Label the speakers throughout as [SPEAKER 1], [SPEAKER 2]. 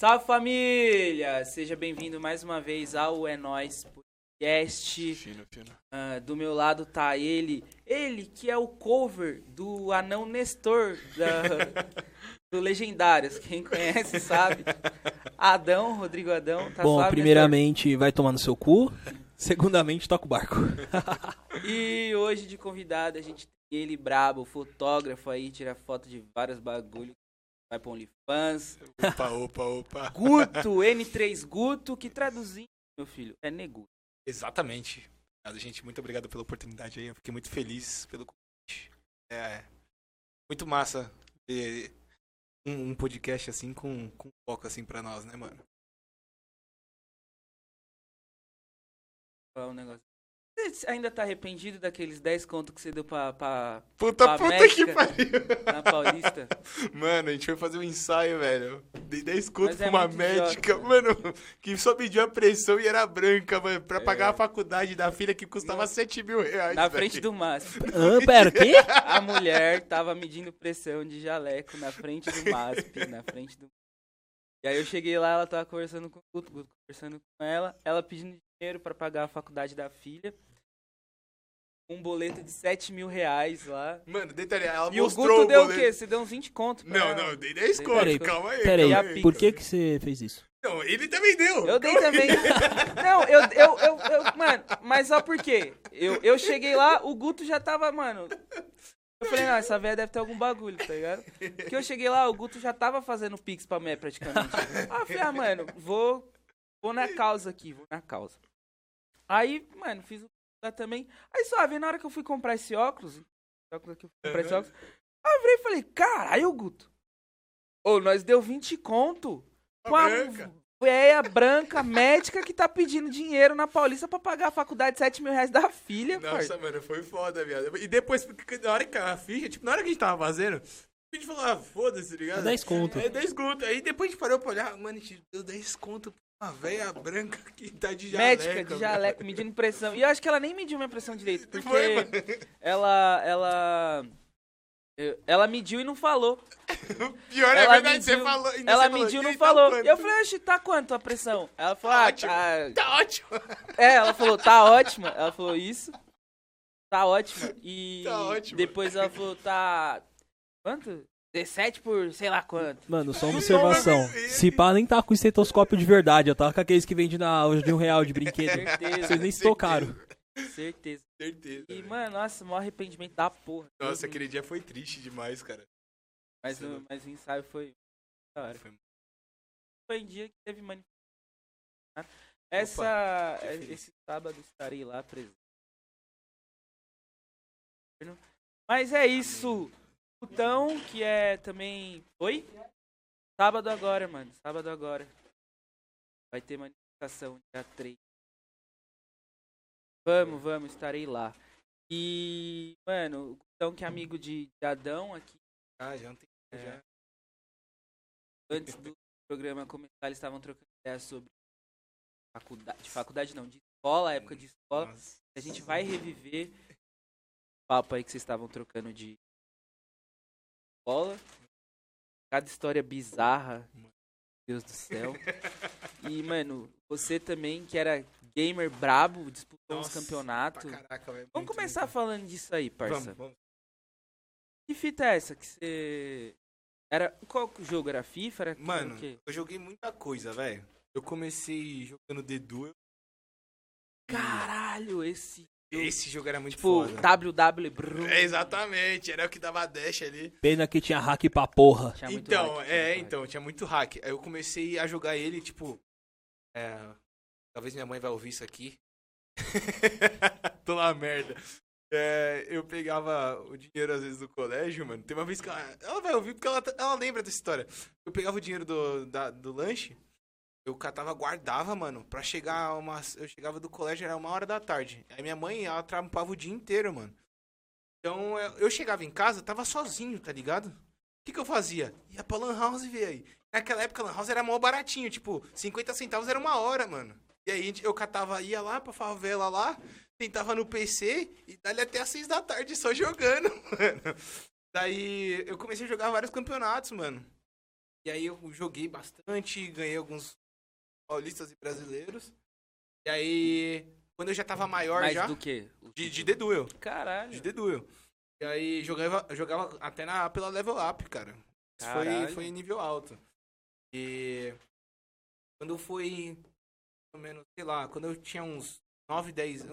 [SPEAKER 1] Salve, família! Seja bem-vindo mais uma vez ao É Nóis Podcast.
[SPEAKER 2] Fino.
[SPEAKER 1] Do meu lado tá ele que é o cover do anão Nestor do Legendários. Quem conhece sabe. Adão, Rodrigo Adão. Tá
[SPEAKER 3] Bom,
[SPEAKER 1] suave,
[SPEAKER 3] primeiramente Nestor? Vai tomar no seu cu. Segundamente, toca o barco.
[SPEAKER 1] E hoje de convidado a gente tem ele brabo, fotógrafo aí, tira foto de vários bagulhos. Vai pra OnlyFans.
[SPEAKER 2] Opa.
[SPEAKER 1] Guto, N3 Guto, que traduzindo, meu filho, é Neguto.
[SPEAKER 2] Exatamente. Gente, muito obrigado pela oportunidade aí. Eu fiquei muito feliz pelo convite. É muito massa ter um podcast assim com foco assim pra nós, né, mano?
[SPEAKER 1] Falar um negócio. Você ainda tá arrependido daqueles 10 contos que você deu pra
[SPEAKER 2] Puta
[SPEAKER 1] Médica,
[SPEAKER 2] que pariu.
[SPEAKER 1] na Paulista?
[SPEAKER 2] Mano, a gente foi fazer um ensaio, velho. Dei 10 conto
[SPEAKER 1] Mas
[SPEAKER 2] pra
[SPEAKER 1] é
[SPEAKER 2] uma
[SPEAKER 1] muito
[SPEAKER 2] médica,
[SPEAKER 1] idiota,
[SPEAKER 2] mano, que só pediu a pressão e era branca, mano, pra pagar
[SPEAKER 1] É.
[SPEAKER 2] a faculdade da filha que custava 7 mil reais.
[SPEAKER 1] Na
[SPEAKER 2] velho.
[SPEAKER 1] frente do MASP.
[SPEAKER 3] Pera, o quê?
[SPEAKER 1] A mulher tava medindo pressão de jaleco na frente do MASP, na frente do... E aí eu cheguei lá, ela tava conversando com o Guto, conversando com ela pedindo dinheiro pra pagar a faculdade da filha. Um boleto de 7 mil reais lá.
[SPEAKER 2] Mano, detalhe, ela
[SPEAKER 1] E o
[SPEAKER 2] mostrou
[SPEAKER 1] Guto deu o
[SPEAKER 2] boleto.
[SPEAKER 1] quê? Você deu uns 20 conto pra ela.
[SPEAKER 2] Não, eu dei 10
[SPEAKER 1] Dei
[SPEAKER 2] conto,
[SPEAKER 1] 10
[SPEAKER 2] calma aí.
[SPEAKER 3] Peraí,
[SPEAKER 1] E a
[SPEAKER 2] calma aí.
[SPEAKER 1] pica?
[SPEAKER 3] por que você fez isso?
[SPEAKER 2] Não, ele também deu.
[SPEAKER 1] Eu dei
[SPEAKER 2] Calma
[SPEAKER 1] também.
[SPEAKER 2] aí.
[SPEAKER 1] Não, mano, mas só por quê? Eu cheguei lá, o Guto já tava, mano... Eu falei, não, essa velha deve ter algum bagulho, tá ligado? Porque eu cheguei lá, o Guto já tava fazendo pix pra mim, praticamente. Aí eu falei, mano, vou na causa aqui, vou na causa. Aí, mano, fiz o lá também. Aí suave, na hora que eu fui comprar esse óculos aqui, eu fui comprar esse óculos, aí eu virei e falei, caralho, Guto. Ô, nós deu 20 conto com a véia branca médica que tá pedindo dinheiro na Paulista pra pagar a faculdade de 7 mil reais da filha,
[SPEAKER 2] Nossa,
[SPEAKER 1] parça.
[SPEAKER 2] mano, foi foda, viado. E depois, na hora que a ficha, tipo, na hora que a gente tava fazendo, a gente falou, foda-se, tá ligado?
[SPEAKER 3] 10 conto.
[SPEAKER 2] É 10 conto. Aí depois a gente parou pra olhar, mano, a gente deu 10 conto pra uma véia branca que tá de jaleco.
[SPEAKER 1] Médica de jaleco, medindo pressão. E eu acho que ela nem mediu minha pressão direito, porque
[SPEAKER 2] Foi, mano.
[SPEAKER 1] ela mediu e não falou.
[SPEAKER 2] Pior é
[SPEAKER 1] Ela
[SPEAKER 2] verdade,
[SPEAKER 1] mediu,
[SPEAKER 2] você falou. ainda
[SPEAKER 1] ela
[SPEAKER 2] você falou,
[SPEAKER 1] mediu e
[SPEAKER 2] "E
[SPEAKER 1] não
[SPEAKER 2] aí,
[SPEAKER 1] falou.
[SPEAKER 2] quanto?"
[SPEAKER 1] E eu falei, oxe, tá quanto a pressão? Ela falou,
[SPEAKER 2] Ótimo. Tá ótimo.
[SPEAKER 1] Ela falou, tá ótima. Ela falou isso. Tá ótima. E
[SPEAKER 2] Tá ótimo.
[SPEAKER 1] depois ela falou, tá... Quanto? 17 por sei lá quanto.
[SPEAKER 3] Mano, só uma observação. Se pá, nem tá com estetoscópio de verdade. Eu tava com aqueles que vende na loja de R$1 de brinquedo.
[SPEAKER 1] Certeza.
[SPEAKER 3] Vocês nem se tocaram.
[SPEAKER 1] Certeza.
[SPEAKER 2] Certeza.
[SPEAKER 1] E,
[SPEAKER 2] velho.
[SPEAKER 1] mano, nossa, o maior arrependimento da porra.
[SPEAKER 2] Nossa,
[SPEAKER 1] Deus
[SPEAKER 2] aquele dia foi triste demais, cara.
[SPEAKER 1] Mas o ensaio foi da hora.
[SPEAKER 2] Foi-
[SPEAKER 1] Foi um dia que teve manifestação.
[SPEAKER 2] que feliz.
[SPEAKER 1] Esse sábado estarei lá presente. Mas é isso. Então, que é também... Oi? Sábado agora, mano. Sábado agora. Vai ter manifestação dia 3. Vamos, estarei lá. E, mano, então que é amigo de Adão aqui.
[SPEAKER 2] Ah, já não tem. Já.
[SPEAKER 1] Antes do programa começar, eles estavam trocando ideia sobre faculdade não, de escola, época de escola.
[SPEAKER 2] Nossa.
[SPEAKER 1] A gente vai reviver o papo aí que vocês estavam trocando de escola. Cada história bizarra, Deus do céu. E, mano, você também, que era gamer brabo, disputou uns
[SPEAKER 2] Nossa,
[SPEAKER 1] campeonatos.
[SPEAKER 2] pra caraca, velho.
[SPEAKER 1] Vamos
[SPEAKER 2] Muito,
[SPEAKER 1] começar
[SPEAKER 2] muito.
[SPEAKER 1] falando disso aí, parça.
[SPEAKER 2] Vamos.
[SPEAKER 1] Que fita é essa que você... Qual jogo? Era FIFA? Era
[SPEAKER 2] Mano,
[SPEAKER 1] o quê?
[SPEAKER 2] eu joguei muita coisa, velho. Eu comecei jogando The Duel.
[SPEAKER 1] Caralho, esse
[SPEAKER 2] Esse jogo era muito
[SPEAKER 1] tipo,
[SPEAKER 2] foda.
[SPEAKER 1] WW Brum.
[SPEAKER 2] É, exatamente, era o que dava dash ali.
[SPEAKER 3] Pena que tinha hack pra porra.
[SPEAKER 1] Tinha muito
[SPEAKER 2] Então,
[SPEAKER 1] hack,
[SPEAKER 2] então, tinha muito hack. Aí eu comecei a jogar ele, tipo... talvez minha mãe vai ouvir isso aqui. Tô na merda. Eu pegava o dinheiro, às vezes, do colégio, mano. Tem uma vez que ela vai ouvir, porque ela lembra dessa história. Eu pegava o dinheiro do lanche, eu catava, guardava, mano, pra chegar eu chegava do colégio, era 1h da tarde. Aí minha mãe, ela trampava o dia inteiro, mano. Então, eu chegava em casa, tava sozinho, tá ligado? O que eu fazia? Ia pra Lan House ver aí. Naquela época, Lan House era mó baratinho, tipo, 50 centavos era 1 hora, mano. E aí eu catava, ia lá pra favela lá, tentava no PC e dali até às 6 da tarde só jogando, mano. Daí eu comecei a jogar vários campeonatos, mano. E aí eu joguei bastante, ganhei alguns paulistas e brasileiros. E aí, quando eu já tava maior
[SPEAKER 1] Mais
[SPEAKER 2] já...
[SPEAKER 1] do que?
[SPEAKER 2] De The Duel.
[SPEAKER 1] Caralho.
[SPEAKER 2] De The Duel. E aí jogava até pela Level Up, cara. Isso foi nível alto. E quando foi, pelo menos, sei lá, quando eu tinha uns 9, 10,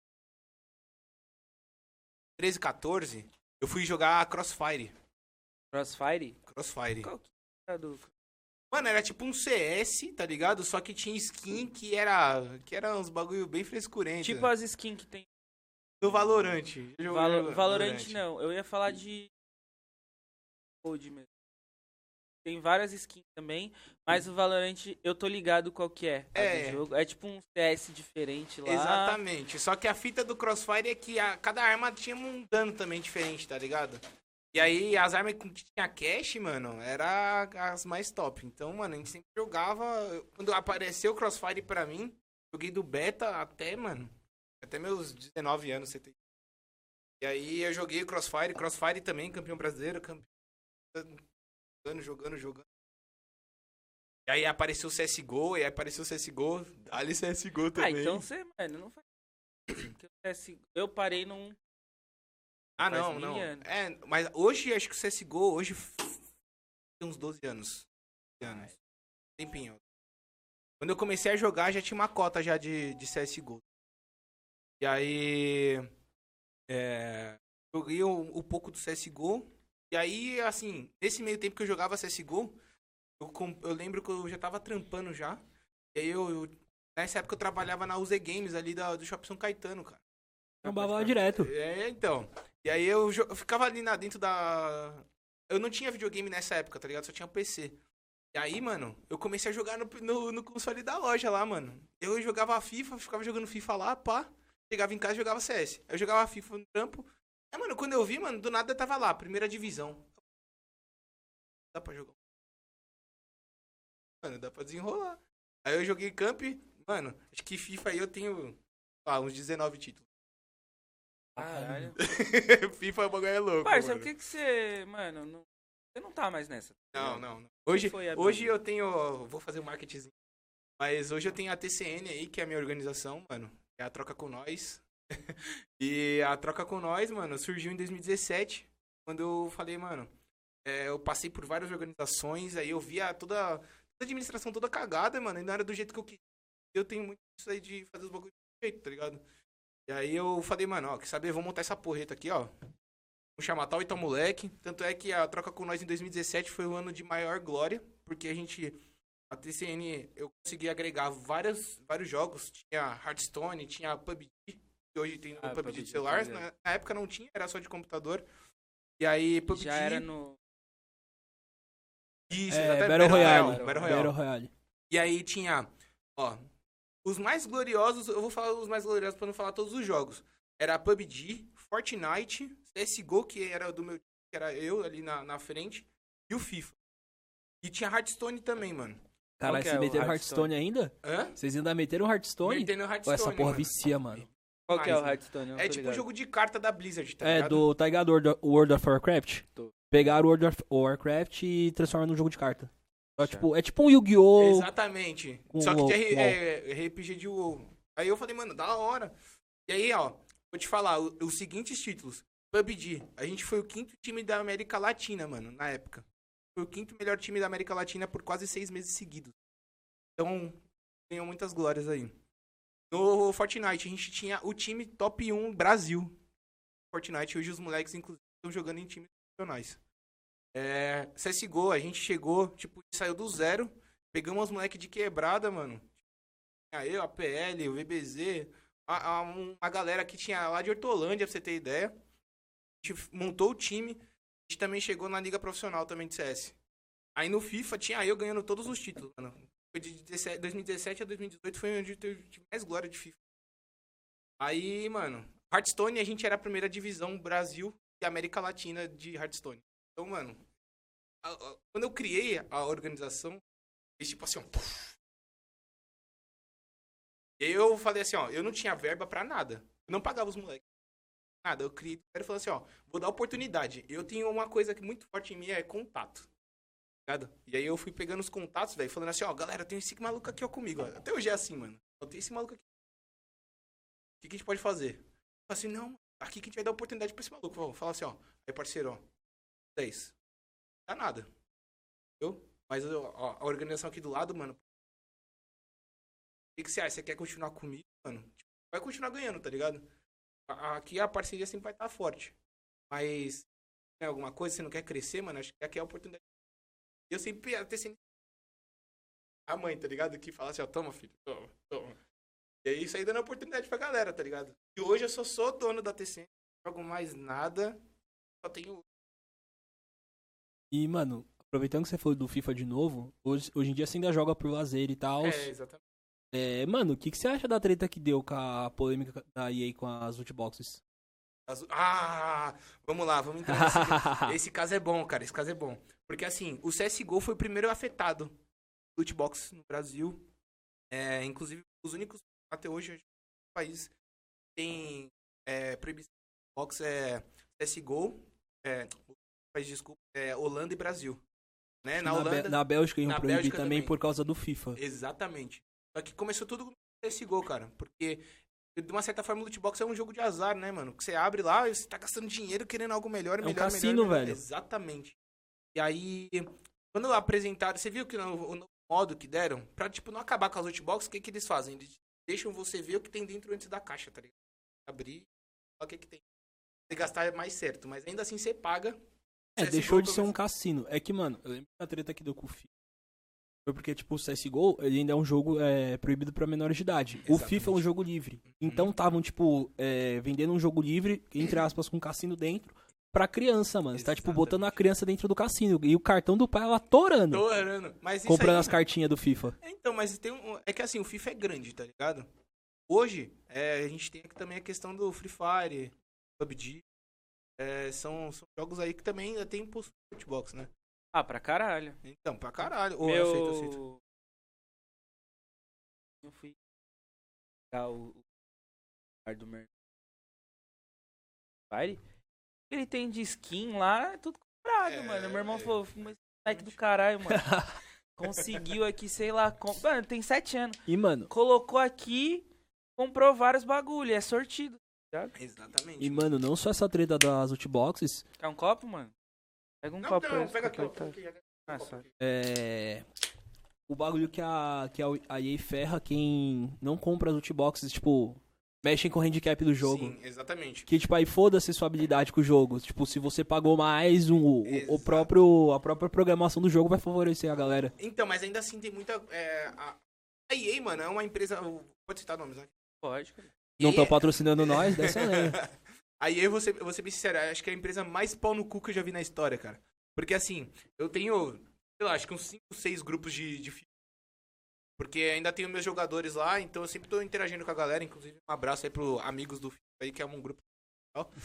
[SPEAKER 2] 13, 14, eu fui jogar Crossfire.
[SPEAKER 1] Crossfire?
[SPEAKER 2] Crossfire.
[SPEAKER 1] Qual que é do...
[SPEAKER 2] Mano, era tipo um CS, tá ligado? Só que tinha skin que era uns bagulho bem frescurento.
[SPEAKER 1] Tipo as skins que tem...
[SPEAKER 2] Do Valorant.
[SPEAKER 1] Valorant não, eu ia falar de... Code mesmo. Tem várias skins também, mas o Valorant eu tô ligado qual que é. Do jogo. É tipo um CS diferente lá.
[SPEAKER 2] Exatamente. Só que a fita do Crossfire é que cada arma tinha um dano também diferente, tá ligado? E aí as armas que tinha cache, mano, era as mais top. Então, mano, a gente sempre jogava. Quando apareceu o Crossfire pra mim, joguei do beta até, mano, até meus 19 anos, você tem. E aí eu joguei o Crossfire também, campeão brasileiro, jogando. E aí apareceu o CSGO, dali CSGO também.
[SPEAKER 1] Ah, então você, mano, não faz... Eu parei num...
[SPEAKER 2] Ah, não. Mas hoje, acho que o CSGO, tem uns 12 anos. Tempinho. Quando eu comecei a jogar, já tinha uma cota já de CSGO. E aí... joguei um pouco do CSGO. E aí, assim, nesse meio tempo que eu jogava CSGO, eu lembro que eu já tava trampando já. E aí nessa época eu trabalhava na UZ Games ali do Shopping São Caetano, cara.
[SPEAKER 3] Trabalhava lá direto.
[SPEAKER 2] Então. E aí eu ficava ali dentro da... Eu não tinha videogame nessa época, tá ligado? Só tinha PC. E aí, mano, eu comecei a jogar no console da loja lá, mano. Eu jogava FIFA, ficava jogando FIFA lá, pá. Chegava em casa e jogava CS. Eu jogava FIFA no trampo. Aí, mano, quando eu vi, mano, do nada eu tava lá, primeira divisão. Dá pra jogar. Mano, dá pra desenrolar. Aí eu joguei Camp, mano, acho que FIFA aí eu tenho, uns 19 títulos.
[SPEAKER 1] Caralho.
[SPEAKER 2] FIFA é um bagulho é louco,
[SPEAKER 1] Parça,
[SPEAKER 2] mano.
[SPEAKER 1] por que você, mano, você não tá mais nessa?
[SPEAKER 2] Não. Hoje eu tenho, vou fazer um marketing, mas hoje eu tenho a TCN aí, que é a minha organização, mano. É a Troca com Nós. E a Troca com Nós, mano, surgiu em 2017, quando eu falei, mano, eu passei por várias organizações, aí eu via toda a administração toda cagada, mano, e não era do jeito que eu queria. Eu tenho muito isso aí de fazer os bagulhos do jeito, tá ligado? E aí eu falei, mano, ó, quer saber, vamos montar essa porreta aqui, ó. Vamos chamar tal e tal moleque. Tanto é que a Troca com Nós em 2017 foi o ano de maior glória, porque a TCN, eu consegui agregar vários jogos. Tinha Hearthstone, tinha PUBG, que hoje tem o PUBG de celular. Na época não tinha, era só de computador. E aí, PUBG...
[SPEAKER 1] Já era no...
[SPEAKER 2] Isso,
[SPEAKER 3] Battle Royale.
[SPEAKER 2] E aí tinha, ó... Os mais gloriosos, eu vou falar os mais gloriosos pra não falar todos os jogos. Era PUBG, Fortnite, CSGO, que era do meu time, que era eu ali na frente, e o FIFA. E tinha Hearthstone também, mano.
[SPEAKER 3] Caralho, vocês meteram Hearthstone ainda?
[SPEAKER 2] Hã?
[SPEAKER 3] Vocês ainda meteram Hearthstone?
[SPEAKER 2] Metendo Hearthstone,
[SPEAKER 3] Essa porra
[SPEAKER 2] mano.
[SPEAKER 3] vicia, mano.
[SPEAKER 1] Qual que é o Hearthstone?
[SPEAKER 2] É tipo um jogo de carta da Blizzard, tá ligado?
[SPEAKER 3] Tá ligado World of Warcraft? Pegaram o World of Warcraft e transformaram num jogo de carta. É tipo um Yu-Gi-Oh!
[SPEAKER 2] Exatamente. Só que de RPG de WoW. Aí eu falei, mano, da hora. E aí, ó, vou te falar, os seguintes títulos. PUBG, a gente foi o 5º time da América Latina, mano, na época. Foi o 5º melhor time da América Latina por quase 6 meses seguidos. Então, ganhou muitas glórias aí. No Fortnite, a gente tinha o time top 1 Brasil. Fortnite, hoje os moleques, inclusive, estão jogando em times profissionais. CSGO, a gente chegou, saiu do zero. Pegamos os moleques de quebrada, mano. Eu, a PL, o VBZ, uma galera que tinha lá de Hortolândia, pra você ter ideia. A gente montou o time. A gente também chegou na liga profissional também de CS. Aí no FIFA tinha eu ganhando todos os títulos, mano. Foi de 2017 a 2018 foi onde eu tive mais glória de FIFA. Aí, mano, Hearthstone a gente era a primeira divisão Brasil e América Latina de Hearthstone. Então, mano, quando eu criei a organização, fez tipo assim, ó. E aí eu falei assim, ó, eu não tinha verba pra nada. Eu não pagava os moleques. Nada, eu criei e falei assim, ó, vou dar oportunidade. Eu tenho uma coisa que muito forte em mim, é contato. ligado? E aí eu fui pegando os contatos, velho, falando assim, ó, galera, tem esse maluco aqui, ó, comigo, ó. Até hoje é assim, mano. Eu tenho esse maluco aqui. O que a gente pode fazer? Eu falei assim, não, aqui que a gente vai dar oportunidade pra esse maluco. Vamos falar assim, ó, aí parceiro, ó, 10. Não dá nada. Entendeu? Mas ó, a organização aqui do lado, mano, o que você acha? Você quer continuar comigo, mano? Tipo, vai continuar ganhando, tá ligado? Aqui a parceria sempre vai estar forte. Mas, se tem alguma coisa, você não quer crescer, mano, acho que aqui é a oportunidade. Eu sempre até sempre a mãe, tá ligado? Que fala assim, ó, toma, filho, toma, toma. E aí isso aí dando oportunidade pra galera, tá ligado? E hoje eu só sou dono da TCM, não jogo mais nada, só tenho...
[SPEAKER 3] E, mano, aproveitando que você falou do FIFA de novo, hoje em dia você ainda joga por lazer e tal.
[SPEAKER 2] exatamente.
[SPEAKER 3] Mano, o que você acha da treta que deu com a polêmica da EA com as loot boxes?
[SPEAKER 2] Vamos lá, vamos entrar nesse... Esse caso é bom, cara, esse caso é bom. Porque assim, o CSGO foi o primeiro afetado loot box no Brasil. Inclusive, os únicos até hoje no país tem proibição de box CSGO, desculpa, Holanda e Brasil. Né?
[SPEAKER 3] Na Bélgica iam proibir
[SPEAKER 2] Bélgica
[SPEAKER 3] também por causa do FIFA.
[SPEAKER 2] Exatamente. Só que começou tudo com o CSGO, cara. Porque, de uma certa forma, o loot box é um jogo de azar, né, mano? Que você abre lá e você tá gastando dinheiro querendo algo melhor, melhor,
[SPEAKER 3] um cassino,
[SPEAKER 2] melhor.
[SPEAKER 3] velho.
[SPEAKER 2] Exatamente. E aí, quando apresentaram, você viu que o modo que deram, pra, tipo, não acabar com as loot boxes, o que eles fazem? Eles deixam você ver o que tem dentro antes da caixa, tá ligado? Abrir, olha o que tem. Você gastar é mais certo, mas ainda assim você paga.
[SPEAKER 3] Deixou de ser um cassino. É que, mano, eu lembro que a treta que deu com o FIFA foi porque, tipo, o CSGO, ele ainda é um jogo proibido pra menores de idade. Exatamente. O FIFA é um jogo livre. Então estavam, tipo, vendendo um jogo livre, entre aspas, com cassino dentro, pra criança, mano. Você tá, tipo, botando a criança dentro do cassino. E o cartão do pai, ela torando.
[SPEAKER 2] Mas
[SPEAKER 3] comprando
[SPEAKER 2] aí,
[SPEAKER 3] as cartinhas do FIFA.
[SPEAKER 2] Então, mas tem é que assim, o FIFA é grande, tá ligado? Hoje, a gente tem aqui também a questão do Free Fire, PUBG. São jogos aí que também tem impulso de Xbox, né?
[SPEAKER 1] Pra caralho.
[SPEAKER 2] Então, pra caralho.
[SPEAKER 1] Aceito. Eu fui pegar o bar do Mercado. Ele tem de skin lá, tudo comprado, mano. Meu irmão falou, mas moleque do caralho, mano. Conseguiu aqui, sei lá, mano, tem 7 anos.
[SPEAKER 3] E, mano,
[SPEAKER 1] colocou aqui, comprou vários bagulho, é sortido.
[SPEAKER 2] Exatamente.
[SPEAKER 3] E, mano, não só essa treta das loot boxes.
[SPEAKER 1] Quer um copo, mano? Pega um copo.
[SPEAKER 2] Não, pega aqui,
[SPEAKER 3] o bagulho que a EA ferra quem não compra as loot boxes, tipo, mexem com o handicap do jogo.
[SPEAKER 2] Sim, exatamente.
[SPEAKER 3] Que, tipo, aí foda-se sua habilidade com o jogo. Tipo, se você pagou mais, a própria programação do jogo vai favorecer a galera.
[SPEAKER 2] Então, mas ainda assim tem muita... A EA, mano, é uma empresa... Pode citar nomes, né?
[SPEAKER 1] Pode, cara.
[SPEAKER 3] Não estão patrocinando nós, dessa lei.
[SPEAKER 2] A EA, vou ser bem sincero, acho que é a empresa mais pau no cu que eu já vi na história, cara. Porque, assim, eu tenho, sei lá, acho que uns 5, 6 grupos de FIFA. Porque ainda tenho meus jogadores lá, então eu sempre tô interagindo com a galera. Inclusive, um abraço aí pro Amigos do FIFA aí, que é um grupo legal.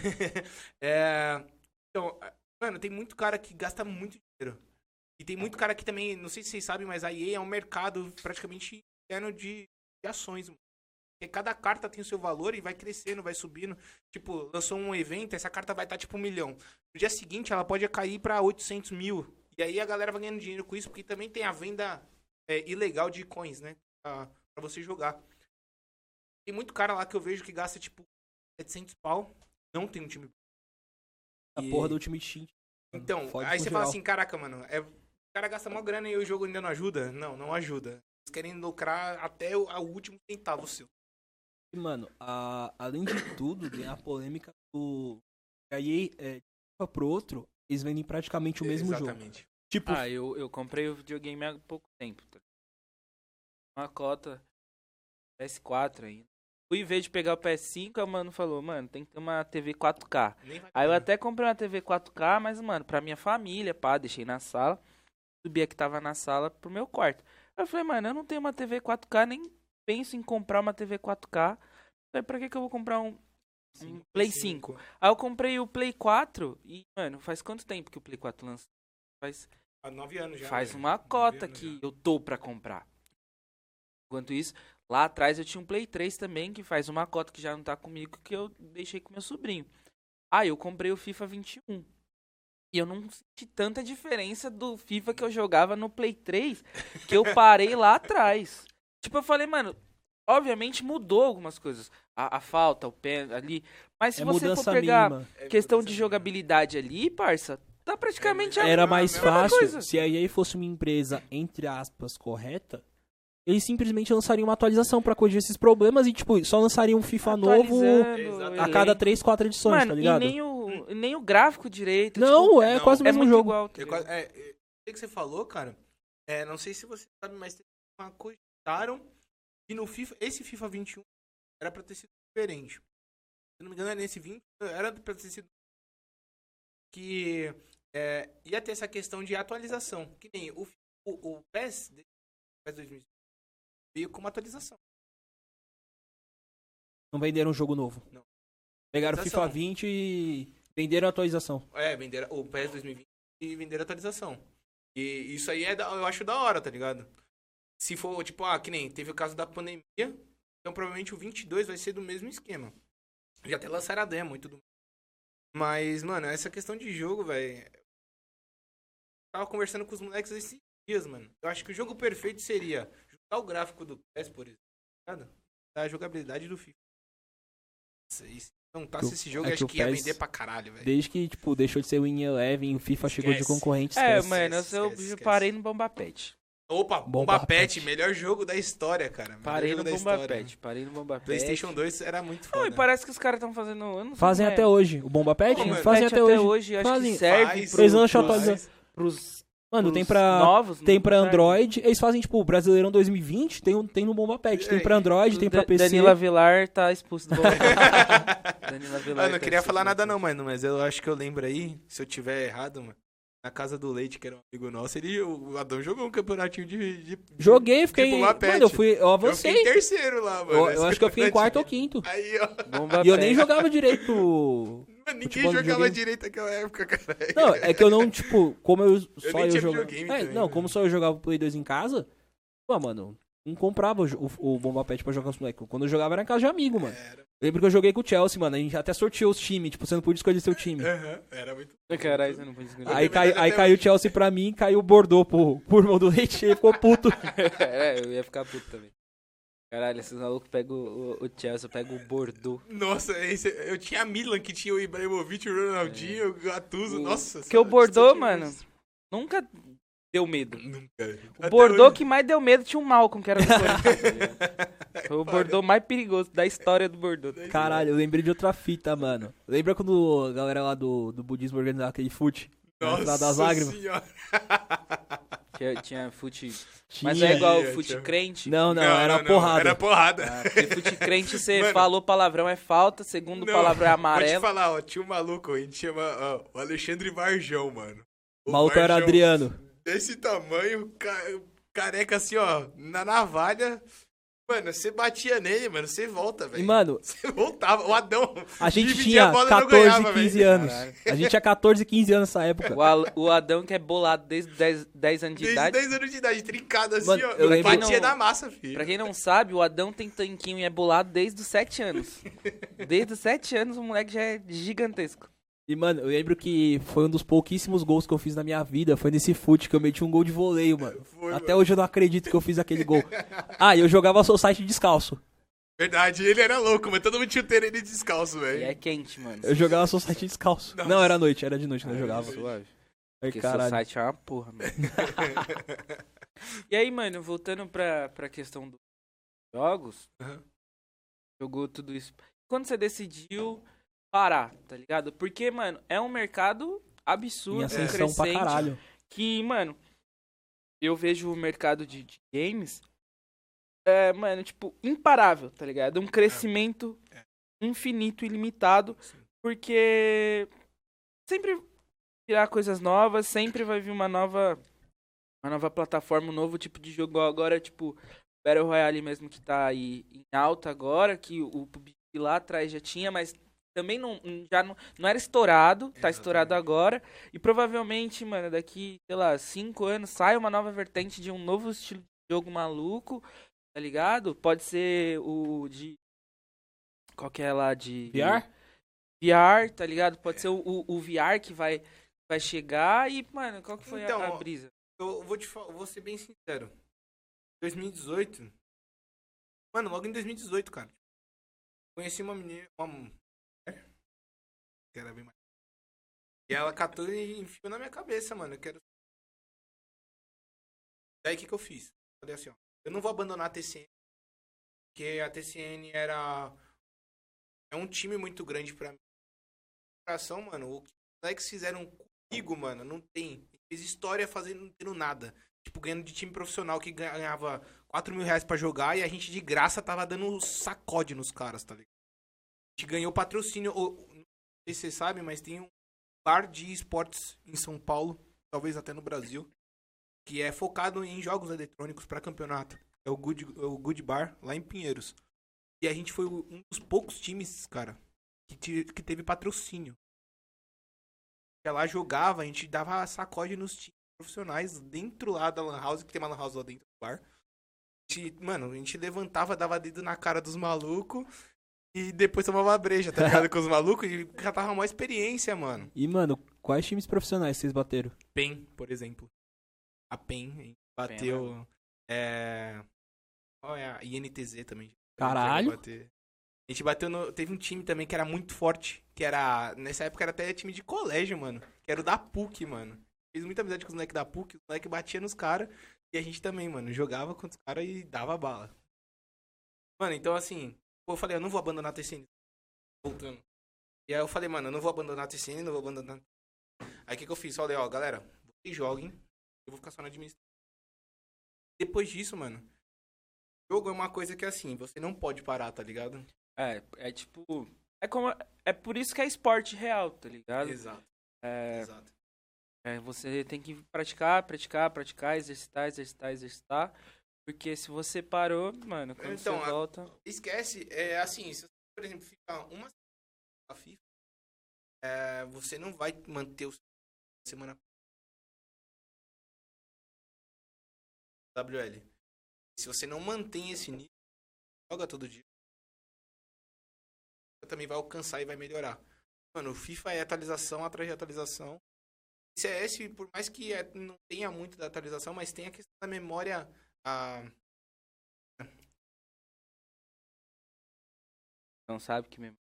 [SPEAKER 2] Então, mano, tem muito cara que gasta muito dinheiro. E tem muito cara que também, não sei se vocês sabem, mas a EA é um mercado praticamente interno de ações, mano. Porque cada carta tem o seu valor e vai crescendo, vai subindo. Tipo, lançou um evento, essa carta vai estar tipo 1 milhão. No dia seguinte, ela pode cair pra 800 mil. E aí a galera vai ganhando dinheiro com isso, porque também tem a venda ilegal de coins, né? Pra você jogar. Tem muito cara lá que eu vejo que gasta tipo 700 pau. Não tem um time.
[SPEAKER 3] A porra do Ultimate Team.
[SPEAKER 2] Então, aí você fala assim, caraca, mano, o cara gasta mó grana e o jogo ainda não ajuda? Não, não ajuda. Eles querem lucrar até o último centavo seu.
[SPEAKER 3] E, mano, além de tudo, tem a polêmica do... Aí, pro outro, eles vendem praticamente o mesmo
[SPEAKER 2] Exatamente.
[SPEAKER 3] jogo. Tipo...
[SPEAKER 1] eu comprei o videogame há pouco tempo. Tá? Uma cota PS4 ainda. Fui ver de pegar o PS5, a mano falou, mano, tem que ter uma TV 4K. Aí eu até comprei uma TV 4K, mas, mano, pra minha família, deixei na sala. Subi a que tava na sala pro meu quarto. Aí eu falei, mano, eu não tenho uma TV 4K, nem penso em comprar uma TV 4K. Aí pra que eu vou comprar um Play 5? Aí eu comprei o Play 4 e, mano, faz quanto tempo que o Play 4 lançou?
[SPEAKER 2] Há 9 anos já.
[SPEAKER 1] Faz uma cota que eu tô pra comprar. Enquanto isso, lá atrás eu tinha um Play 3 também, que faz uma cota que já não tá comigo, que eu deixei com meu sobrinho. Aí eu comprei o FIFA 21. E eu não senti tanta diferença do FIFA que eu jogava no Play 3, que eu parei lá atrás. Tipo, eu falei, mano, obviamente mudou algumas coisas. A falta, o pé ali. Mas se você for pegar
[SPEAKER 3] mínima.
[SPEAKER 1] questão de jogabilidade ali, parça, tá praticamente
[SPEAKER 3] Era mais
[SPEAKER 1] mesma
[SPEAKER 3] fácil
[SPEAKER 1] coisa.
[SPEAKER 3] se a EA fosse uma empresa, entre aspas, correta. Eles simplesmente lançariam uma atualização pra corrigir esses problemas e, tipo, só lançariam um FIFA novo
[SPEAKER 1] Atualizando,
[SPEAKER 3] a cada
[SPEAKER 1] elenco.
[SPEAKER 3] 3, 4 edições,
[SPEAKER 1] Mano,
[SPEAKER 3] tá ligado?
[SPEAKER 1] e nem o gráfico direito.
[SPEAKER 3] Não,
[SPEAKER 1] tipo,
[SPEAKER 3] é
[SPEAKER 2] não,
[SPEAKER 3] quase o
[SPEAKER 1] é
[SPEAKER 3] mesmo
[SPEAKER 1] muito
[SPEAKER 3] jogo.
[SPEAKER 1] igual. Tá
[SPEAKER 2] Eu,
[SPEAKER 1] ligado?
[SPEAKER 2] o que você falou, cara, não sei se você sabe, mas cogitaram que no FIFA, esse FIFA 21 era pra ter sido diferente. Se não me engano, nesse 20 era pra ter sido que ia ter essa questão de atualização. Que nem o PES 2020 veio com uma atualização.
[SPEAKER 3] Não venderam um jogo novo.
[SPEAKER 2] Não.
[SPEAKER 3] Pegaram o FIFA
[SPEAKER 2] Atualização.
[SPEAKER 3] 20 e venderam a atualização.
[SPEAKER 2] Venderam o PES 2020 e venderam a atualização. E isso aí eu acho da hora, tá ligado? Se for, tipo, que nem teve o caso da pandemia, então provavelmente o 22 vai ser do mesmo esquema. Já até lançaram a demo e tudo. Mas, mano, essa questão de jogo, velho. Tava conversando com os moleques esses dias, mano. Eu acho que o jogo perfeito seria juntar o gráfico do PES, por exemplo, tá ligado? A jogabilidade do FIFA. Se não tá esse jogo,
[SPEAKER 3] é
[SPEAKER 2] eu
[SPEAKER 3] que
[SPEAKER 2] acho
[SPEAKER 3] o
[SPEAKER 2] que ia
[SPEAKER 3] PES
[SPEAKER 2] vender pra caralho, velho.
[SPEAKER 3] Desde que, tipo, deixou de ser o Win Eleven, o FIFA chegou de
[SPEAKER 2] Esquece.
[SPEAKER 3] concorrente,
[SPEAKER 1] É,
[SPEAKER 3] esquece.
[SPEAKER 1] mano,
[SPEAKER 2] Esquece.
[SPEAKER 1] eu parei no Bomba Pet.
[SPEAKER 2] Opa,
[SPEAKER 3] Bomba
[SPEAKER 2] Bomba Pet,
[SPEAKER 3] Pet.
[SPEAKER 2] melhor jogo da história, cara. Melhor
[SPEAKER 1] Parei
[SPEAKER 2] jogo
[SPEAKER 1] no
[SPEAKER 2] da
[SPEAKER 1] Bomba
[SPEAKER 2] história.
[SPEAKER 1] Pet. Parei no Bomba Pet.
[SPEAKER 2] PlayStation 2 era muito
[SPEAKER 1] Não,
[SPEAKER 2] foda.
[SPEAKER 1] e parece que os caras estão fazendo. Eu não sei
[SPEAKER 3] Fazem
[SPEAKER 1] como é.
[SPEAKER 3] até hoje. O Bomba Pet?
[SPEAKER 2] Pô, mano,
[SPEAKER 3] Fazem
[SPEAKER 1] Pet
[SPEAKER 3] até hoje.
[SPEAKER 1] hoje. Acho
[SPEAKER 3] Fazem.
[SPEAKER 1] que serve
[SPEAKER 2] Faz,
[SPEAKER 3] Eles lançam atualização.
[SPEAKER 1] pros
[SPEAKER 3] Mano, tem
[SPEAKER 1] pros
[SPEAKER 3] pra,
[SPEAKER 1] novos.
[SPEAKER 3] tem
[SPEAKER 1] não
[SPEAKER 3] pra
[SPEAKER 1] serve.
[SPEAKER 3] Android. Eles fazem, tipo, o Brasileirão 2020, tem no Bomba Pet. Tem pra Android, tem pra PC.
[SPEAKER 1] Danilo Avelar tá expulso do Bomba Pet. Danilo Avelar
[SPEAKER 2] Eu não
[SPEAKER 1] tá
[SPEAKER 2] queria
[SPEAKER 1] expulso
[SPEAKER 2] falar
[SPEAKER 1] do
[SPEAKER 2] nada
[SPEAKER 1] Bomba
[SPEAKER 2] não, mano, mas eu acho que eu lembro aí, se eu tiver errado, mano, na casa do Leite, que era um amigo nosso, o Adão jogou um campeonatinho de
[SPEAKER 3] Joguei, fiquei.
[SPEAKER 2] Bomba Pet.
[SPEAKER 3] Mano, eu
[SPEAKER 2] Eu
[SPEAKER 3] avancei.
[SPEAKER 2] fiquei em terceiro lá, mano.
[SPEAKER 3] Eu acho que eu fiquei em quarto ou quinto.
[SPEAKER 2] Aí, ó.
[SPEAKER 1] Pet. Bomba
[SPEAKER 3] E eu
[SPEAKER 1] Pet.
[SPEAKER 3] nem jogava direito.
[SPEAKER 2] Mano, ninguém
[SPEAKER 3] Futebol de
[SPEAKER 2] jogava
[SPEAKER 3] videogame.
[SPEAKER 2] direito naquela época, cara.
[SPEAKER 3] Não, é que eu não, tipo, como eu só
[SPEAKER 2] nem
[SPEAKER 3] eu
[SPEAKER 2] tinha
[SPEAKER 3] jogava.
[SPEAKER 2] videogame também,
[SPEAKER 3] Não,
[SPEAKER 2] né?
[SPEAKER 3] como só eu jogava o Play 2 em casa, pô, mano, não comprava o Bomba Pet pra jogar com os moleques. Quando eu jogava era na casa de amigo, mano. Lembro que eu joguei com o Chelsea, mano. A gente até sorteou os times, tipo, você não podia escolher seu time.
[SPEAKER 2] Aham, era muito.
[SPEAKER 1] Caralho, você não pode escolher.
[SPEAKER 3] Aí,
[SPEAKER 2] tenho verdade
[SPEAKER 3] aí
[SPEAKER 2] até
[SPEAKER 3] caiu o
[SPEAKER 2] hoje.
[SPEAKER 3] Chelsea pra mim, caiu o Bordeaux pro irmão do Leite e ele ficou puto.
[SPEAKER 1] Eu ia ficar puto também. Caralho, esses malucos pegam o Chelsea, pegam o Bordeaux.
[SPEAKER 2] Nossa, eu tinha a Milan, que tinha o Ibrahimovic, o Ronaldinho, o Gattuso, nossa.
[SPEAKER 1] Porque o
[SPEAKER 2] só
[SPEAKER 1] Bordeaux,
[SPEAKER 2] tinha
[SPEAKER 1] mano,
[SPEAKER 2] isso.
[SPEAKER 1] nunca deu medo.
[SPEAKER 2] Nunca.
[SPEAKER 1] O Bordeaux que mais deu medo tinha um Malcolm, que era do Corinthians. tá ligado? Foi o Bordeaux mais perigoso da história do Bordeaux.
[SPEAKER 3] Caralho, eu lembrei de outra fita, mano. Lembra quando a galera lá do budismo organizava aquele fute? Lá das
[SPEAKER 2] Nossa
[SPEAKER 3] lágrimas?
[SPEAKER 2] senhora.
[SPEAKER 1] Tinha fute...
[SPEAKER 3] Tinha.
[SPEAKER 1] Mas é igual
[SPEAKER 2] Tinha,
[SPEAKER 1] fute
[SPEAKER 2] tinha.
[SPEAKER 1] crente?
[SPEAKER 3] Não, era porrada.
[SPEAKER 2] Era porrada.
[SPEAKER 1] Ah, porque fute crente, você
[SPEAKER 2] Mano.
[SPEAKER 1] falou palavrão é falta, segundo
[SPEAKER 2] Não,
[SPEAKER 1] palavrão é
[SPEAKER 2] Vou te
[SPEAKER 1] amarelo.
[SPEAKER 2] falar, ó, tinha um maluco, a gente chama o Alexandre Varjão, mano.
[SPEAKER 3] O maluco era
[SPEAKER 2] Varjão,
[SPEAKER 3] Adriano.
[SPEAKER 2] Desse tamanho, careca assim, ó, na navalha. Mano, você batia nele, mano, você volta, velho.
[SPEAKER 3] E, mano,
[SPEAKER 2] Você voltava, o Adão.
[SPEAKER 3] a gente
[SPEAKER 2] dividia
[SPEAKER 3] tinha
[SPEAKER 2] a bola e não
[SPEAKER 3] 14,
[SPEAKER 2] ganhava,
[SPEAKER 3] 15
[SPEAKER 2] velho.
[SPEAKER 3] anos.
[SPEAKER 1] Caralho.
[SPEAKER 3] A gente tinha 14, 15 anos nessa época.
[SPEAKER 1] O Adão que é bolado desde 10 anos de
[SPEAKER 2] Desde
[SPEAKER 1] idade.
[SPEAKER 2] 10 anos de idade, trincado assim,
[SPEAKER 3] Mano,
[SPEAKER 2] ó.
[SPEAKER 3] eu lembro-
[SPEAKER 2] Batia
[SPEAKER 1] Não-
[SPEAKER 2] na massa, filho.
[SPEAKER 1] Pra quem não sabe, o Adão tem tanquinho e é bolado desde os 7 anos. Desde os 7 anos o moleque já é gigantesco.
[SPEAKER 3] E, mano, eu lembro que foi um dos pouquíssimos gols que eu fiz na minha vida. Foi nesse fute que eu meti um gol de voleio, mano.
[SPEAKER 2] Foi,
[SPEAKER 3] Até
[SPEAKER 2] mano.
[SPEAKER 3] hoje eu não acredito que eu fiz aquele gol. Ah, e eu jogava Society descalço.
[SPEAKER 2] Verdade, ele era louco, mas todo mundo tinha o ele descalço,
[SPEAKER 1] E
[SPEAKER 2] velho.
[SPEAKER 1] é quente, mano.
[SPEAKER 3] Eu jogava Society descalço.
[SPEAKER 2] Nossa.
[SPEAKER 3] Não, era noite, era de noite que eu jogava.
[SPEAKER 1] Suave.
[SPEAKER 3] Ai,
[SPEAKER 1] Porque
[SPEAKER 3] caralho.
[SPEAKER 1] seu site é uma porra, mano. E aí, mano, voltando pra questão dos jogos,
[SPEAKER 2] Aham.
[SPEAKER 1] jogou tudo isso. Quando você decidiu parar, tá ligado? Porque, mano, é um mercado absurdo,
[SPEAKER 3] Em ascensão pra
[SPEAKER 1] crescente,
[SPEAKER 3] caralho.
[SPEAKER 1] que, mano, eu vejo o mercado de games, mano, tipo, imparável, tá ligado? Um crescimento infinito, ilimitado, porque sempre virar coisas novas, sempre vai vir uma nova plataforma, um novo tipo de jogo. Agora, tipo, Battle Royale mesmo que tá aí em alta agora, que o PUBG lá atrás já tinha, mas também não era estourado, tá estourado agora. E provavelmente, mano, daqui, sei lá, 5 anos, sai uma nova vertente de um novo estilo de jogo maluco, tá ligado? Pode ser o de... Qual que é lá de...
[SPEAKER 3] VR?
[SPEAKER 1] VR, tá ligado? Pode ser o VR que vai vai chegar e, mano, qual que foi
[SPEAKER 2] Então,
[SPEAKER 1] a brisa?
[SPEAKER 2] Eu vou ser bem sincero. 2018. Mano, logo em 2018, cara. Conheci uma menina. Uma mulher. Que era bem mais. E ela catou e enfiou na minha cabeça, mano. Eu quero. Daí o que eu fiz? Falei assim, ó. Eu não vou abandonar a TCN. Porque a TCN é um time muito grande pra mim. Mano, o que os moleques fizeram comigo, mano, não tem. Fez história fazendo, não tendo nada. Tipo, ganhando de time profissional que ganhava 4 mil reais pra jogar e a gente de graça tava dando sacode nos caras, tá ligado? A gente ganhou patrocínio. Não sei se você sabe, mas tem um bar de esportes em São Paulo, talvez até no Brasil, que é focado em jogos eletrônicos pra campeonato. É o Good Bar, lá em Pinheiros. E a gente foi um dos poucos times, cara, que teve patrocínio. Lá jogava, a gente dava sacode nos times profissionais dentro lá da Lan House, que tem uma Lan House lá dentro do bar. A gente levantava, dava dedo na cara dos malucos e depois tomava breja, tá ligado? Com os malucos e já tava uma experiência, mano.
[SPEAKER 3] E, mano, quais times profissionais vocês bateram?
[SPEAKER 2] PEN, por exemplo. A PEN, a gente bateu. A INTZ também.
[SPEAKER 3] Caralho!
[SPEAKER 2] A gente bateu no... Teve um time também que era muito forte. Que era... Nessa época era até time de colégio, mano. Que era o da PUC, mano. Fiz muita amizade com os moleques da PUC. Os moleques batiam nos caras. E a gente também, mano. Jogava contra os caras e dava bala. Mano, então assim... Eu falei, eu não vou abandonar a TCN. Voltando. E aí eu falei, mano, eu não vou abandonar a TCN, não vou abandonar... Aí o que eu fiz? Falei, ó, galera. Vocês joguem. Eu vou ficar só na administração. Depois disso, mano... Jogo é uma coisa que assim... Você não pode parar, tá ligado?
[SPEAKER 1] É tipo... É por isso que é esporte real, tá ligado?
[SPEAKER 2] Exato. Exato.
[SPEAKER 1] Você tem que praticar, exercitar. Porque se você parou, mano, quando
[SPEAKER 2] então,
[SPEAKER 1] você volta...
[SPEAKER 2] Esquece, assim, se você, por exemplo, ficar uma semana na FIFA, você não vai manter o semana WL. Se você não mantém esse nível, joga todo dia, você também vai alcançar e vai melhorar. Mano, o FIFA é atualização atrás de atualização. CS, por mais que não tenha muito da atualização, mas tem a questão da memória.
[SPEAKER 1] Não sabe que memória.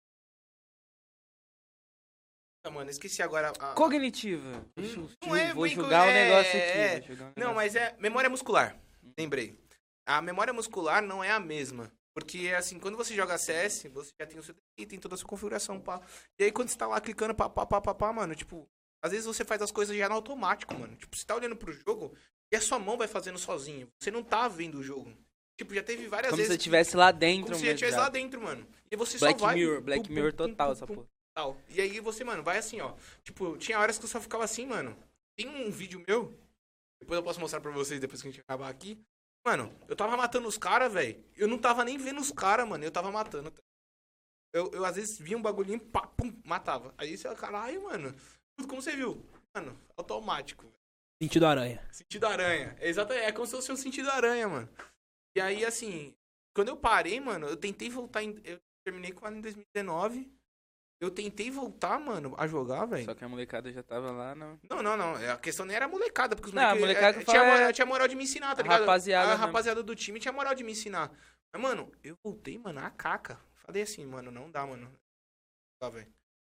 [SPEAKER 2] Mano, esqueci agora.
[SPEAKER 1] Cognitiva. Vou
[SPEAKER 2] bem
[SPEAKER 1] jogar o negócio aqui.
[SPEAKER 2] Não, mas é memória muscular. Lembrei. A memória muscular não é a mesma. Porque, assim, quando você joga CS, você já tem o seu tem toda a sua configuração, pá. E aí, quando você tá lá clicando, pá, mano, tipo... Às vezes você faz as coisas já no automático, mano. Tipo, você tá olhando pro jogo e a sua mão vai fazendo sozinho. Você não tá vendo o jogo. Tipo, já teve várias vezes...
[SPEAKER 1] Como se você estivesse lá dentro,
[SPEAKER 2] Como se você estivesse lá dentro, mano. E você
[SPEAKER 1] Black
[SPEAKER 2] só vai...
[SPEAKER 1] Mirror, Black Mirror total, essa porra.
[SPEAKER 2] E aí você, mano, vai assim, ó. Tipo, tinha horas que eu só ficava assim, mano. Tem um vídeo meu, depois eu posso mostrar pra vocês depois que a gente acabar aqui. Mano, eu tava matando os caras, velho. Eu não tava nem vendo os caras, mano. Eu tava matando. Eu às vezes via um bagulhinho, pá, pum, matava. Aí você, caralho, mano. Como você viu? Mano, automático.
[SPEAKER 3] Sentido aranha.
[SPEAKER 2] Sentido aranha. Exatamente. É como se fosse um sentido aranha, mano. E aí, assim, quando eu parei, mano, eu tentei voltar. Eu terminei com ela em 2019. Eu tentei voltar, mano, a jogar, velho.
[SPEAKER 1] Só que a molecada já tava lá, não.
[SPEAKER 2] Não. A questão nem era molecada, porque os
[SPEAKER 1] não,
[SPEAKER 2] moleques...
[SPEAKER 1] molecada que
[SPEAKER 2] tinha moral de me ensinar, tá ligado?
[SPEAKER 1] Rapaziada
[SPEAKER 2] a rapaziada do time tinha moral de me ensinar. Mas, mano, eu voltei, mano, a caca. Falei assim, mano, não dá, mano. Tá, velho.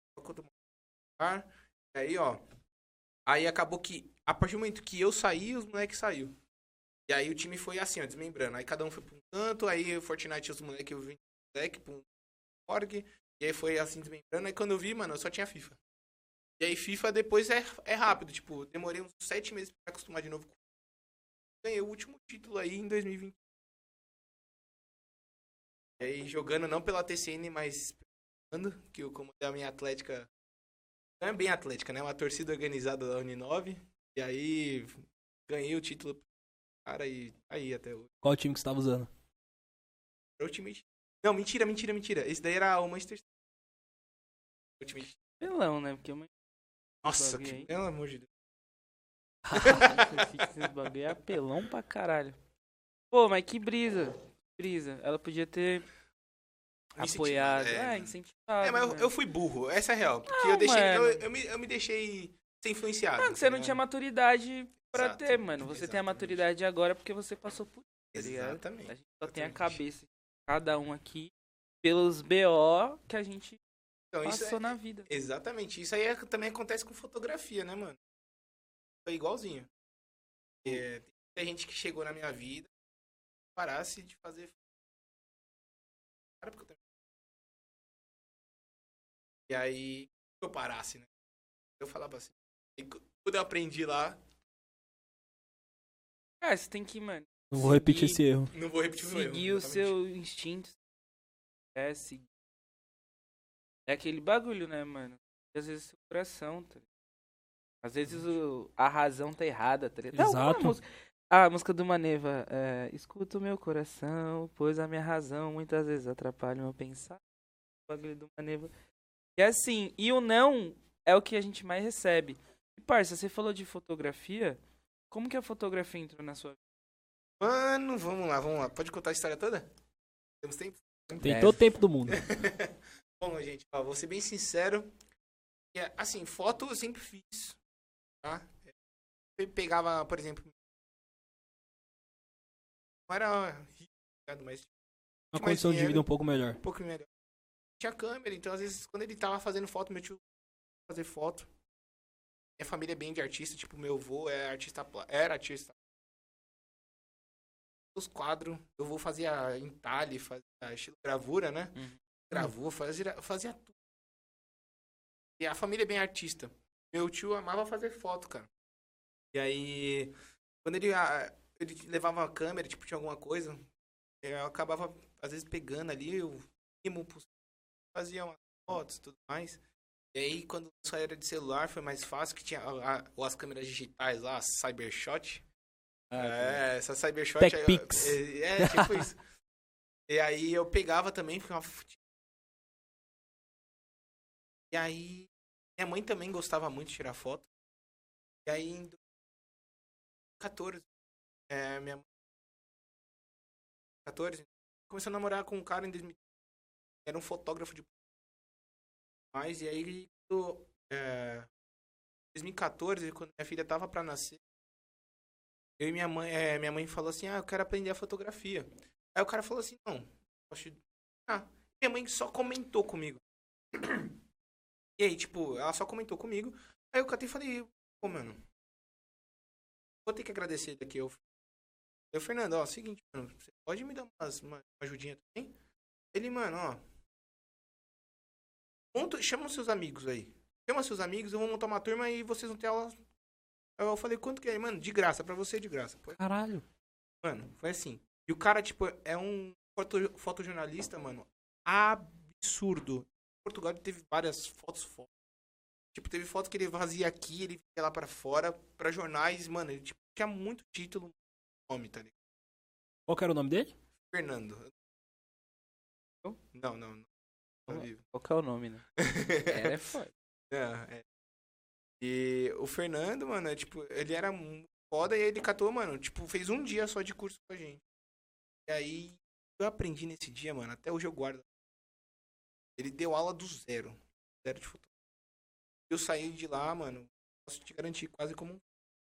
[SPEAKER 2] E aí, ó. Aí acabou que, a partir do momento que eu saí, os moleques saiu. E aí o time foi assim, ó, desmembrando. Aí cada um foi pra um canto, aí o Fortnite, os moleques, eu vim pro moleque, pra um org. E aí foi assim, desmembrando. Aí quando eu vi, mano, eu só tinha FIFA. E aí FIFA depois é rápido. Tipo, demorei uns 7 meses pra me acostumar de novo. Ganhei o último título aí em 2020. E aí jogando não pela TCN, mas que eu comandei a minha Atlética. Não é bem Atlética, né? Uma torcida organizada da Uninove. E aí ganhei o título. Cara, e aí até hoje.
[SPEAKER 3] Qual time que você tava usando?
[SPEAKER 2] Era o time... Não, mentira. Esse daí era o Manchester City. O time...
[SPEAKER 1] Pelão, né? Porque
[SPEAKER 2] Nossa, que... pelo amor de Deus.
[SPEAKER 1] Esse bagulho é apelão pra caralho. Pô, mas que brisa. Ela podia ter apoiado. Incentivado.
[SPEAKER 2] Mas eu fui burro, essa é a real. Porque eu me deixei ser influenciado.
[SPEAKER 1] Mano, você não tinha maturidade pra
[SPEAKER 2] Exato,
[SPEAKER 1] ter, mano. Você tem a
[SPEAKER 2] exatamente.
[SPEAKER 1] maturidade agora porque você passou por isso, tá ligado?
[SPEAKER 2] Exatamente.
[SPEAKER 1] A gente só tem a
[SPEAKER 2] exatamente.
[SPEAKER 1] cabeça, cada um aqui, pelos BO que a gente
[SPEAKER 2] Então, isso
[SPEAKER 1] passou na vida.
[SPEAKER 2] exatamente. Isso aí também acontece com fotografia, né, mano? Foi igualzinho. Tem muita gente que chegou na minha vida, parasse de fazer. Cara, porque eu também. E aí, eu parasse, né? Eu falava assim. E quando eu aprendi lá,
[SPEAKER 1] Você tem que, mano,
[SPEAKER 3] Não vou repetir esse erro.
[SPEAKER 2] não vou repetir o meu erro.
[SPEAKER 1] seguir o
[SPEAKER 2] exatamente.
[SPEAKER 1] seu instinto. Seguir. É aquele bagulho, né, mano? Às vezes seu coração, tá ligado? Às vezes a razão tá errada, tá ligado?
[SPEAKER 3] Exato.
[SPEAKER 1] A música do Maneva, escuta o meu coração, pois a minha razão muitas vezes atrapalha o meu pensar. O bagulho do Maneva. E assim, e o não é o que a gente mais recebe. E, parça, você falou de fotografia, como que a fotografia entrou na sua vida?
[SPEAKER 2] Mano, vamos lá. Pode contar a história toda? Temos tempo?
[SPEAKER 3] Tem todo o tempo do mundo.
[SPEAKER 2] Bom, gente, ó, vou ser bem sincero. Assim, foto eu sempre fiz, tá? Eu pegava, por exemplo, não era rico, mas
[SPEAKER 3] Uma
[SPEAKER 2] mais
[SPEAKER 3] condição de
[SPEAKER 2] dinheiro.
[SPEAKER 3] vida um pouco melhor.
[SPEAKER 2] um pouco melhor. Tinha câmera, então às vezes quando ele tava fazendo foto, meu tio fazer foto. Minha família é bem de artista, tipo, meu avô é artista, era artista. Os quadros, eu vou fazer entalhe, fazia estilo gravura, né? Gravura, fazia tudo. E a família é bem artista. Meu tio amava fazer foto, cara. E aí, quando ele levava a câmera, tipo, tinha alguma coisa, eu acabava, às vezes, pegando ali o mínimo possível, fazia umas fotos e tudo mais. E aí, quando só era de celular, foi mais fácil, que tinha as câmeras digitais lá, a Cybershot. Essa Cybershot...
[SPEAKER 3] TechPix.
[SPEAKER 2] Tipo isso. E aí, eu pegava também, ficava... E aí, minha mãe também gostava muito de tirar foto. E aí, em 2014, minha mãe... 14, começou a namorar com um cara em 2000. Era um fotógrafo de... Mas, e aí, em 2014, quando minha filha tava pra nascer, eu e minha mãe falou assim, eu quero aprender a fotografia. Aí o cara falou assim, não, posso... minha mãe só comentou comigo. E aí, tipo, ela só comentou comigo. Aí eu catei e falei, pô, mano, vou ter que agradecer daqui. Eu, Fernando, ó, seguinte, mano, você pode me dar uma ajudinha também? Ele, mano, chama os seus amigos aí. Chama seus amigos, eu vou montar uma turma e vocês vão ter aula. Aí eu falei, quanto que é? Mano, de graça, pra você de graça.
[SPEAKER 3] Caralho.
[SPEAKER 2] Mano, foi assim. E o cara, tipo, é um fotojornalista, mano, absurdo. Em Portugal ele teve várias fotos fodas. Tipo, teve foto que ele fazia aqui, ele ia lá pra fora, pra jornais, mano, ele tipo, tinha muito título, nome, tá ligado?
[SPEAKER 3] Qual que era o nome dele?
[SPEAKER 2] Fernando. Não. Tá vivo.
[SPEAKER 1] Qual que é o nome, né? É foda.
[SPEAKER 2] E o Fernando, mano, tipo, ele era muito foda e ele catou, mano, tipo, fez um dia só de curso com a gente. E aí, eu aprendi nesse dia, mano, até hoje eu guardo. Ele deu aula do zero de fotografia. Eu saí de lá, mano, posso te garantir, quase como um...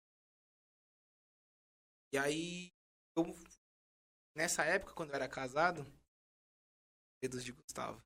[SPEAKER 2] E aí, nessa época, quando eu era casado, dedos de Gustavo.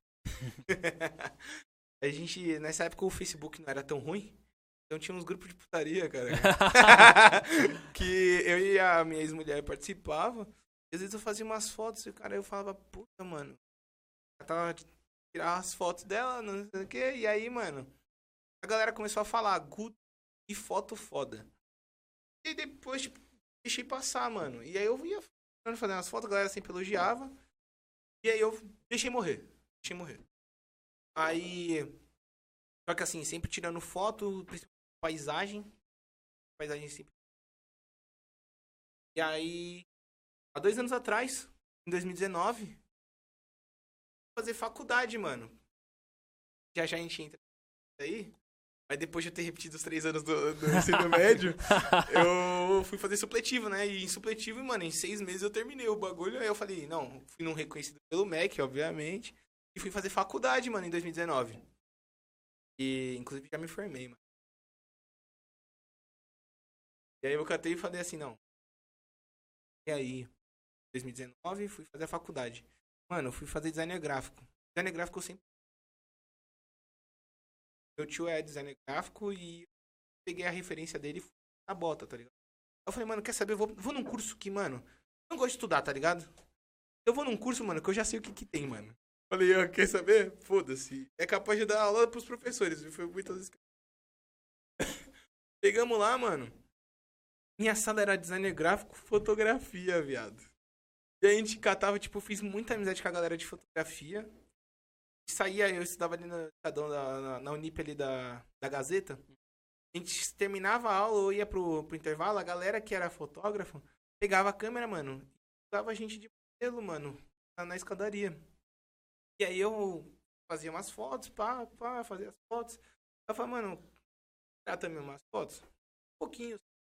[SPEAKER 2] Nessa época o Facebook não era tão ruim, então tinha uns grupos de putaria, cara. Que eu e a minha ex-mulher participavam. E às vezes eu fazia umas fotos e o cara, eu falava, puta, mano. Eu tava tirar as fotos dela, não sei o que. E aí, mano, a galera começou a falar, Guto, que foto foda. E depois, tipo, deixei passar, mano. E aí eu ia fazendo as fotos, a galera sempre elogiava. E aí eu deixei morrer. Aí, só que assim, sempre tirando foto, paisagem sempre. E aí, há 2 anos atrás, em 2019, fazer faculdade, mano. Já a gente entra aí, mas depois de eu ter repetido os 3 anos do ensino médio, eu fui fazer supletivo, né? E em supletivo, mano, em 6 meses eu terminei o bagulho. Aí eu falei, não, fui num reconhecido pelo MEC, obviamente. E fui fazer faculdade, mano, em 2019. E, inclusive, já me formei, mano. E aí eu catei e falei assim, não. E aí, 2019, fui fazer a faculdade. Mano, eu fui fazer design gráfico. Design gráfico eu sempre... Meu tio é designer gráfico e peguei a referência dele e fui na bota, tá ligado? Eu falei, mano, quer saber? Eu vou num curso que, mano, eu não gosto de estudar, tá ligado? Eu vou num curso, mano, que eu já sei o que tem, mano. Falei, quer saber? Foda-se. É capaz de dar aula pros professores. E foi muitas vezes. Pegamos lá, mano. Minha sala era designer gráfico, fotografia, viado. E a gente catava, tipo, fiz muita amizade com a galera de fotografia. Saía, eu estudava ali na Unip ali da Gazeta. A gente terminava a aula ou ia pro intervalo, a galera que era fotógrafo pegava a câmera, mano, e usava a gente de modelo, mano, na escadaria. E aí eu fazia umas fotos, fazia as fotos. Eu falei, mano, trata também umas fotos? Um pouquinho.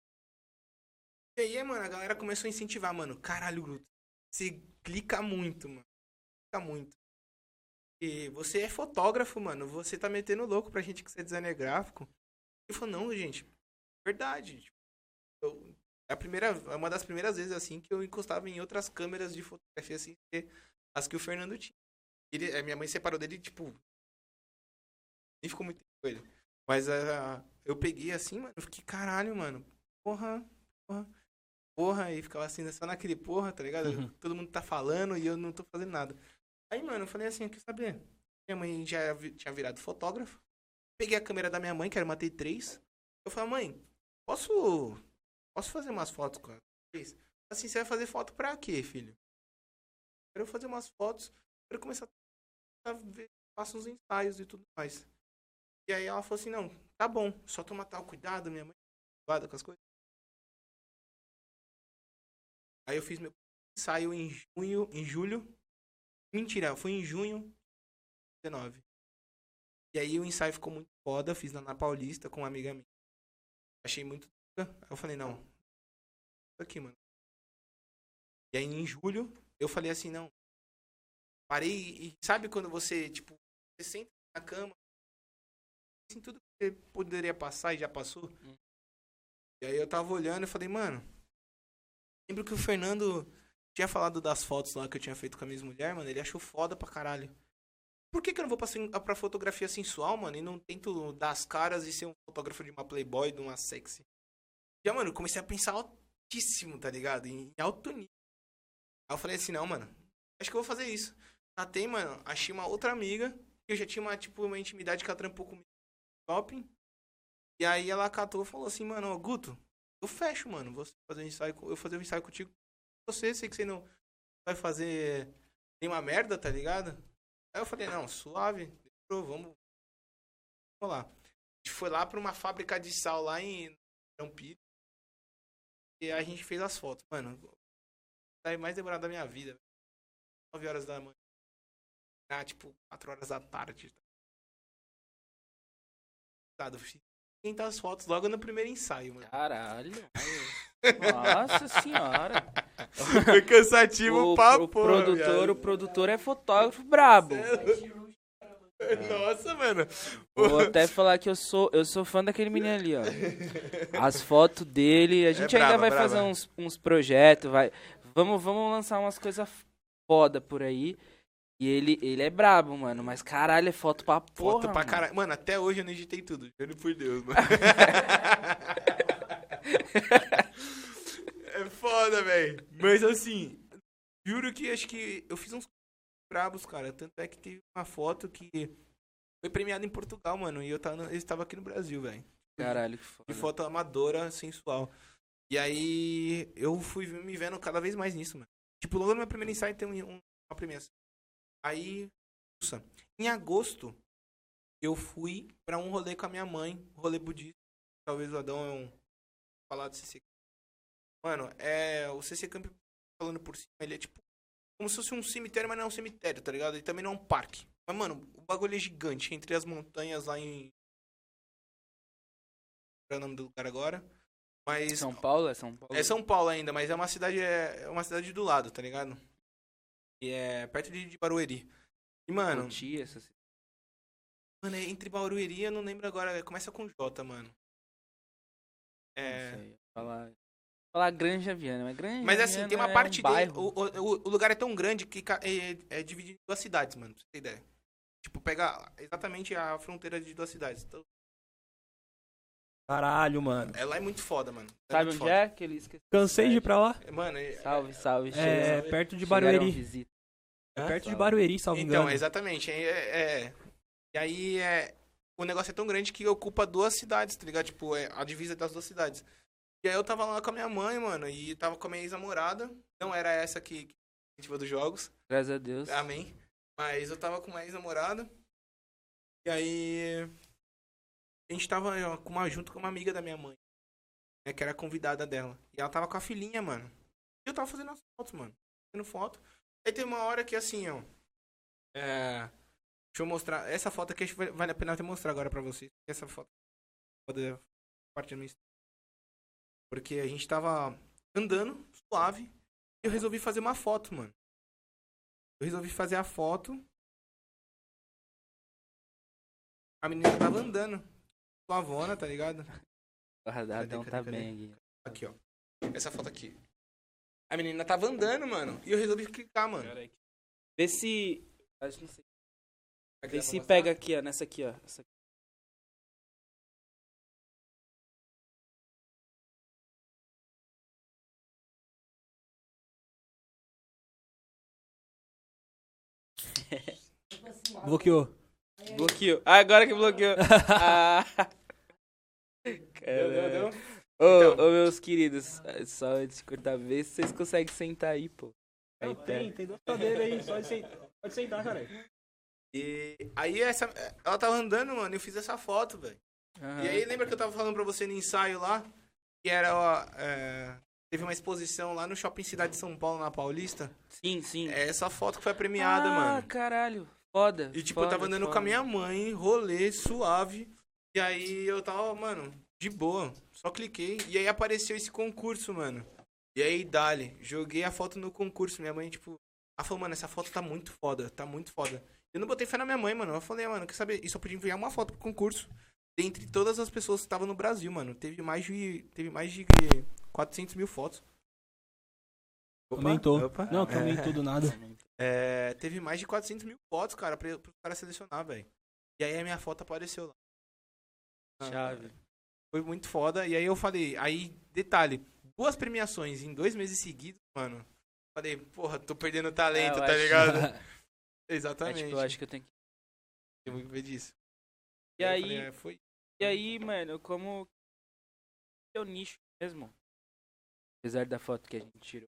[SPEAKER 2] E aí, mano, a galera começou a incentivar, mano, caralho, Gruto, você clica muito, mano, clica muito. E você é fotógrafo, mano, você tá metendo louco pra gente que você é designer gráfico. Eu falei, não, gente, verdade. É uma das primeiras vezes, assim, que eu encostava em outras câmeras de fotografia, assim, as que o Fernando tinha. Minha mãe separou dele, tipo, nem ficou muito tempo com ele. Mas eu peguei assim, mano, eu fiquei, caralho, mano, porra, e ficava assim, só naquele porra, tá ligado?
[SPEAKER 3] Uhum.
[SPEAKER 2] Todo mundo tá falando e eu não tô fazendo nada. Aí, mano, eu falei assim, quer saber? Minha mãe já tinha virado fotógrafo. Peguei a câmera da minha mãe, que era uma T3. Eu falei, mãe, posso fazer umas fotos com a T3? Assim, você vai fazer foto pra quê, filho? Quero fazer umas fotos, quero começar a ver, faço uns ensaios e tudo mais. E aí ela falou assim, não, tá bom, só toma tal cuidado, minha mãe cuidado com as coisas. Aí eu fiz meu ensaio em julho. Mentira, foi em junho de 19. E aí o ensaio ficou muito foda, fiz na Paulista com uma amiga minha. Achei muito... Aí eu falei, não, isso aqui, mano. E aí em julho, eu falei assim, não. Parei e sabe quando você, tipo, você senta na cama, assim, tudo que você poderia passar e já passou? E aí eu tava olhando e falei, mano, lembro que o Fernando tinha falado das fotos lá que eu tinha feito com a minha mulher, mano, ele achou foda pra caralho. Por que eu não vou pra fotografia sensual, mano, e não tento dar as caras e ser um fotógrafo de uma Playboy, de uma sexy? Já, mano, eu comecei a pensar altíssimo, tá ligado? Em alto nível. Aí eu falei assim, não, mano, acho que eu vou fazer isso. Catei, mano, achei uma outra amiga, que eu já tinha uma intimidade que ela trampou comigo no shopping. E aí ela catou e falou assim, mano, Guto, eu fecho, mano, vou fazer um ensaio, eu vou fazer um ensaio contigo. Sei que você não vai fazer nenhuma merda, tá ligado? Aí eu falei, não, suave, vamos lá. A gente foi lá pra uma fábrica de sal lá em Campinas. E a gente fez as fotos, mano. Tá mais demorado da minha vida. 9 horas da manhã. Tipo, 4 horas da tarde. Eu fiz 500 fotos logo no primeiro ensaio, mano.
[SPEAKER 1] Caralho. Nossa senhora.
[SPEAKER 2] Foi cansativo pra porra,
[SPEAKER 1] o produtor é fotógrafo brabo.
[SPEAKER 2] Nossa, mano.
[SPEAKER 1] Vou até falar que eu sou fã daquele menino ali, ó. As fotos dele, a gente ainda vai fazer uns projetos, vamos lançar umas coisas foda por aí. E ele é brabo, mano, mas caralho, é foto pra porra,
[SPEAKER 2] foto pra caralho. Mano, até hoje eu não editei tudo, juro por Deus, mano. É foda, velho. Mas assim, juro que acho que eu fiz uns brabos, cara. Tanto é que teve uma foto que foi premiada em Portugal, mano. E eu estava aqui no Brasil, velho.
[SPEAKER 1] Caralho, que foda.
[SPEAKER 2] De foto amadora, sensual. E aí eu fui me vendo cada vez mais nisso, mano. Tipo, logo no meu primeiro ensaio tem uma premiação. Aí, em agosto, eu fui pra um rolê com a minha mãe, rolê budista. Talvez o Adão falar do CC. Mano, o CC Camp, falando por cima, ele é tipo como se fosse um cemitério, mas não é um cemitério, tá ligado? Ele também não é um parque. Mas, mano, o bagulho é gigante, entre as montanhas lá em... Não é o nome do lugar agora. Mas...
[SPEAKER 1] São Paulo? É São Paulo?
[SPEAKER 2] É São Paulo ainda, mas é uma cidade do lado, tá ligado? E é perto de Barueri. E, mano... Mano, é entre Barueri, eu não lembro agora, começa com J, mano.
[SPEAKER 1] Falar Granja Viana, mas Granja
[SPEAKER 2] Mas assim,
[SPEAKER 1] Viana
[SPEAKER 2] tem uma
[SPEAKER 1] é
[SPEAKER 2] parte
[SPEAKER 1] um
[SPEAKER 2] dele.
[SPEAKER 1] bairro.
[SPEAKER 2] O lugar é tão grande que é dividido em duas cidades, mano, pra você ter ideia. Tipo, pega exatamente a fronteira de duas cidades. Então,
[SPEAKER 3] Caralho, mano.
[SPEAKER 2] ela é muito foda, mano.
[SPEAKER 1] Sabe
[SPEAKER 2] muito
[SPEAKER 1] onde
[SPEAKER 2] foda.
[SPEAKER 1] é? Que ele esqueceu.
[SPEAKER 3] Cansei de ir pra lá.
[SPEAKER 2] Mano,
[SPEAKER 1] Salve.
[SPEAKER 3] É perto de
[SPEAKER 1] Chegaram
[SPEAKER 3] Barueri.
[SPEAKER 1] visita.
[SPEAKER 3] É perto de Barueri, salvo
[SPEAKER 2] então,
[SPEAKER 3] engano.
[SPEAKER 2] exatamente. E aí o negócio é tão grande que ocupa duas cidades, tá ligado? Tipo, é a divisa das duas cidades. E aí eu tava lá com a minha mãe, mano, e tava com a minha ex-namorada. Não era essa que incentiva dos jogos.
[SPEAKER 1] Graças a Deus.
[SPEAKER 2] Amém. Mas eu tava com uma ex-namorada. E aí a gente tava junto com uma amiga da minha mãe, né, que era convidada dela. E ela tava com a filhinha, mano. E eu tava fazendo as fotos, mano. Fazendo foto. Aí tem uma hora que assim, ó. Deixa eu mostrar. Essa foto aqui acho que vale a pena até mostrar agora pra vocês. Essa foto pode partir no Instagram. Porque a gente tava andando, suave. E eu resolvi fazer uma foto, mano. Eu resolvi fazer a foto. A menina tava andando. Suavona, tá ligado?
[SPEAKER 1] O Radadão tá
[SPEAKER 2] cadê?
[SPEAKER 1] bem aqui.
[SPEAKER 2] Aqui, ó. Essa foto aqui. A menina tava andando, mano. E eu resolvi clicar, mano.
[SPEAKER 1] Vê se... Acho que não sei.
[SPEAKER 2] Aqui
[SPEAKER 1] Vê
[SPEAKER 2] dá pra
[SPEAKER 1] se
[SPEAKER 2] mostrar?
[SPEAKER 1] pega aqui, ó. Nessa aqui, ó. Essa aqui.
[SPEAKER 3] Bloqueou.
[SPEAKER 1] Bloqueou. Ah, agora que bloqueou. Ah.
[SPEAKER 2] Deu.
[SPEAKER 1] Ô, meus queridos, só antes de cortar, vê se vocês conseguem sentar aí, pô. Aí
[SPEAKER 3] Tem duas cadeiras aí, pode sentar, cara.
[SPEAKER 2] E aí ela tava andando, mano, e eu fiz essa foto, velho.
[SPEAKER 1] Aham.
[SPEAKER 2] E aí lembra que eu tava falando pra você no ensaio lá? Que era, ó, teve uma exposição lá no Shopping Cidade de São Paulo, na Paulista.
[SPEAKER 1] Sim.
[SPEAKER 2] É essa foto que foi premiada, mano.
[SPEAKER 1] Ah, caralho. Foda.
[SPEAKER 2] E tipo,
[SPEAKER 1] foda,
[SPEAKER 2] eu tava andando
[SPEAKER 1] foda.
[SPEAKER 2] com a minha mãe, rolê, suave. E aí eu tava, mano, de boa. Só cliquei. E aí apareceu esse concurso, mano. E aí, dali, joguei a foto no concurso. Minha mãe, tipo, ela falou, mano, essa foto tá muito foda, tá muito foda. Eu não botei fé na minha mãe, mano. Eu falei, mano, quer saber? E só podia enviar uma foto pro concurso. Dentre todas as pessoas que estavam no Brasil, mano. Teve mais de 400 mil fotos.
[SPEAKER 3] Aumentou.
[SPEAKER 2] Opa.
[SPEAKER 3] Não, que aumentou do nada.
[SPEAKER 2] Teve mais de 400 mil fotos, cara, pro cara selecionar, velho. E aí a minha foto apareceu lá.
[SPEAKER 1] Chave.
[SPEAKER 2] Foi muito foda. E aí eu falei, detalhe, 2 premiações em 2 meses seguidos, mano. Falei, porra, tô perdendo talento,
[SPEAKER 1] eu
[SPEAKER 2] tá
[SPEAKER 1] acho-
[SPEAKER 2] ligado?
[SPEAKER 1] É,
[SPEAKER 2] Exatamente.
[SPEAKER 1] tipo, eu acho que eu tenho que...
[SPEAKER 2] Eu vou ver disso.
[SPEAKER 1] E
[SPEAKER 2] eu
[SPEAKER 1] aí,
[SPEAKER 2] falei, foi.
[SPEAKER 1] e aí, mano, como... É o nicho mesmo. Apesar da foto que a gente tirou.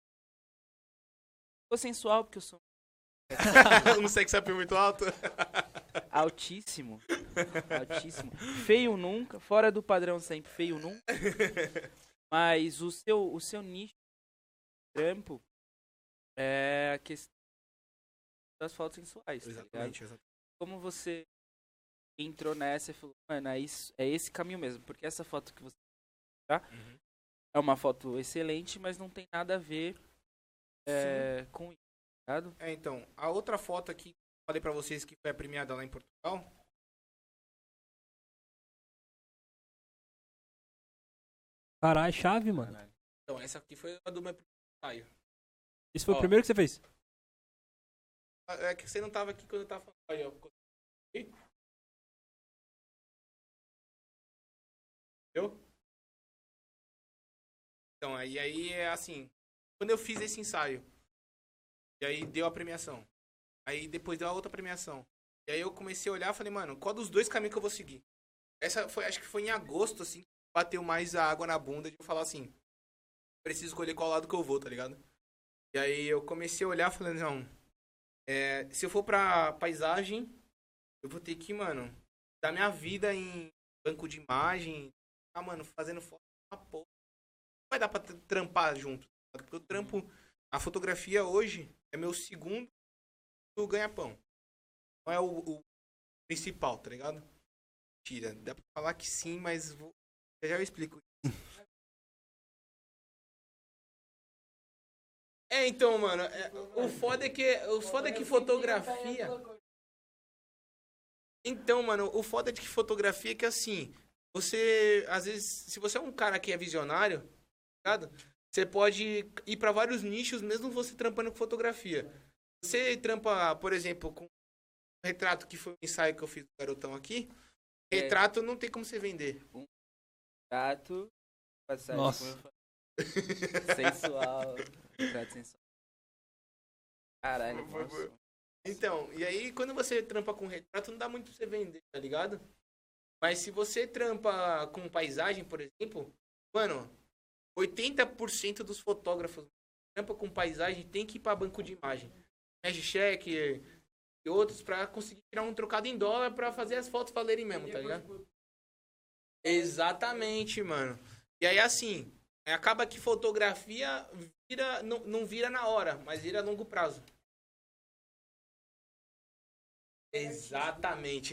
[SPEAKER 1] Ficou sensual, porque eu sou
[SPEAKER 2] Um sex appeal muito alto.
[SPEAKER 1] altíssimo. Altíssimo. Feio nunca, fora do padrão sempre, feio nunca. Mas o seu nicho de trampo é a questão das fotos sensuais, tá ligado?
[SPEAKER 2] Exatamente.
[SPEAKER 1] Como você entrou nessa e falou, mano, é esse caminho mesmo, porque essa foto que você tá
[SPEAKER 2] Uhum.
[SPEAKER 1] é uma foto excelente, mas não tem nada a ver com isso, tá ligado?
[SPEAKER 2] Então, a outra foto aqui, falei pra vocês que foi a premiada lá em Portugal.
[SPEAKER 3] Caralho, chave, mano.
[SPEAKER 2] Então, essa aqui foi a do meu ensaio.
[SPEAKER 3] Esse foi
[SPEAKER 2] Ó.
[SPEAKER 3] o primeiro que você fez?
[SPEAKER 2] É que você não tava aqui quando eu tava falando. Aí, ó. Entendeu? Então, aí é assim. Quando eu fiz esse ensaio, e aí deu a premiação. Aí depois deu a outra premiação. E aí eu comecei a olhar e falei, mano, qual dos dois caminhos que eu vou seguir? Essa foi, acho que foi em agosto, assim, bateu mais a água na bunda de eu falar assim, preciso escolher qual lado que eu vou, tá ligado? E aí eu comecei a olhar e falei, não, se eu for pra paisagem, eu vou ter que, mano, dar minha vida em banco de imagem, mano, fazendo foto uma porra. Não vai dar pra trampar junto, porque eu trampo, a fotografia hoje é meu segundo ganha-pão. Não é o principal, tá ligado? Mentira, dá pra falar que sim, mas já eu explico. Então, mano, o foda é que fotografia... Então, mano, o foda é que fotografia é que, assim, você, às vezes, se você é um cara que é visionário, tá ligado? Você pode ir pra vários nichos, mesmo você trampando com fotografia. Você trampa, por exemplo, com um retrato que foi um ensaio que eu fiz do garotão aqui. Retrato não tem como você vender.
[SPEAKER 1] Retrato.
[SPEAKER 3] Nossa.
[SPEAKER 1] Sensual. Retrato sensual. Caralho, nossa.
[SPEAKER 2] Então, e aí quando você trampa com retrato, não dá muito pra você vender, tá ligado? Mas se você trampa com paisagem, por exemplo, mano, 80% dos fotógrafos que trampa com paisagem tem que ir pra banco de imagem. Magiccheck e outros pra conseguir tirar um trocado em dólar pra fazer as fotos valerem mesmo, tá ligado? Exatamente, mano. E aí assim, acaba que fotografia vira, não vira na hora, mas vira a longo prazo. Exatamente.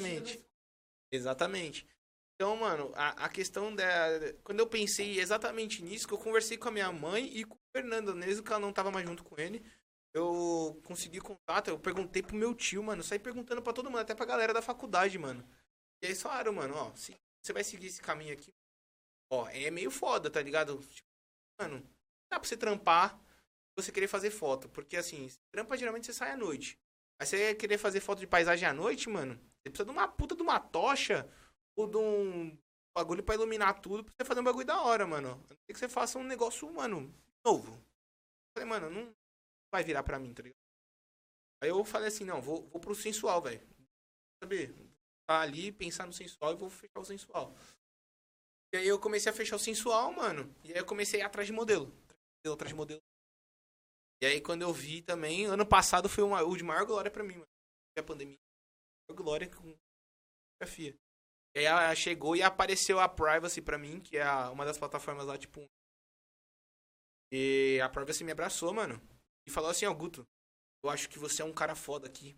[SPEAKER 2] Então, mano, a questão da... Quando eu pensei exatamente nisso, que eu conversei com a minha mãe e com o Fernando, mesmo que ela não tava mais junto com ele, eu consegui contato, eu perguntei pro meu tio, mano, saí perguntando pra todo mundo, até pra galera da faculdade, mano. E aí falaram, mano, ó, se você vai seguir esse caminho aqui, ó, é meio foda, tá ligado? Tipo, mano, não dá pra você trampar se você querer fazer foto, porque assim, trampa geralmente você sai à noite. Aí você querer fazer foto de paisagem à noite, mano, você precisa de uma puta de uma tocha ou de um bagulho pra iluminar tudo pra você fazer um bagulho da hora, mano. A não ser que você faça um negócio, mano, novo. Eu falei, mano, não vai virar pra mim, tá ligado? Aí eu falei assim, não, vou pro sensual, velho. Saber? Tá ali, pensar no sensual e vou fechar o sensual. E aí eu comecei a fechar o sensual, mano. E aí eu comecei a ir atrás de modelo. Atrás de modelo. E aí quando eu vi também, ano passado foi o de maior glória pra mim, mano. A pandemia. Maior glória com fotografia. E aí chegou e apareceu a Privacy pra mim, que é uma das plataformas lá, tipo... E a Privacy me abraçou, mano. E falou assim, ó, Guto, eu acho que você é um cara foda aqui.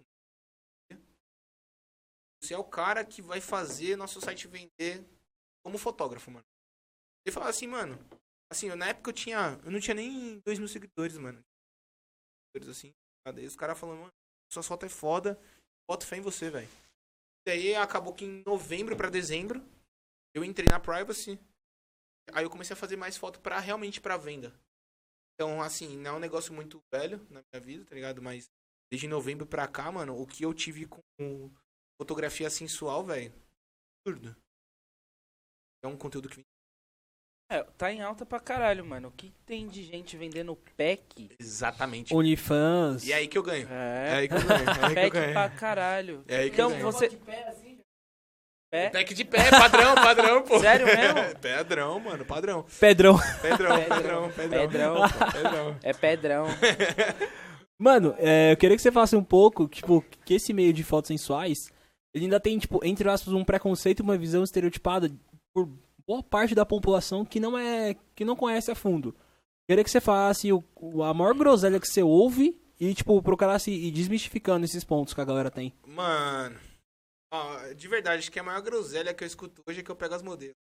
[SPEAKER 2] Você é o cara que vai fazer nosso site vender como fotógrafo, mano. Ele falou assim, mano, assim, na época eu não tinha nem 2.000 seguidores, mano. Assim, aí os caras falando, mano, sua foto é foda, foto fé em você, velho. E aí acabou que em novembro pra dezembro, eu entrei na Privacy, aí eu comecei a fazer mais foto realmente pra venda. Então, assim, não é um negócio muito velho na minha vida, tá ligado? Mas desde novembro pra cá, mano, o que eu tive com fotografia sensual, velho, absurdo. É um conteúdo que...
[SPEAKER 1] Tá em alta pra caralho, mano. O que tem de gente vendendo pack?
[SPEAKER 2] Exatamente.
[SPEAKER 3] OnlyFans.
[SPEAKER 2] E é aí que eu ganho.
[SPEAKER 1] É
[SPEAKER 2] aí que eu ganho.
[SPEAKER 1] pack pra caralho.
[SPEAKER 2] É aí que
[SPEAKER 1] então
[SPEAKER 2] eu ganho.
[SPEAKER 1] você... Pé?
[SPEAKER 2] Pack de pé, padrão, pô.
[SPEAKER 1] Sério mesmo?
[SPEAKER 2] Padrão, mano, padrão.
[SPEAKER 3] Pedrão.
[SPEAKER 1] Pedrão. É pedrão.
[SPEAKER 3] Mano, eu queria que você falasse um pouco, tipo, que esse meio de fotos sensuais, ele ainda tem, tipo, entre aspas, um preconceito e uma visão estereotipada por boa parte da população que não conhece a fundo. Queria que você falasse a maior groselha que você ouve e, tipo, procurasse ir desmistificando esses pontos que a galera tem.
[SPEAKER 2] Mano, ó, de verdade, acho que a maior groselha que eu escuto hoje é que eu pego as modelos.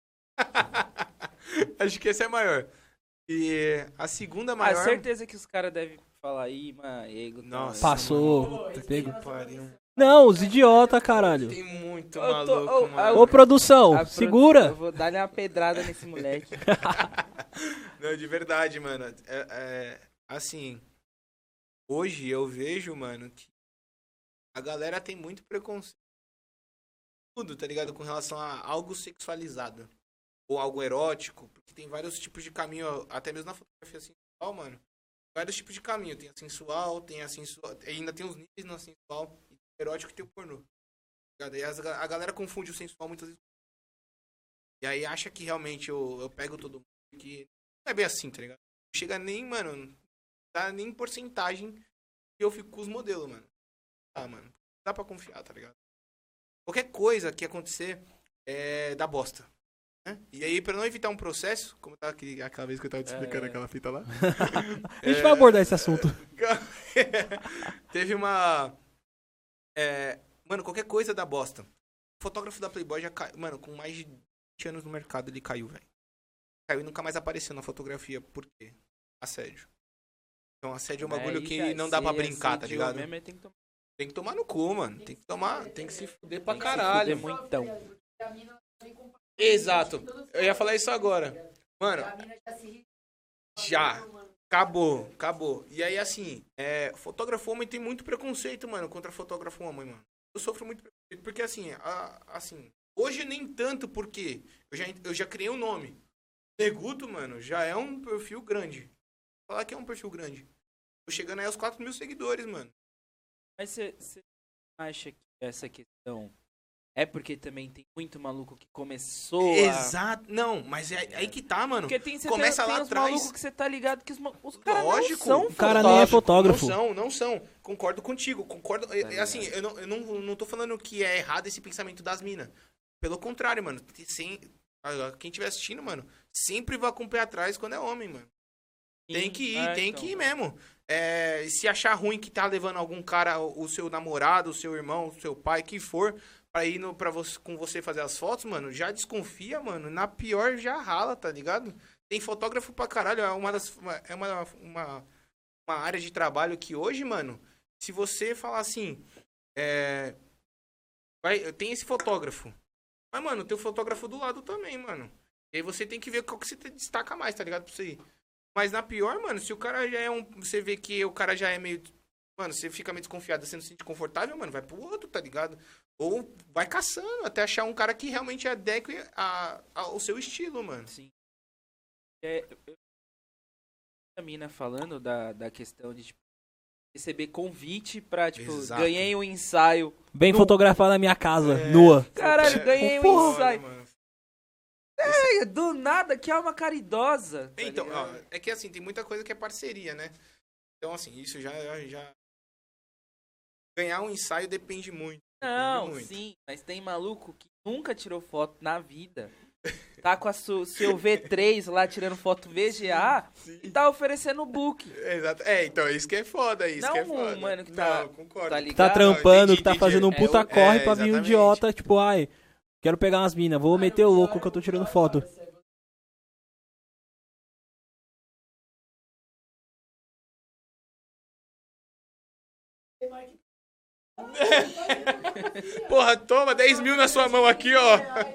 [SPEAKER 2] Acho que esse é maior. E a segunda maior...
[SPEAKER 1] Ah, certeza que os caras devem falar aí, mano.
[SPEAKER 2] Nossa,
[SPEAKER 3] Passou.
[SPEAKER 2] mano,
[SPEAKER 3] Pego.
[SPEAKER 2] que pariu.
[SPEAKER 3] Não, os idiota, caralho.
[SPEAKER 2] Tem muito
[SPEAKER 1] Eu tô-
[SPEAKER 2] maluco,
[SPEAKER 1] ô,
[SPEAKER 2] mano.
[SPEAKER 3] Ô, produção,
[SPEAKER 1] Eu
[SPEAKER 3] segura.
[SPEAKER 1] vou dar-lhe uma pedrada nesse moleque.
[SPEAKER 2] Não, de verdade, mano. Assim, hoje eu vejo, mano, que a galera tem muito preconceito. Tudo, tá ligado? Com relação a algo sexualizado. Ou algo erótico. Porque tem vários tipos de caminho, até mesmo na fotografia sensual, mano. Vários tipos de caminho. Tem a sensual, ainda tem os níveis na sensual. E tem o erótico e tem o pornô. Tá ligado? E a galera confunde o sensual muitas vezes. E aí acha que realmente eu pego todo mundo. Que não é bem assim, tá ligado? Não chega nem, mano, não dá nem porcentagem que eu fico com os modelos, mano. Ah, mano, não dá pra confiar, tá ligado? Qualquer coisa que acontecer é da bosta. Né? E aí, pra não evitar um processo, como tá aquela vez que eu tava te explicando aquela fita lá.
[SPEAKER 3] A gente vai abordar esse assunto.
[SPEAKER 2] Teve uma... mano, qualquer coisa da bosta. O fotógrafo da Playboy já caiu. Mano, com mais de 20 anos no mercado, ele caiu, velho. Caiu e nunca mais apareceu na fotografia. Por quê? Assédio. Então, assédio é um bagulho que não dá pra brincar, tá ligado?
[SPEAKER 1] Mesmo, tem que
[SPEAKER 2] tomar no cu, mano. Tem que se fuder pra
[SPEAKER 1] Tem que
[SPEAKER 2] caralho.
[SPEAKER 1] se fuder muitão.
[SPEAKER 4] A mina vem com
[SPEAKER 2] Exato. Eu ia falar isso agora. Mano, já. Acabou. E aí, assim, fotógrafo homem tem muito preconceito, mano, contra fotógrafo homem, mano. Eu sofro muito preconceito, porque, assim, hoje nem tanto, porque eu já criei um nome. Neguto, mano, já é um perfil grande. Vou falar que é um perfil grande. Tô chegando aí aos 4.000 seguidores, mano.
[SPEAKER 1] Mas você acha que essa questão é porque também tem muito maluco que começou
[SPEAKER 2] Exato. Não, mas é aí que tá, mano.
[SPEAKER 1] Porque
[SPEAKER 2] Começa lá
[SPEAKER 1] tem
[SPEAKER 2] atrás.
[SPEAKER 1] malucos que você tá ligado que os caras não
[SPEAKER 2] Lógico.
[SPEAKER 1] são
[SPEAKER 3] O cara nem é fotógrafo.
[SPEAKER 2] Não são. Concordo contigo. Assim, eu não tô falando que é errado esse pensamento das minas. Pelo contrário, mano. Quem estiver assistindo, mano, sempre vá com o pé atrás quando é homem, mano. Tem que ir, que ir mesmo. Se achar ruim que tá levando algum cara, o seu namorado, o seu irmão, o seu pai, que for, pra ir com você fazer as fotos, mano, já desconfia, mano. Na pior já rala, tá ligado? Tem fotógrafo pra caralho. É uma área de trabalho que hoje, mano, se você falar assim, tem esse fotógrafo. Mas, mano, tem o fotógrafo do lado também, mano. E aí você tem que ver qual que você destaca mais, tá ligado? Pra você ir. Mas na pior, mano, se o cara já é você vê que o cara já é meio... Mano, você fica meio desconfiado, você não se sente confortável, mano, vai pro outro, tá ligado? Ou vai caçando até achar um cara que realmente adeque ao seu estilo, mano.
[SPEAKER 1] Sim. A mina falando da questão de, tipo, receber convite pra, tipo,
[SPEAKER 2] Exato.
[SPEAKER 1] ganhei um ensaio.
[SPEAKER 3] Bem fotografar na minha casa, nua.
[SPEAKER 1] Caralho, ganhei um
[SPEAKER 3] Porra,
[SPEAKER 1] ensaio.
[SPEAKER 2] Mano.
[SPEAKER 1] Do nada, que alma caridosa. Tá
[SPEAKER 2] Então,
[SPEAKER 1] ligado?
[SPEAKER 2] ó, é que assim, tem muita coisa que é parceria, né? Então, assim, isso já... Ganhar um ensaio depende muito.
[SPEAKER 1] Não,
[SPEAKER 2] muito.
[SPEAKER 1] sim, mas tem maluco que nunca tirou foto na vida. Tá com seu V3 lá tirando foto VGA e tá oferecendo o book.
[SPEAKER 2] Exato. Então, isso que é foda,
[SPEAKER 1] Não
[SPEAKER 2] que é foda.
[SPEAKER 1] mano que tá,
[SPEAKER 2] Não, concordo.
[SPEAKER 1] tá ligado?
[SPEAKER 3] Tá trampando,
[SPEAKER 2] entendi,
[SPEAKER 3] que tá
[SPEAKER 2] entendi.
[SPEAKER 3] fazendo um puta corre pra vir um
[SPEAKER 2] exatamente.
[SPEAKER 3] idiota, tipo, ai, quero pegar umas minas, vou meter o louco que eu tô tirando foto.
[SPEAKER 2] Porra, toma 10 mil na sua mão aqui, ó.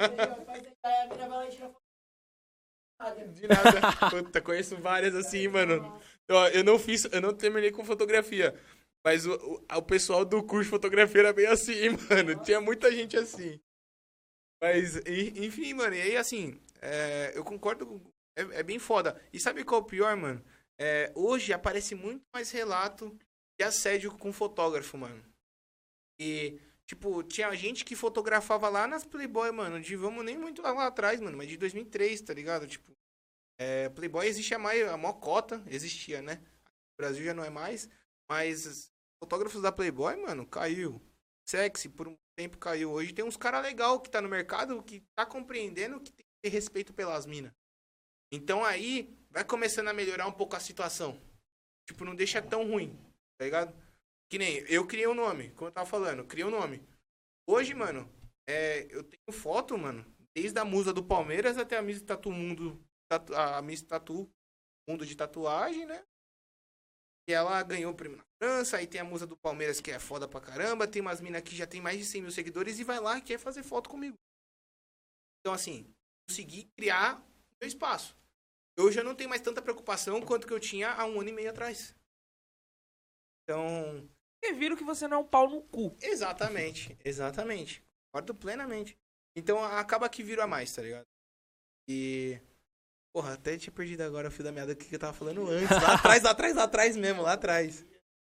[SPEAKER 2] De nada. Puta, conheço várias assim, mano. Ó, eu não terminei com fotografia. Mas o pessoal do curso de fotografia era bem assim, mano. Tinha muita gente assim. Mas, enfim, mano. E aí, assim, eu concordo. É bem foda. E sabe qual é o pior, mano? Hoje aparece muito mais relato de assédio com fotógrafo, mano. E, tipo, tinha gente que fotografava lá nas Playboy, mano. Vamos nem muito lá atrás, mano. Mas de 2003, tá ligado? Tipo, Playboy existe a maior cota. Existia, né? No Brasil já não é mais. Mas fotógrafos da Playboy, mano, caiu. Sexy, por um tempo caiu. Hoje tem uns caras legal que tá no mercado, que tá compreendendo que tem que ter respeito pelas minas. Então aí, vai começando a melhorar um pouco a situação. Tipo, não deixa tão ruim, tá ligado? Que nem, eu criei um nome, como eu tava falando, criei um nome. Hoje, mano, eu tenho foto, mano, desde a musa do Palmeiras até a Miss Tatu Mundo, a Miss Tatu Mundo de Tatuagem, né? E ela ganhou o prêmio na França, aí tem a musa do Palmeiras que é foda pra caramba, tem umas minas que já tem mais de 100 mil seguidores e vai lá e quer fazer foto comigo. Então, assim, consegui criar meu espaço. Eu já não tenho mais tanta preocupação quanto que eu tinha há 1 ano e meio atrás. Então...
[SPEAKER 1] Porque viram que você não é um pau no cu.
[SPEAKER 2] Exatamente. Concordo plenamente. Então, acaba que vira mais, tá ligado? E... Porra, até tinha perdido agora o fio da meada que eu tava falando antes. Lá atrás mesmo, lá atrás.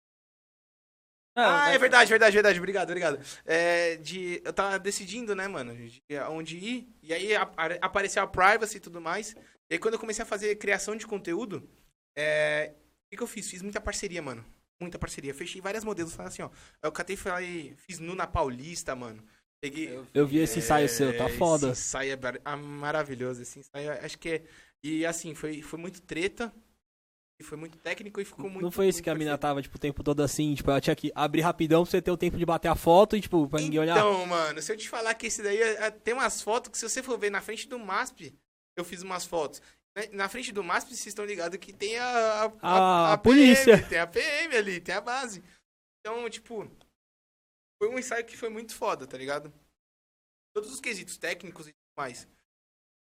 [SPEAKER 1] Não,
[SPEAKER 2] É verdade. Obrigado. Eu tava decidindo, né, mano, onde ir. E aí apareceu a privacy e tudo mais. E aí quando eu comecei a fazer criação de conteúdo, o que eu fiz? Fiz muita parceria, mano. Muita parceria. Fechei vários modelos. Falei assim, ó. Eu catei e falei, fiz nu na Paulista, mano. Peguei...
[SPEAKER 3] Eu vi esse ensaio seu, tá foda.
[SPEAKER 2] Esse ensaio é maravilhoso. Esse ensaio, acho que é... E assim, foi muito treta. E foi muito técnico e ficou muito...
[SPEAKER 3] Não foi isso que a mina tava, tipo, o tempo todo assim, tipo, ela tinha que abrir rapidão pra você ter o tempo de bater a foto e, tipo, pra ninguém olhar.
[SPEAKER 2] Então, mano, se eu te falar que esse daí tem umas fotos que se você for ver na frente do MASP, eu fiz umas fotos. Na frente do MASP, vocês estão ligados que tem a
[SPEAKER 3] polícia.
[SPEAKER 2] PM, tem a PM ali, tem a base. Então, tipo, foi um ensaio que foi muito foda, tá ligado? Todos os quesitos técnicos e tudo mais.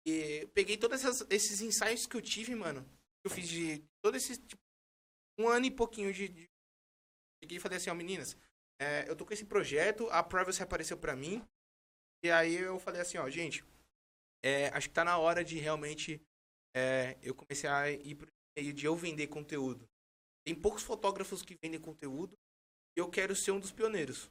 [SPEAKER 2] E peguei todos esses ensaios que eu tive, mano. Eu fiz de todo esse, tipo, 1 ano e pouquinho de... Peguei e falei assim, ó, meninas, eu tô com esse projeto, a Privacy apareceu pra mim. E aí eu falei assim, ó, gente, acho que tá na hora de realmente eu comecei a ir pro meio de eu vender conteúdo. Tem poucos fotógrafos que vendem conteúdo e eu quero ser um dos pioneiros.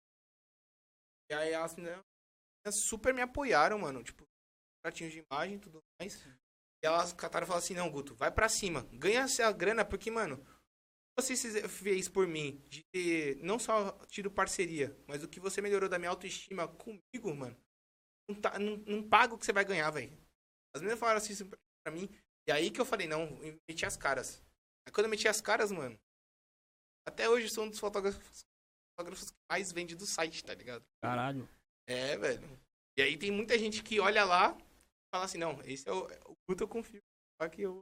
[SPEAKER 2] E aí elas super me apoiaram, mano, tipo, pratinhos de imagem e tudo mais. E elas cataram e falaram assim, não, Guto, vai pra cima, ganha essa grana, porque, mano, você fez por mim, de ter não só tido parceria, mas o que você melhorou da minha autoestima comigo, mano, não paga o que você vai ganhar, velho. As meninas falaram assim pra mim, e aí que eu falei, não, eu meti as caras. Aí quando eu meti as caras, mano, até hoje sou um dos fotógrafos que mais vende do site, tá ligado?
[SPEAKER 3] Caralho.
[SPEAKER 2] Velho. E aí tem muita gente que olha lá e fala assim, não, esse é o Guto, eu confio. Aqui eu...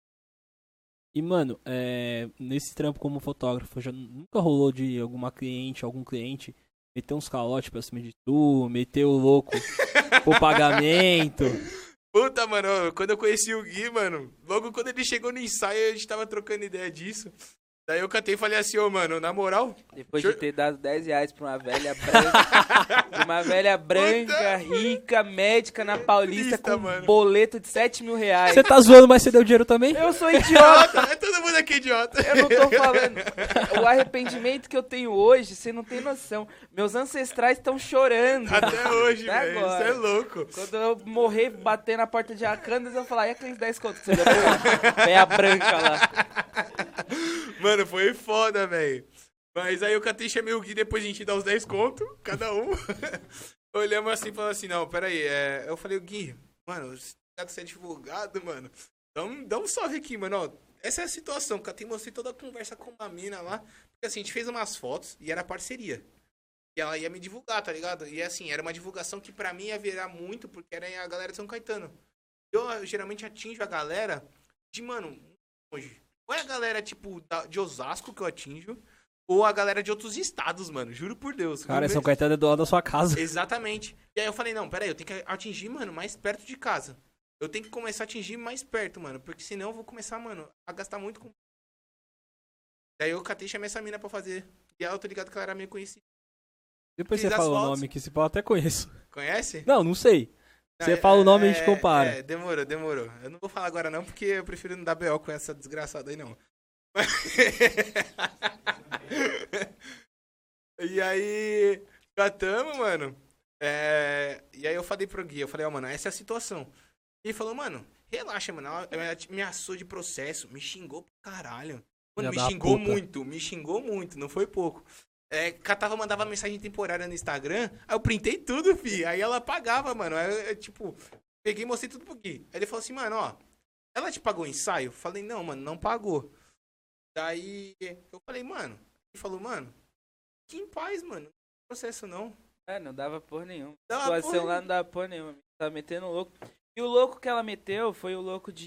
[SPEAKER 3] E, mano, nesse trampo como fotógrafo, já nunca rolou de algum cliente meter uns calotes pra cima de tu, meter o louco pro pagamento?
[SPEAKER 2] Puta, mano, quando eu conheci o Gui, mano, logo quando ele chegou no ensaio, a gente tava trocando ideia disso. Daí eu catei e falei assim, ô, mano, na moral...
[SPEAKER 1] Depois de ter dado R$10 pra uma velha branca, uma velha branca, rica, médica na Paulista, com
[SPEAKER 2] mano.
[SPEAKER 1] Boleto de R$7.000.
[SPEAKER 3] Você tá zoando, mas você deu dinheiro também?
[SPEAKER 1] Eu sou idiota!
[SPEAKER 2] Todo mundo aqui é idiota.
[SPEAKER 1] Eu não tô falando. O arrependimento que eu tenho hoje, você não tem noção. Meus ancestrais estão chorando.
[SPEAKER 2] Até hoje,
[SPEAKER 1] Até
[SPEAKER 2] velho,
[SPEAKER 1] agora.
[SPEAKER 2] isso é louco.
[SPEAKER 1] Quando eu morrer, bater na porta de Acandas, eu vou falar, e aqueles 10 contos que você deu pra velha branca lá?
[SPEAKER 2] Mano, foi foda, velho. Mas aí eu catei e chamei o Gui, depois a gente dá os 10 conto, cada um. Olhamos assim e falamos assim, não, peraí. Eu falei, Gui, mano, você é advogado, mano. Dá um salve aqui, mano, ó. Essa é a situação, catei, mostrei toda a conversa com uma mina lá. Porque assim, a gente fez umas fotos e era parceria. E ela ia me divulgar, tá ligado? E assim, era uma divulgação que pra mim ia virar muito, porque era a galera de São Caetano. Eu geralmente atinjo a galera de, mano, longe. Ou é a galera, tipo, de Osasco que eu atinjo, ou a galera de outros estados, mano. Juro por Deus.
[SPEAKER 3] Cara, São Caetano é do lado da sua casa.
[SPEAKER 2] Exatamente. E aí eu falei, não, peraí, eu tenho que atingir, mano, mais perto de casa. Eu tenho que começar a atingir mais perto, mano. Porque senão eu vou começar, mano, a gastar muito com... Daí eu catei e chamei essa mina pra fazer. E ela, eu tô ligado que ela era meio conhecida.
[SPEAKER 3] Depois
[SPEAKER 2] Fiz
[SPEAKER 3] você
[SPEAKER 2] as
[SPEAKER 3] fala o
[SPEAKER 2] fotos.
[SPEAKER 3] nome, que esse pau até conheço.
[SPEAKER 2] Conhece?
[SPEAKER 3] Não sei. Você fala o nome e a gente compara.
[SPEAKER 2] Demorou. Eu não vou falar agora não, porque eu prefiro não dar BO com essa desgraçada aí, não. E aí, catamos, mano. E aí eu falei pro Gui, ó, mano, essa é a situação. E ele falou, mano, relaxa, mano. Ela me assou de processo, me xingou pra caralho. Mano, me xingou muito, não foi pouco. Catava, mandava mensagem temporária no Instagram, aí eu printei tudo, fi. Aí ela pagava, mano. Aí tipo, peguei e mostrei tudo pro Gui. Aí ele falou assim, mano, ó, ela te pagou o ensaio? Eu falei, não, mano, não pagou. Daí eu falei, mano, ele falou, mano, que em paz, mano, não tem processo não.
[SPEAKER 1] Não dava porra nenhuma. A
[SPEAKER 2] Dava
[SPEAKER 1] situação
[SPEAKER 2] porra
[SPEAKER 1] lá não dava porra nenhuma. Tava metendo louco. E o louco que ela meteu foi o louco de...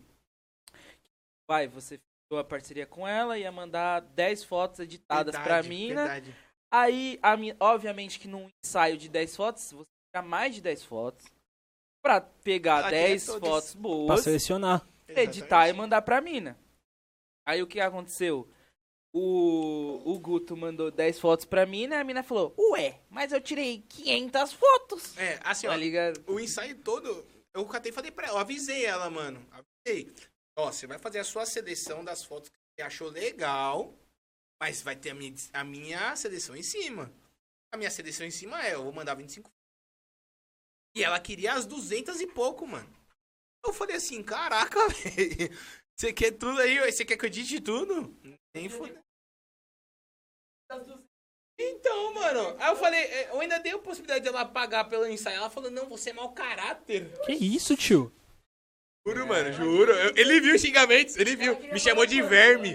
[SPEAKER 1] Você fechou a parceria com ela, ia mandar 10 fotos editadas pra mina.
[SPEAKER 2] Verdade.
[SPEAKER 1] Aí, obviamente que num ensaio de 10 fotos, você tirar mais de 10 fotos pra pegar
[SPEAKER 2] Ela
[SPEAKER 1] 10
[SPEAKER 2] queria todas.
[SPEAKER 1] fotos
[SPEAKER 3] Pra
[SPEAKER 1] boas,
[SPEAKER 3] selecionar.
[SPEAKER 1] editar e mandar pra mina. Aí o que aconteceu? O Guto mandou 10 fotos pra mina, e a mina falou, ué, mas eu tirei 500 fotos.
[SPEAKER 2] Assim,
[SPEAKER 1] Tá
[SPEAKER 2] ó,
[SPEAKER 1] ligado?
[SPEAKER 2] o ensaio todo, eu catei e falei pra ela, eu avisei ela, mano. Avisei. Ó, você vai fazer a sua seleção das fotos que você achou legal, mas vai ter a minha seleção em cima. A minha seleção em cima eu vou mandar 25. E ela queria as 200 e pouco, mano. Eu falei assim, caraca, velho. Você quer tudo aí? Você quer que eu edite tudo? Nem foda. Então, mano. Aí eu falei, eu ainda dei a possibilidade de ela pagar pelo ensaio. Ela falou, não, você é mau caráter.
[SPEAKER 3] Que isso, tio?
[SPEAKER 2] Juro, mano, juro. Ele viu os xingamentos, ele viu. Me chamou de verme.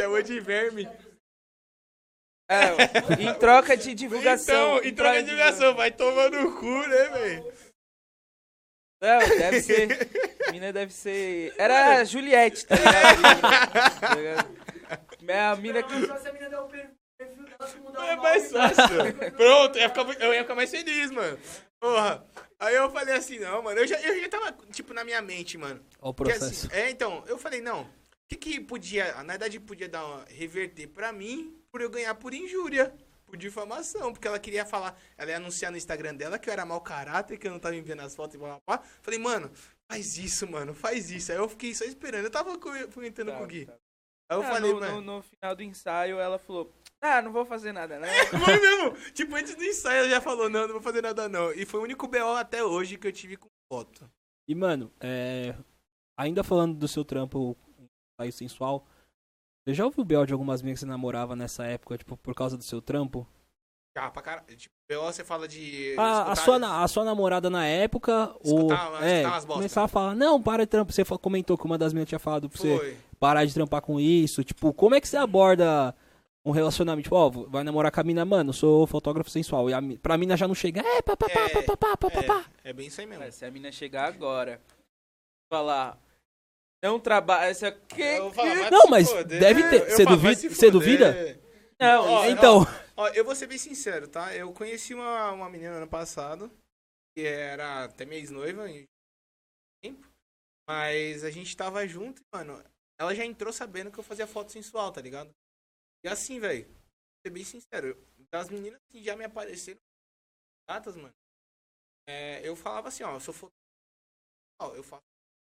[SPEAKER 1] Em troca de divulgação.
[SPEAKER 2] Então, em troca de divulgação, vai tomar no cu, né, velho?
[SPEAKER 1] Não, deve ser. A mina deve ser. Era a Juliette, tá ligado? Tá ligado? A mina que.
[SPEAKER 4] Se a mina der o perfil dela, se mudar
[SPEAKER 2] É
[SPEAKER 4] o
[SPEAKER 2] mais
[SPEAKER 4] nome,
[SPEAKER 2] fácil. Pronto, eu ia ficar mais feliz, mano. Porra. Aí eu falei assim, não, mano, eu já tava, tipo, na minha mente, mano.
[SPEAKER 3] Ó o
[SPEAKER 2] Porque,
[SPEAKER 3] processo.
[SPEAKER 2] assim, então, eu falei, não, o que podia, na verdade, podia dar reverter pra mim por eu ganhar por injúria, por difamação, porque ela queria falar, ela ia anunciar no Instagram dela que eu era mau caráter, que eu não tava enviando as fotos e blá, blá, blá. Falei, mano, faz isso, mano, faz isso. Aí eu fiquei só esperando, eu tava comentando com o Gui. Aí eu falei, mano...
[SPEAKER 1] No final do ensaio, ela falou, não vou fazer nada, não.
[SPEAKER 2] Foi mesmo, tipo, antes do ensaio ela já falou, não vou fazer nada não. E foi o único BO até hoje que eu tive com foto.
[SPEAKER 3] E, mano, ainda falando do seu trampo aí sensual, você já ouviu o B.O. de algumas meninas que você namorava nessa época, tipo, por causa do seu trampo?
[SPEAKER 2] Ah, pra caralho. Tipo, BO você fala de...
[SPEAKER 3] A sua namorada na época,
[SPEAKER 2] escutar umas bosta.
[SPEAKER 3] começava a falar, não, para de trampo. Você comentou que uma das meninas tinha falado pra você
[SPEAKER 2] Foi.
[SPEAKER 3] parar de trampar com isso. Tipo, como é que você aborda um relacionamento? Tipo, ó, vai namorar com a mina, mano, sou fotógrafo sensual. E pra mina já não chega, papapá.
[SPEAKER 2] É bem isso aí mesmo.
[SPEAKER 1] Se a mina chegar agora, falar, não trabalha, essa
[SPEAKER 2] Eu vou falar, vai
[SPEAKER 3] Não,
[SPEAKER 2] se
[SPEAKER 3] mas
[SPEAKER 2] foder.
[SPEAKER 3] deve ter.
[SPEAKER 2] Eu
[SPEAKER 3] Você
[SPEAKER 2] falo, vai
[SPEAKER 3] duvida?
[SPEAKER 2] se
[SPEAKER 3] Você
[SPEAKER 2] foder.
[SPEAKER 3] duvida?
[SPEAKER 1] Não,
[SPEAKER 2] Ó,
[SPEAKER 3] Então,
[SPEAKER 2] Ó, eu vou ser bem sincero, tá? Eu conheci uma menina ano passado, que era até minha ex-noiva em tempo, mas a gente tava junto e, mano, ela já entrou sabendo que eu fazia foto sensual, tá ligado? E assim, velho, vou ser bem sincero, das meninas que já me apareceram gatas, mano, eu falava assim, ó, eu sou fotógrafo, eu faço.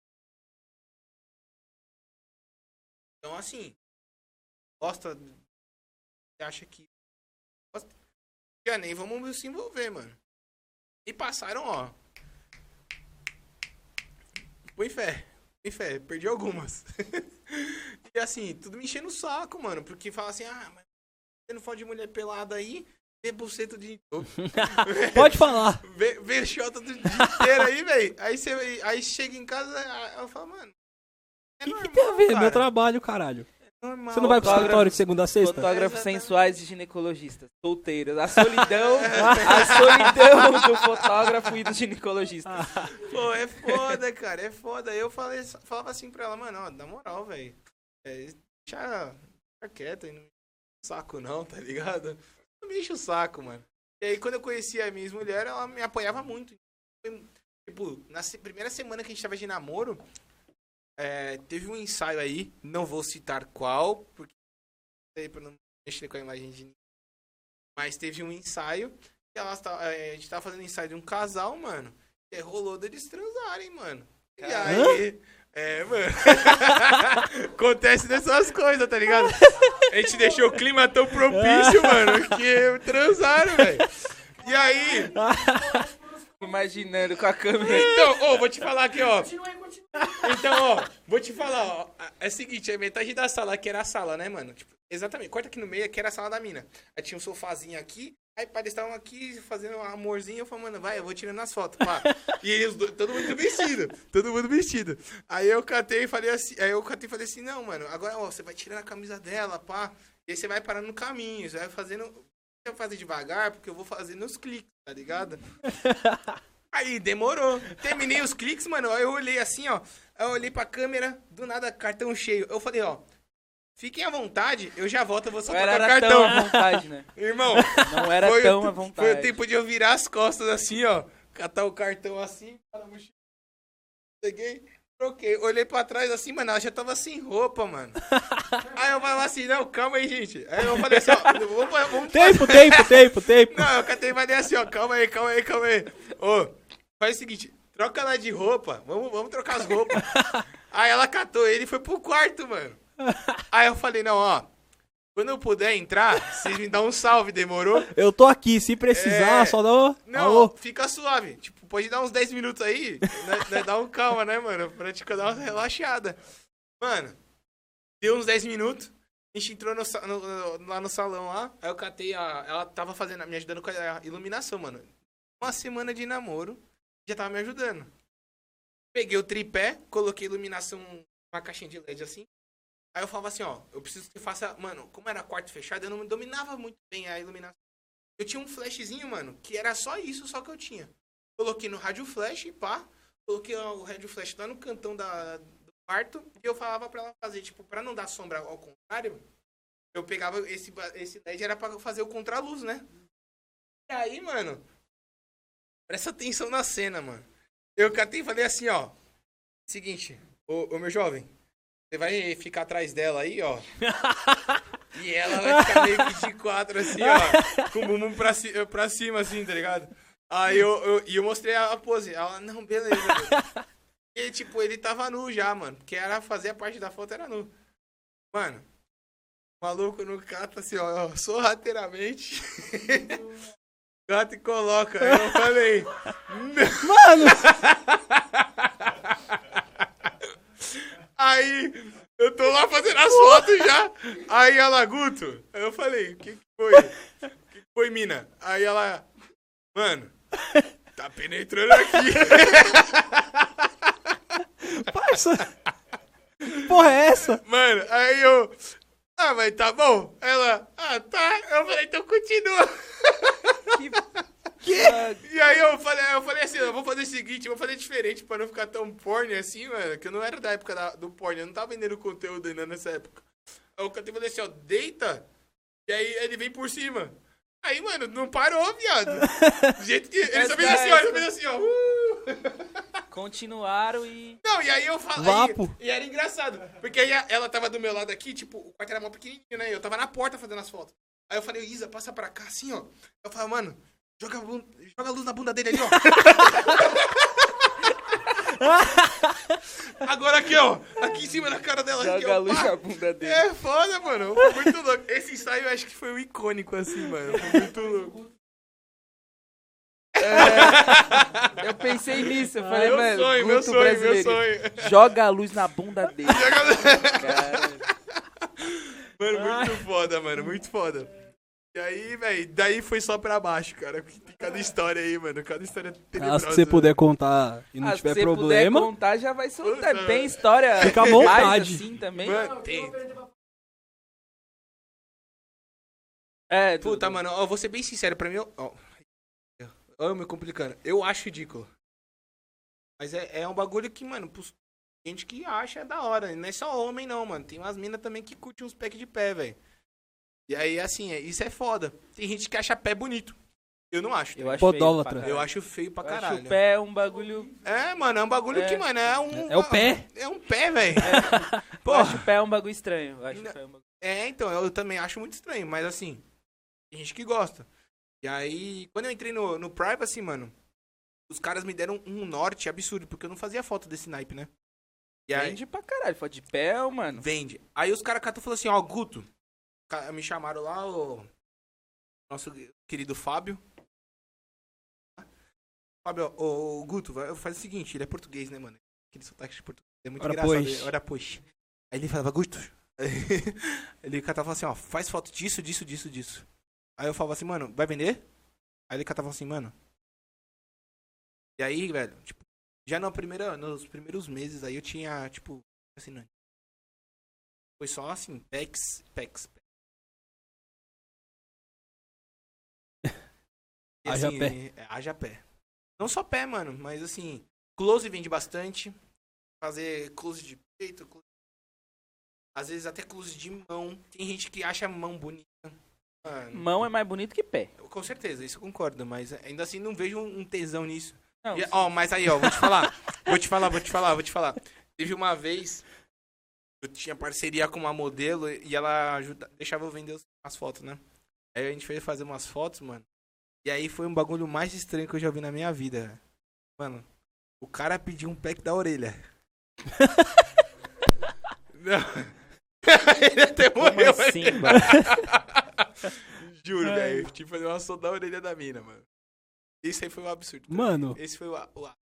[SPEAKER 2] Então, assim, gosta, você acha que já nem vamos se envolver, mano. E passaram, ó. Põe fé, perdi algumas. E assim, tudo me enchendo o saco, mano. Porque fala assim, mas você não fala de mulher pelada aí, vê buceta de...
[SPEAKER 3] pode falar.
[SPEAKER 2] Vê xota do dia inteiro aí, velho. Aí chega em casa, eu falo, mano.
[SPEAKER 3] O que tem a ver?
[SPEAKER 2] cara.
[SPEAKER 3] Meu trabalho, caralho.
[SPEAKER 2] Normal,
[SPEAKER 3] Você não vai pro
[SPEAKER 1] Fotógrafo-
[SPEAKER 3] escritório de segunda a sexta?
[SPEAKER 1] Fotógrafos
[SPEAKER 2] Exatamente.
[SPEAKER 1] sensuais e ginecologistas, solteiros. A solidão do fotógrafo e do ginecologista.
[SPEAKER 2] Pô, é foda, cara, é foda. Eu falava assim pra ela, mano, ó, na moral, velho. Deixa quieto aí, não me enche o saco não, tá ligado? Não me enche o saco, mano. E aí, quando eu conheci a minha ex-mulher, ela me apoiava muito. Tipo, na primeira semana que a gente tava de namoro, teve um ensaio aí, não vou citar qual, porque pra não mexer com a imagem de ninguém. Mas teve um ensaio, e a gente tava fazendo ensaio de um casal, mano, e aí rolou deles transarem, mano. E aí... mano. Acontece dessas coisas, tá ligado? A gente deixou o clima tão propício, mano, que transaram, velho. E aí...
[SPEAKER 1] Imaginando com a câmera.
[SPEAKER 2] Então, vou te falar aqui, ó.
[SPEAKER 4] Continua aí, continua.
[SPEAKER 2] Então, ó, vou te falar, ó. É o seguinte, a metade da sala aqui era a sala, né, mano? Tipo, exatamente, corta aqui no meio, aqui era a sala da mina. Aí tinha um sofazinho aqui, aí eles estavam aqui fazendo um amorzinho, eu falei, mano, vai, eu vou tirando as fotos, pá. E eles, todo mundo vestido. Aí eu catei e falei assim, não, mano, agora, ó, você vai tirando a camisa dela, pá. E aí você vai parando no caminho, você vai fazendo... Eu vou fazer devagar, porque eu vou fazer nos cliques, tá ligado? Aí, demorou. Terminei os cliques, mano. Aí eu olhei assim, ó. Eu olhei pra câmera, do nada, cartão cheio. Eu falei, ó, fiquem à vontade, eu já volto, eu vou só
[SPEAKER 1] Não
[SPEAKER 2] trocar o
[SPEAKER 1] era tão
[SPEAKER 2] cartão.
[SPEAKER 1] à vontade, né?
[SPEAKER 2] Irmão,
[SPEAKER 1] Não era tão à vontade.
[SPEAKER 2] foi o tempo de eu virar as costas assim, ó. Catar o cartão assim, para a mochila. Peguei, troquei. Olhei pra trás assim, mano, ela já tava sem roupa, mano. Aí eu falei assim, não, calma aí, gente. Aí eu falei assim, ó, vamos
[SPEAKER 3] Tempo.
[SPEAKER 2] Não, eu catei e falei assim, ó, calma aí. Ô, faz o seguinte, troca ela de roupa, vamos trocar as roupas. Aí ela catou ele e foi pro quarto, mano. Aí eu falei, não, ó, quando eu puder entrar, vocês me dão um salve, demorou?
[SPEAKER 3] Eu tô aqui, se precisar, só dá.
[SPEAKER 2] Não,
[SPEAKER 3] Alô?
[SPEAKER 2] fica suave. Tipo, pode dar uns 10 minutos aí, né, dá um calma, né, mano? Pra te dar uma relaxada. Mano, deu uns 10 minutos, a gente entrou lá no salão lá, aí eu catei ela tava me ajudando com a iluminação, mano. Uma semana de namoro, já tava me ajudando. Peguei o tripé, coloquei iluminação, uma caixinha de LED assim. Aí eu falava assim, ó, eu preciso que faça... Mano, como era quarto fechado, eu não dominava muito bem a iluminação. Eu tinha um flashzinho, mano, que era só isso, só que eu tinha. Coloquei no rádio flash, pá. Coloquei o rádio flash lá no cantão do quarto. E eu falava pra ela fazer, tipo, pra não dar sombra ao contrário, eu pegava esse LED, era pra fazer o contraluz, né? E aí, mano, Presta atenção na cena, mano. Eu catei e falei assim, ó. Seguinte, ô meu jovem, você vai ficar atrás dela aí, ó. E ela vai ficar meio que de 4, assim, ó. Com o bumbum pra cima, assim, tá ligado? Aí eu mostrei a pose. Ela, não, beleza. E, tipo, ele tava nu já, mano. Porque era fazer a parte da foto, era nu. Mano, o maluco no cata assim, ó, sorrateiramente. Cata e coloca. Aí eu falei,
[SPEAKER 3] Mano!
[SPEAKER 2] aí eu tô lá fazendo as fotos já. Aí ela, Guto. Aí eu falei, o que foi? O que foi, mina? Aí ela, mano, tá penetrando aqui.
[SPEAKER 3] Parça! Porra é essa?
[SPEAKER 2] Mano, aí eu, mas tá bom. Ela, tá. Eu falei, então continua. E aí eu falei assim, eu vou fazer o seguinte, eu vou fazer diferente pra não ficar tão porn assim, mano, que eu não era da época do porn, eu não tava vendendo conteúdo ainda nessa época. Aí eu falei assim, ó, deita, e aí ele vem por cima. Aí, mano, não parou, viado. Do jeito que ele só fez assim, ó, ele fez assim, ó.
[SPEAKER 1] Continuaram e...
[SPEAKER 2] Não, e aí eu falei,
[SPEAKER 3] Vapo.
[SPEAKER 2] e era engraçado, porque aí ela tava do meu lado aqui, tipo, o quarto era mó pequenininho, né, eu tava na porta fazendo as fotos. Aí eu falei, Isa, passa pra cá, assim, ó. Eu falei, mano, joga a luz na bunda dele ali, ó. Agora aqui, ó. Aqui em cima da cara dela.
[SPEAKER 1] Joga
[SPEAKER 2] aqui, ó,
[SPEAKER 1] a luz
[SPEAKER 2] pá.
[SPEAKER 1] na bunda dele.
[SPEAKER 2] É foda, mano. Foi muito louco. Esse ensaio eu acho que foi o icônico, assim, mano. Foi muito louco.
[SPEAKER 1] Eu pensei nisso, eu falei,
[SPEAKER 2] Meu
[SPEAKER 1] mano,
[SPEAKER 2] sonho,
[SPEAKER 1] Guto
[SPEAKER 2] meu sonho,
[SPEAKER 1] brasileiro,
[SPEAKER 2] meu sonho.
[SPEAKER 1] joga a luz na bunda dele. Cara,
[SPEAKER 2] Mano, muito foda, mano. Muito foda. E aí, velho, daí foi só pra baixo, cara. Tem cada história aí, mano. Cada história tenebrosa.
[SPEAKER 3] Se você puder contar e não
[SPEAKER 1] se
[SPEAKER 3] tiver
[SPEAKER 1] você
[SPEAKER 3] problema,
[SPEAKER 1] puder contar, já vai soltar.
[SPEAKER 2] Puta,
[SPEAKER 1] Tem história
[SPEAKER 3] Fica à
[SPEAKER 1] mais
[SPEAKER 3] vontade.
[SPEAKER 1] assim também?
[SPEAKER 2] Mano, tem.
[SPEAKER 1] É,
[SPEAKER 2] Puta, mano, eu vou ser bem sincero, pra mim, eu me complicando. Eu acho ridículo. Mas é um bagulho que, mano, gente que acha da hora. Não é só homem, não, mano. Tem umas minas também que curtem uns packs de pé, velho. E aí, assim, isso é foda. Tem gente que acha pé bonito. Eu não acho.
[SPEAKER 1] Eu acho
[SPEAKER 3] Podólatra.
[SPEAKER 1] feio pra
[SPEAKER 2] Eu
[SPEAKER 1] caralho.
[SPEAKER 2] acho feio pra
[SPEAKER 1] Eu acho
[SPEAKER 2] caralho.
[SPEAKER 1] o pé é um bagulho...
[SPEAKER 2] É, mano, é um bagulho que, mano, é um...
[SPEAKER 3] É o pé.
[SPEAKER 2] É um pé, velho.
[SPEAKER 1] Eu acho o pé um bagulho estranho. Eu acho o pé um bagulho...
[SPEAKER 2] Então, eu também acho muito estranho, mas assim, tem gente que gosta. E aí, quando eu entrei no Privacy, mano, os caras me deram um norte absurdo, porque eu não fazia foto desse naipe, né? E aí,
[SPEAKER 1] Vende pra caralho, foto de pé, mano.
[SPEAKER 2] vende. Aí os caras catou e falaram assim, ó, Guto, me chamaram lá, o nosso querido Fábio. Fábio, o Guto, faz o seguinte, ele é português, né, mano? Aquele sotaque de português, é muito
[SPEAKER 3] Ora,
[SPEAKER 2] engraçado.
[SPEAKER 3] pois.
[SPEAKER 2] Ora, pois. Aí ele falava, Guto, ele catava assim, ó, faz foto disso. Aí eu falava assim, mano, vai vender? Aí ele catava assim, mano. E aí, velho, tipo, já nos primeiros meses aí eu tinha, tipo, assinante. Foi só assim, packs. E,
[SPEAKER 3] Haja
[SPEAKER 2] assim,
[SPEAKER 3] pé.
[SPEAKER 2] Haja pé. Não só pé, mano, mas assim, close vende bastante. Fazer close de peito, às vezes até close de mão. Tem gente que acha mão bonita. Mano,
[SPEAKER 1] Mão é mais bonito que pé.
[SPEAKER 2] com certeza, isso eu concordo, mas ainda assim não vejo um tesão nisso.
[SPEAKER 1] Não,
[SPEAKER 2] E, ó, mas aí, ó, vou te falar. Teve uma vez, eu tinha parceria com uma modelo e ela deixava eu vender as fotos, né? Aí a gente foi fazer umas fotos, mano. E aí foi um bagulho mais estranho que eu já vi na minha vida. Mano, o cara pediu um pack da orelha. Não. Ele até
[SPEAKER 1] como
[SPEAKER 2] morreu.
[SPEAKER 1] assim,
[SPEAKER 2] ali.
[SPEAKER 1] mano?
[SPEAKER 2] Juro, velho. Tive que fazer uma sonda da orelha da mina, mano. Isso aí foi um absurdo. também.
[SPEAKER 3] Mano.
[SPEAKER 2] Esse foi o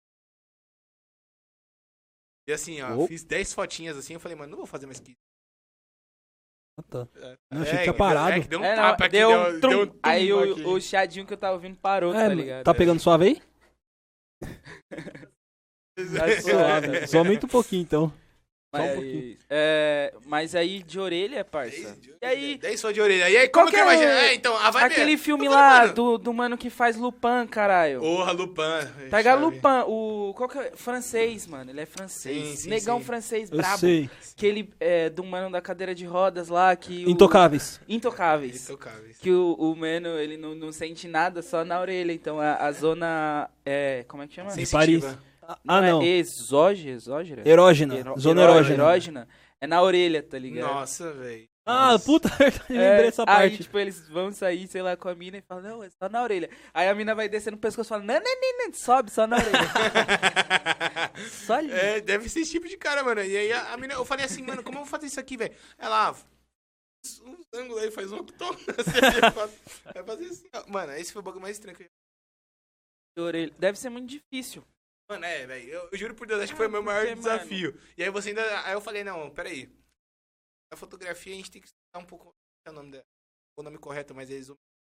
[SPEAKER 2] E assim, ó,
[SPEAKER 3] Oh.
[SPEAKER 2] fiz 10 fotinhas assim, eu falei, mano, não vou fazer mais que isso.
[SPEAKER 3] Ah, tá.
[SPEAKER 2] É,
[SPEAKER 3] Não, achei que tinha parado.
[SPEAKER 2] É, que deu um
[SPEAKER 1] É, não,
[SPEAKER 2] tapa aqui,
[SPEAKER 1] deu um trum.
[SPEAKER 2] deu um tum
[SPEAKER 1] Aí
[SPEAKER 2] aqui.
[SPEAKER 1] o chiadinho que eu tava ouvindo parou, tá ligado?
[SPEAKER 3] Tá pegando suave aí?
[SPEAKER 1] Tá suave.
[SPEAKER 3] Só aumenta um pouquinho, então. Só um
[SPEAKER 1] Mas,
[SPEAKER 3] pouquinho.
[SPEAKER 1] mas aí de orelha, parça. E aí,
[SPEAKER 2] 10 só de orelha. E aí, como
[SPEAKER 1] Qual
[SPEAKER 2] que
[SPEAKER 1] que
[SPEAKER 2] eu
[SPEAKER 1] é
[SPEAKER 2] imagino? Então, a vibe
[SPEAKER 1] aquele
[SPEAKER 2] é...
[SPEAKER 1] filme
[SPEAKER 2] Eu falei,
[SPEAKER 1] lá
[SPEAKER 2] mano,
[SPEAKER 1] do mano que faz Lupin, caralho.
[SPEAKER 2] Porra, Lupin.
[SPEAKER 1] Pega
[SPEAKER 2] chave.
[SPEAKER 1] Lupin, o... Qual que é? Francês, mano. Ele é francês.
[SPEAKER 2] Sim,
[SPEAKER 1] Negão
[SPEAKER 2] sim.
[SPEAKER 1] francês
[SPEAKER 3] Eu
[SPEAKER 1] brabo.
[SPEAKER 3] sei.
[SPEAKER 1] Que ele é do mano da cadeira de rodas lá, que o...
[SPEAKER 3] Intocáveis.
[SPEAKER 1] Intocáveis.
[SPEAKER 2] Intocáveis.
[SPEAKER 1] Que o mano, ele não sente nada, só na orelha. Então a zona é... Como é que chama?
[SPEAKER 2] Sensitiva.
[SPEAKER 3] Ah, não.
[SPEAKER 1] É exógera?
[SPEAKER 3] Erógena. Zona erógena.
[SPEAKER 1] Erógena. É na orelha, tá ligado?
[SPEAKER 2] Nossa, velho.
[SPEAKER 3] Ah, puta, lembrei essa
[SPEAKER 1] Aí,
[SPEAKER 3] parte.
[SPEAKER 1] tipo, eles vão sair, sei lá, com a mina e falam, não, é só na orelha. Aí a mina vai descendo no pescoço e fala, não, sobe só na orelha. Só ali.
[SPEAKER 2] É, deve ser esse tipo de cara, mano. E aí a mina, eu falei assim, mano, como eu vou fazer isso aqui, velho? Ela, um ângulo aí, faz um tom. Vai fazer assim, ó. Mano, esse foi o bagulho mais estranho que eu...
[SPEAKER 1] Orelha. Deve ser muito difícil.
[SPEAKER 2] Mano, velho, eu juro por Deus, acho que foi o meu maior
[SPEAKER 1] porque,
[SPEAKER 2] desafio. E aí você ainda, aí eu falei, não, peraí. A fotografia a gente tem que estudar um pouco, não é o nome dela, o nome correto, mas eles...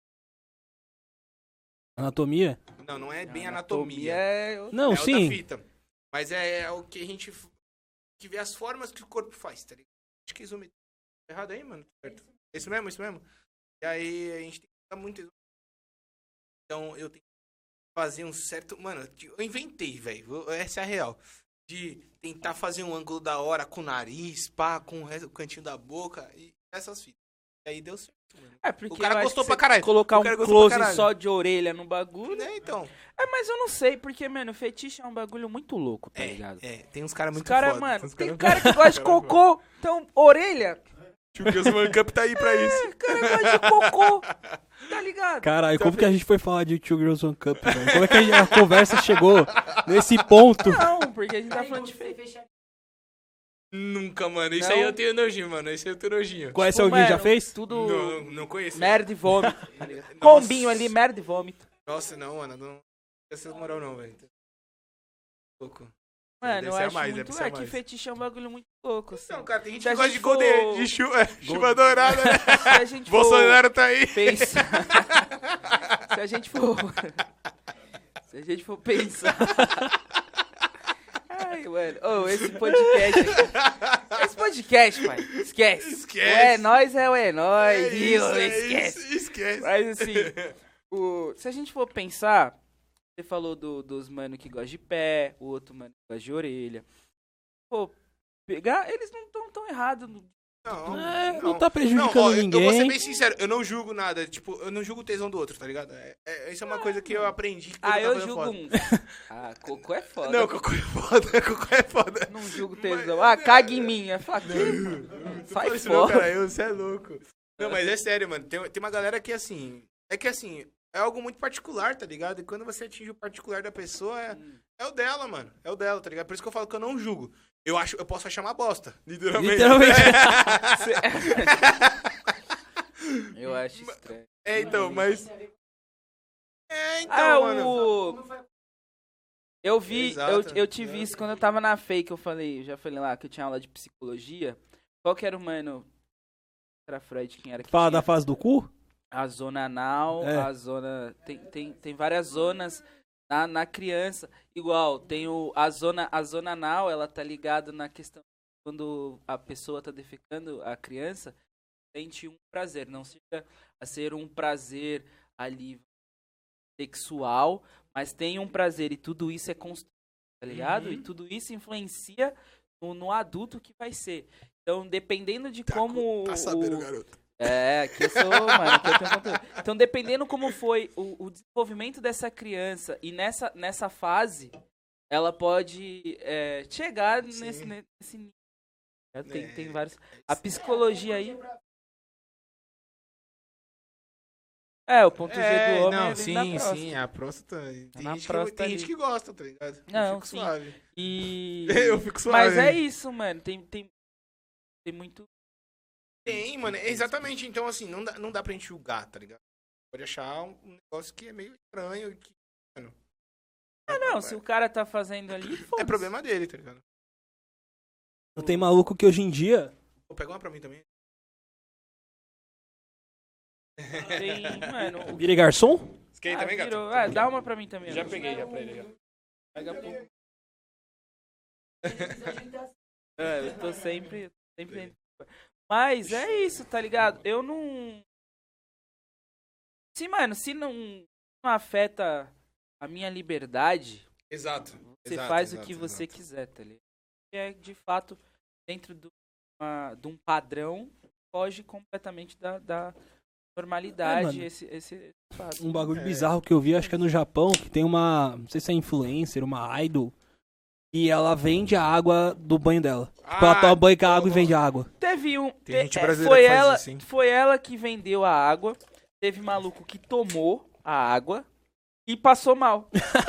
[SPEAKER 3] Anatomia?
[SPEAKER 2] Não é bem anatomia.
[SPEAKER 3] Não,
[SPEAKER 2] é
[SPEAKER 3] sim.
[SPEAKER 2] outra fita. Mas é o que a gente... Que vê as formas que o corpo faz, tá ligado? Acho que isometria. Tá errado aí, mano? Certo. Isso mesmo. E aí a gente tem que estudar muito isometria. Então eu tenho que fazer um certo... Mano, eu inventei, velho. Essa é a real. De tentar fazer um ângulo da hora com o nariz, pá, com o cantinho da boca e essas fitas. E aí deu certo, mano.
[SPEAKER 1] É, porque
[SPEAKER 2] O cara
[SPEAKER 1] eu acho
[SPEAKER 2] gostou
[SPEAKER 1] que
[SPEAKER 2] pra
[SPEAKER 1] você
[SPEAKER 2] caralho.
[SPEAKER 1] colocar
[SPEAKER 2] O cara
[SPEAKER 1] um
[SPEAKER 2] gostou pra
[SPEAKER 1] close
[SPEAKER 2] caralho.
[SPEAKER 1] só de orelha no bagulho.
[SPEAKER 2] Né, então.
[SPEAKER 1] Mas eu não sei, porque, mano, fetiche é um bagulho muito louco, tá ligado?
[SPEAKER 2] Tem uns caras
[SPEAKER 1] Os
[SPEAKER 2] muito
[SPEAKER 1] caras,
[SPEAKER 2] foda.
[SPEAKER 1] mano,
[SPEAKER 2] Uns
[SPEAKER 1] tem
[SPEAKER 2] cara
[SPEAKER 1] cara que gosta de cocô, então, orelha,
[SPEAKER 2] Tio Girls Cup tá aí pra isso.
[SPEAKER 1] o cara gosta de cocô, tá ligado?
[SPEAKER 3] Caralho, como que a gente foi falar de Two Girls One Cup, velho? Como é que a conversa chegou nesse ponto?
[SPEAKER 1] Não, porque a gente tá falando de fetiche.
[SPEAKER 2] Nunca, mano. Isso
[SPEAKER 1] Não?
[SPEAKER 2] aí eu tenho nojinho, mano. Isso aí eu tenho nojinho.
[SPEAKER 3] Conhece
[SPEAKER 1] Tipo,
[SPEAKER 3] alguém? Já
[SPEAKER 1] mano,
[SPEAKER 3] fez?
[SPEAKER 1] Tudo
[SPEAKER 2] Não conheço.
[SPEAKER 1] merda e vômito, tá ligado?
[SPEAKER 2] Nossa.
[SPEAKER 1] Combinho ali, merda e vômito.
[SPEAKER 2] Nossa, não, mano. Não tem essa moral não, velho. Louco.
[SPEAKER 1] Mano,
[SPEAKER 2] Deve
[SPEAKER 1] eu
[SPEAKER 2] ser a
[SPEAKER 1] acho
[SPEAKER 2] mais,
[SPEAKER 1] muito...
[SPEAKER 2] deve ser a
[SPEAKER 1] É que
[SPEAKER 2] mais.
[SPEAKER 1] fetiche é um bagulho muito louco, assim.
[SPEAKER 2] Não, cara, tem gente
[SPEAKER 1] Se
[SPEAKER 2] que
[SPEAKER 1] a
[SPEAKER 2] gosta
[SPEAKER 1] gente
[SPEAKER 2] de gol
[SPEAKER 1] for-
[SPEAKER 2] de chuva dourada, né?
[SPEAKER 1] Se a gente for
[SPEAKER 2] Bolsonaro tá aí.
[SPEAKER 1] pensar... Se a gente for... Se a gente for pensar... Ai, mano. Ô, esse podcast aqui... Esse podcast, pai. Esquece.
[SPEAKER 2] Esquece.
[SPEAKER 1] O é nóis é o é nóis.
[SPEAKER 2] É isso,
[SPEAKER 1] Esquece.
[SPEAKER 2] isso, esquece.
[SPEAKER 1] Mas assim, se a gente for pensar, você falou dos mano que gostam de pé, o outro mano que gosta de orelha. Pô, pegar, eles não estão tão errados.
[SPEAKER 3] Não tá prejudicando
[SPEAKER 2] ó,
[SPEAKER 3] ninguém.
[SPEAKER 2] Eu vou ser bem sincero, eu não julgo nada. Tipo, eu não julgo o tesão do outro, tá ligado? Isso é uma coisa que eu aprendi.
[SPEAKER 1] Ah, eu
[SPEAKER 2] tava
[SPEAKER 1] julgo
[SPEAKER 2] foda.
[SPEAKER 1] um. Ah, cocô é foda.
[SPEAKER 2] Não, cocô é foda, cocô é foda.
[SPEAKER 1] Não julgo tesão. Ah, caga em mim. É faquinha. Sai
[SPEAKER 2] Fala isso não,
[SPEAKER 1] fora.
[SPEAKER 2] cara, você é louco. Não, mas é sério, mano. Tem uma galera que, assim... É que, assim, é algo muito particular, tá ligado? E quando você atinge o particular da pessoa, é o dela, mano. É o dela, tá ligado? Por isso que eu falo que eu não julgo. Eu posso achar uma bosta, literalmente.
[SPEAKER 1] Eu acho estranho.
[SPEAKER 2] Então, mas...
[SPEAKER 1] Ah,
[SPEAKER 2] mano.
[SPEAKER 1] Eu vi,
[SPEAKER 2] Exato.
[SPEAKER 1] eu tive isso quando eu tava na FEI, que eu já falei lá, que eu tinha aula de psicologia. Qual que era o mano? Era Freud, quem era que
[SPEAKER 3] Fala
[SPEAKER 1] tinha?
[SPEAKER 3] da fase do cu?
[SPEAKER 1] A zona anal,
[SPEAKER 3] É.
[SPEAKER 1] a zona... Tem várias zonas na criança. Igual, tem a zona anal, ela tá ligada na questão quando a pessoa tá defecando, a criança, sente um prazer. Não chega a ser um prazer ali sexual, mas tem um prazer e tudo isso é constante, tá ligado? E tudo isso influencia no adulto que vai ser. Então, dependendo de como...
[SPEAKER 2] Tá sabendo, garoto.
[SPEAKER 1] Aqui eu sou, mano, aqui eu tenho conteúdo. Então, dependendo como foi o desenvolvimento dessa criança e nessa fase, ela pode chegar nesse nível. Tem vários... A psicologia aí... o ponto G do homem
[SPEAKER 2] não,
[SPEAKER 1] é dentro da próstata.
[SPEAKER 2] sim, a próstata.
[SPEAKER 1] na
[SPEAKER 2] Tem
[SPEAKER 1] próstata
[SPEAKER 2] gente que gosta, tá ligado?
[SPEAKER 1] Não,
[SPEAKER 2] eu fico
[SPEAKER 1] sim.
[SPEAKER 2] suave.
[SPEAKER 1] E...
[SPEAKER 2] Eu fico suave.
[SPEAKER 1] Mas é isso, mano. Tem muito...
[SPEAKER 2] Tem, mano, exatamente. Então, assim, não dá pra gente julgar, tá ligado? Pode achar um negócio que é meio estranho. Que, mano,
[SPEAKER 1] Não, se o cara tá fazendo ali,
[SPEAKER 2] é
[SPEAKER 1] foda-se.
[SPEAKER 2] problema dele, tá ligado?
[SPEAKER 3] Não tem maluco que hoje em dia...
[SPEAKER 2] Pô, pega uma pra mim também.
[SPEAKER 1] Tem, mano...
[SPEAKER 3] Vire garçom?
[SPEAKER 2] Você quer ir também, gato?
[SPEAKER 1] virou. Dá uma pra mim também.
[SPEAKER 2] Já peguei, já pra ele. Já.
[SPEAKER 1] Pega pouco. Eu tô sempre dentro. Mas é isso, tá ligado? Eu não... Sim, mano, se não afeta a minha liberdade,
[SPEAKER 2] Exato.
[SPEAKER 1] você faz o que você quiser, tá ligado? É, de fato, dentro de um padrão, foge completamente da normalidade,
[SPEAKER 3] mano.
[SPEAKER 1] esse fato.
[SPEAKER 3] Um bagulho bizarro que eu vi, acho que é no Japão, que tem uma, não sei se é influencer, uma idol, e ela vende a água do banho dela. Tipo, ela toma banho com a água e vende a água.
[SPEAKER 1] Teve um...
[SPEAKER 2] Tem gente brasileira que faz isso, hein?
[SPEAKER 1] Foi ela que vendeu a água, teve maluco que tomou a água e passou mal.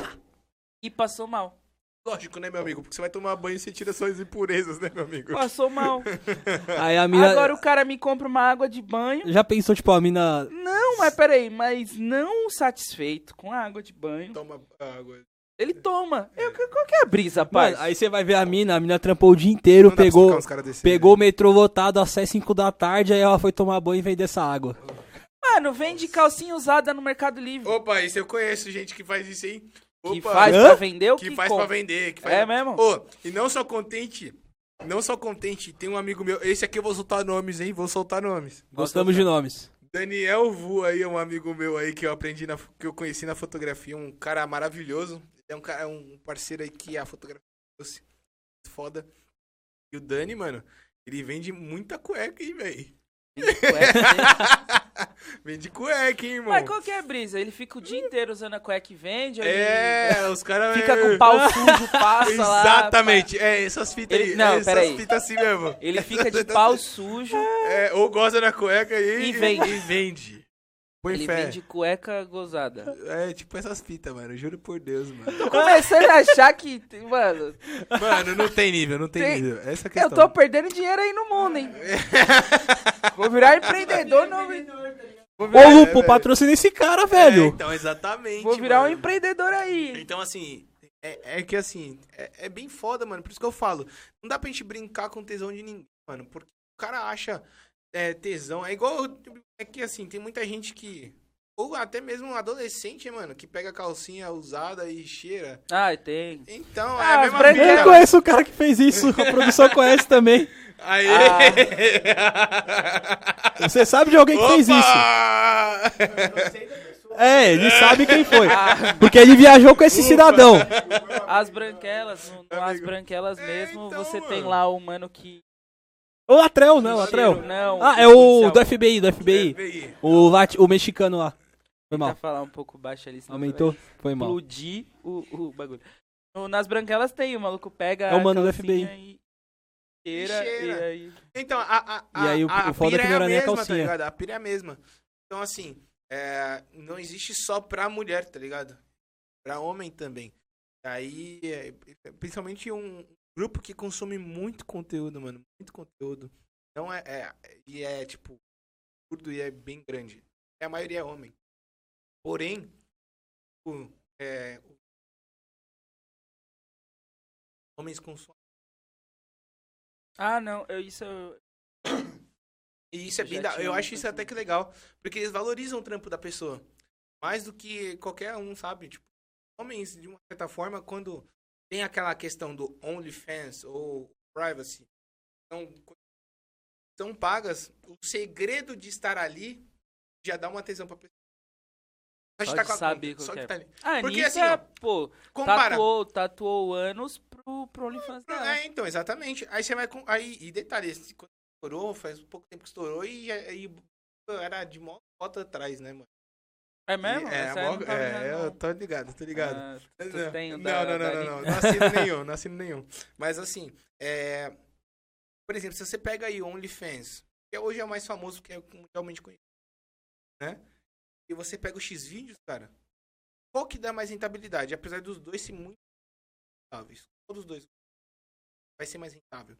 [SPEAKER 2] Lógico, né, meu amigo? Porque você vai tomar banho e você tira suas impurezas, né, meu amigo?
[SPEAKER 1] Passou mal.
[SPEAKER 3] Aí a mina...
[SPEAKER 1] Agora o cara me compra uma água de banho.
[SPEAKER 3] Já pensou, tipo, a mina...
[SPEAKER 1] Não, mas peraí, mas não satisfeito com a água de banho,
[SPEAKER 2] Toma água.
[SPEAKER 1] ele toma. Qual que é a brisa, pai?
[SPEAKER 3] Mano, aí você vai ver a mina trampou o dia inteiro,
[SPEAKER 2] Não dá pra
[SPEAKER 3] pegou
[SPEAKER 2] socar uns caras desse, né?
[SPEAKER 3] o metrô lotado às 5 da tarde, aí ela foi tomar banho e vender essa água.
[SPEAKER 1] Mano, vende calcinha usada no Mercado Livre.
[SPEAKER 2] Opa, isso eu conheço gente que faz isso, hein?
[SPEAKER 1] Que
[SPEAKER 2] Opa,
[SPEAKER 1] faz pra vender ou
[SPEAKER 2] que
[SPEAKER 1] que
[SPEAKER 2] faz
[SPEAKER 1] compra?
[SPEAKER 2] pra vender. Que faz...
[SPEAKER 1] É mesmo?
[SPEAKER 2] Ô, e não só contente, tem um amigo meu, esse aqui eu vou soltar nomes, hein? Vou soltar nomes.
[SPEAKER 3] Gostamos de nomes.
[SPEAKER 2] Daniel Vu aí é um amigo meu aí que eu aprendi, que eu conheci na fotografia, um cara maravilhoso. É um parceiro aí que a fotografia trouxe. Foda. E o Dani, mano, ele vende muita cueca, hein, velho?
[SPEAKER 1] Vende cueca, né?
[SPEAKER 2] Vende cueca, hein, irmão?
[SPEAKER 1] Mas qual que é a brisa? Ele fica o dia inteiro usando a cueca e vende? Ou
[SPEAKER 2] Os caras...
[SPEAKER 1] ele fica com o pau sujo, passa lá...
[SPEAKER 2] Exatamente, essas fitas aí.
[SPEAKER 1] Não,
[SPEAKER 2] essas
[SPEAKER 1] peraí.
[SPEAKER 2] fitas assim mesmo.
[SPEAKER 1] Ele fica de pau sujo,
[SPEAKER 2] Ou goza na cueca
[SPEAKER 1] E vende.
[SPEAKER 2] E vende. Põe
[SPEAKER 1] ele
[SPEAKER 2] fé.
[SPEAKER 1] vende cueca gozada.
[SPEAKER 2] É, tipo essas fitas, mano. Juro por Deus, mano.
[SPEAKER 1] Tô começando a achar que, mano,
[SPEAKER 2] Mano, não tem nível, não tem nível. Essa é a questão.
[SPEAKER 1] eu tô perdendo dinheiro aí no mundo, hein? Vou virar empreendedor, não... Vou
[SPEAKER 3] Ô,
[SPEAKER 1] virar,
[SPEAKER 3] Lupo, patrocina esse cara, velho.
[SPEAKER 2] Então, exatamente.
[SPEAKER 1] vou virar um
[SPEAKER 2] mano.
[SPEAKER 1] empreendedor aí.
[SPEAKER 2] Então, assim, que assim, é bem foda, mano. Por isso que eu falo. Não dá pra gente brincar com tesão de ninguém, mano. Porque o cara acha tesão. É igual. É que assim, tem muita gente que. Ou até mesmo um adolescente, mano, que pega calcinha usada e cheira.
[SPEAKER 1] Ah, tem.
[SPEAKER 2] Então,
[SPEAKER 1] Ah,
[SPEAKER 2] é a mesma
[SPEAKER 1] branca-
[SPEAKER 3] Eu
[SPEAKER 2] fita.
[SPEAKER 3] conheço o cara que fez isso, a produção conhece também.
[SPEAKER 2] Aí.
[SPEAKER 3] Você sabe de alguém que fez isso? É, ele sabe quem foi. Porque ele viajou com esse cidadão.
[SPEAKER 1] As branquelas, no As Branquelas mesmo,
[SPEAKER 2] então,
[SPEAKER 1] você tem
[SPEAKER 2] mano.
[SPEAKER 1] lá o mano que...
[SPEAKER 3] O Latrell, não, Latrell.
[SPEAKER 1] Não,
[SPEAKER 3] Ah, é o
[SPEAKER 1] policial.
[SPEAKER 3] do FBI. O mexicano lá. Foi mal.
[SPEAKER 1] Tentar falar um pouco baixo ali, senão
[SPEAKER 3] Aumentou? Foi
[SPEAKER 1] vai
[SPEAKER 3] mal.
[SPEAKER 1] explodir o bagulho. Nas Branquelas tem, o maluco pega
[SPEAKER 3] É o mano
[SPEAKER 1] a
[SPEAKER 3] do
[SPEAKER 1] calcinha
[SPEAKER 3] FBI.
[SPEAKER 1] e cheira,
[SPEAKER 2] E cheira.
[SPEAKER 1] e aí...
[SPEAKER 2] Então,
[SPEAKER 3] E aí, o foda é
[SPEAKER 2] pira
[SPEAKER 3] que não era nem a
[SPEAKER 2] mesma,
[SPEAKER 3] calcinha.
[SPEAKER 2] Tá ligado? A pira é a mesma. Então, assim, não existe só pra mulher, tá ligado? Pra homem também. Aí, principalmente um grupo que consome muito conteúdo, mano. Muito conteúdo. Não e é, tipo, curto e é bem grande. A maioria é homem. Porém, homens consomem.
[SPEAKER 1] Ah, não,
[SPEAKER 2] E isso é
[SPEAKER 1] Eu
[SPEAKER 2] bem
[SPEAKER 1] já tinha
[SPEAKER 2] eu acho
[SPEAKER 1] muito
[SPEAKER 2] isso até que legal, porque eles valorizam o trampo da pessoa. Mais do que qualquer um, sabe? Tipo, homens, de uma certa forma, quando tem aquela questão do OnlyFans ou privacy, são pagas, o segredo de estar ali já dá uma atenção pra pessoa. Só de
[SPEAKER 1] Só
[SPEAKER 2] tá
[SPEAKER 1] de
[SPEAKER 2] com a
[SPEAKER 1] saber
[SPEAKER 2] conta,
[SPEAKER 1] qual
[SPEAKER 2] só
[SPEAKER 1] que
[SPEAKER 2] de
[SPEAKER 1] é.
[SPEAKER 2] tá ali.
[SPEAKER 1] A
[SPEAKER 2] Porque
[SPEAKER 1] Anitta,
[SPEAKER 2] assim, ó,
[SPEAKER 1] pô,
[SPEAKER 2] compara.
[SPEAKER 1] tatuou anos pro OnlyFans dela.
[SPEAKER 2] Então, exatamente. Aí você vai e detalhe, quando estourou, faz um pouco tempo que estourou e era de mó foto atrás, né, mano?
[SPEAKER 1] É mesmo? Essa eu não tava vendo,
[SPEAKER 2] eu
[SPEAKER 1] não.
[SPEAKER 2] tô ligado, tô ligado.
[SPEAKER 1] Ah, tu tem o
[SPEAKER 2] Não,
[SPEAKER 1] da
[SPEAKER 2] não
[SPEAKER 1] Anitta.
[SPEAKER 2] assino nenhum. Mas assim, por exemplo, se você pega aí o OnlyFans, que hoje é o mais famoso, que é mundialmente conhecido, né? E você pega o Xvideos, cara, qual que dá mais rentabilidade? Apesar dos dois serem muito rentáveis, todos os dois vai ser mais rentável.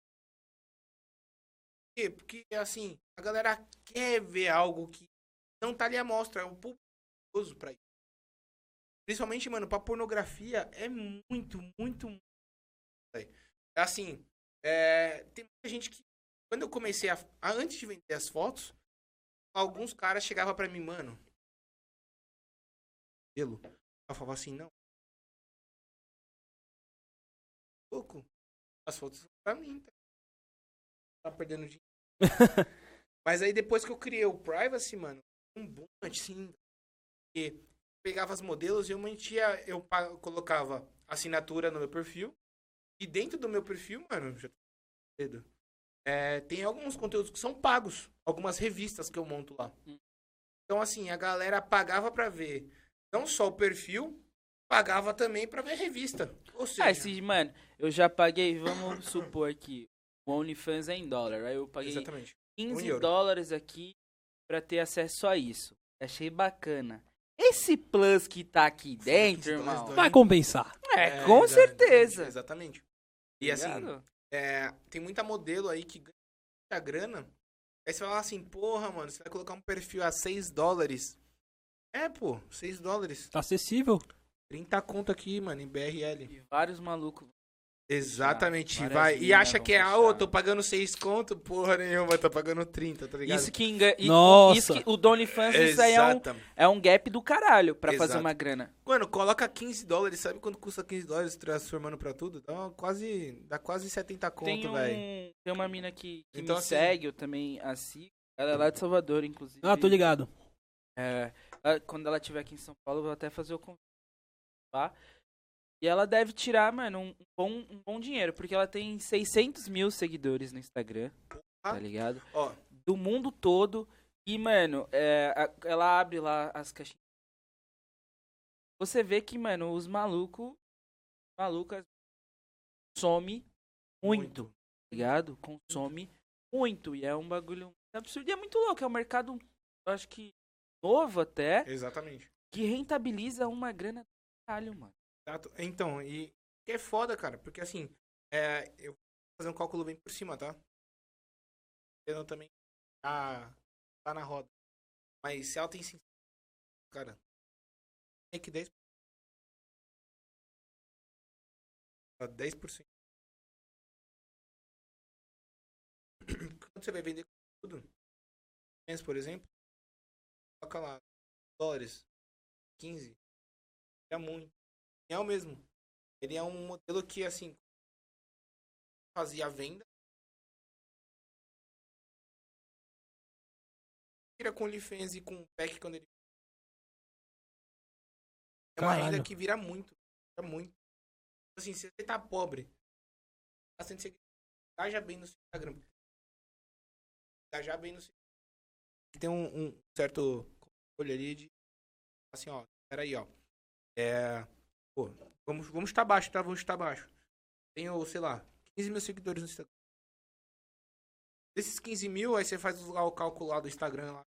[SPEAKER 2] Por quê? Porque, assim, a galera quer ver algo que não tá ali à mostra, é um pouco perigoso pra isso. Principalmente, mano, pra pornografia é muito, muito, muito. Assim, tem muita gente que, quando eu comecei antes de vender as fotos, alguns caras chegavam pra mim, mano, eu falava assim, não. Louco, As fotos são pra mim, tá perdendo dinheiro. Mas aí depois que eu criei o Privacy, mano, um boom, assim, porque pegava as modelos e eu colocava assinatura no meu perfil, e dentro do meu perfil, mano, já tô cedo, tem alguns conteúdos que são pagos, algumas revistas que eu monto lá. Então, assim, a galera pagava pra ver não só o perfil, pagava também pra ver a revista. Ou seja...
[SPEAKER 1] Mano, eu já paguei, vamos supor que o OnlyFans é em dólar, aí eu paguei
[SPEAKER 2] Exatamente.
[SPEAKER 1] 15
[SPEAKER 2] euro.
[SPEAKER 1] dólares aqui pra ter acesso a isso. Achei bacana. Esse plus que tá aqui dentro,
[SPEAKER 2] 15 dólares
[SPEAKER 1] irmão,
[SPEAKER 3] Vai compensar.
[SPEAKER 1] com certeza.
[SPEAKER 2] Exatamente. E assim,
[SPEAKER 1] Ligado?
[SPEAKER 2] tem muita modelo aí que ganha muita grana. Aí você fala assim, porra, mano, você vai colocar um perfil a 6 dólares. Pô, 6 dólares.
[SPEAKER 3] Tá acessível.
[SPEAKER 2] 30 conto aqui, mano, em BRL.
[SPEAKER 1] E vários malucos.
[SPEAKER 2] Exatamente,
[SPEAKER 1] Várias
[SPEAKER 2] vai. E
[SPEAKER 1] minas
[SPEAKER 2] acha
[SPEAKER 1] vão
[SPEAKER 2] que
[SPEAKER 1] fechar.
[SPEAKER 2] tô pagando 6 conto, porra nenhuma, tô pagando 30, tá ligado?
[SPEAKER 1] Isso que engana.
[SPEAKER 3] Nossa.
[SPEAKER 1] Isso que, o OnlyFans, isso aí é um gap do caralho pra fazer
[SPEAKER 2] Exato.
[SPEAKER 1] uma grana.
[SPEAKER 2] Mano, coloca 15 dólares, sabe quanto custa 15 dólares transformando pra tudo? Dá quase 70 conto, velho.
[SPEAKER 1] Tem uma mina que
[SPEAKER 2] Então,
[SPEAKER 1] me
[SPEAKER 2] assim-
[SPEAKER 1] segue, eu também a sigo. Ela é lá de Salvador, inclusive.
[SPEAKER 3] Ah, tô ligado.
[SPEAKER 1] Quando ela estiver aqui em São Paulo, eu vou até fazer o convite, tá? E ela deve tirar, mano, um bom dinheiro, porque ela tem 600 mil seguidores no Instagram, tá ligado?
[SPEAKER 2] Ó,
[SPEAKER 1] Do mundo todo. E, mano, ela abre lá as caixinhas. Você vê que, mano, os malucas consome muito, tá ligado? Consome muito. E é um bagulho absurdo. E é muito louco, é um mercado, eu acho que novo até,
[SPEAKER 2] exatamente.
[SPEAKER 1] que rentabiliza uma grana do caralho, mano.
[SPEAKER 2] Exato. Então, e que é foda, cara, porque assim, eu vou fazer um cálculo bem por cima, tá? Eu também tá na roda. Mas se ela tem 5, cara, é que 10%. 10%. Quando você vai vender tudo, por exemplo, coloca lá, dólares, 15, é muito. É o mesmo. Ele é um modelo que, assim, fazia a venda. Vira com OnlyFans e com pack quando ele... É uma
[SPEAKER 3] Caralho.
[SPEAKER 2] renda que vira muito. Vira muito. Assim, se você tá pobre, bastante seguidor, engaja bem no seu Instagram. Engajar bem no seu... Tem um certo controle ali de... Assim, ó, peraí, ó. Pô, vamos estar baixo, tá? Vamos estar baixo. Tenho, sei lá, 15 mil seguidores no Instagram. Desses 15 mil, aí você faz lá o cálculo lá do Instagram lá.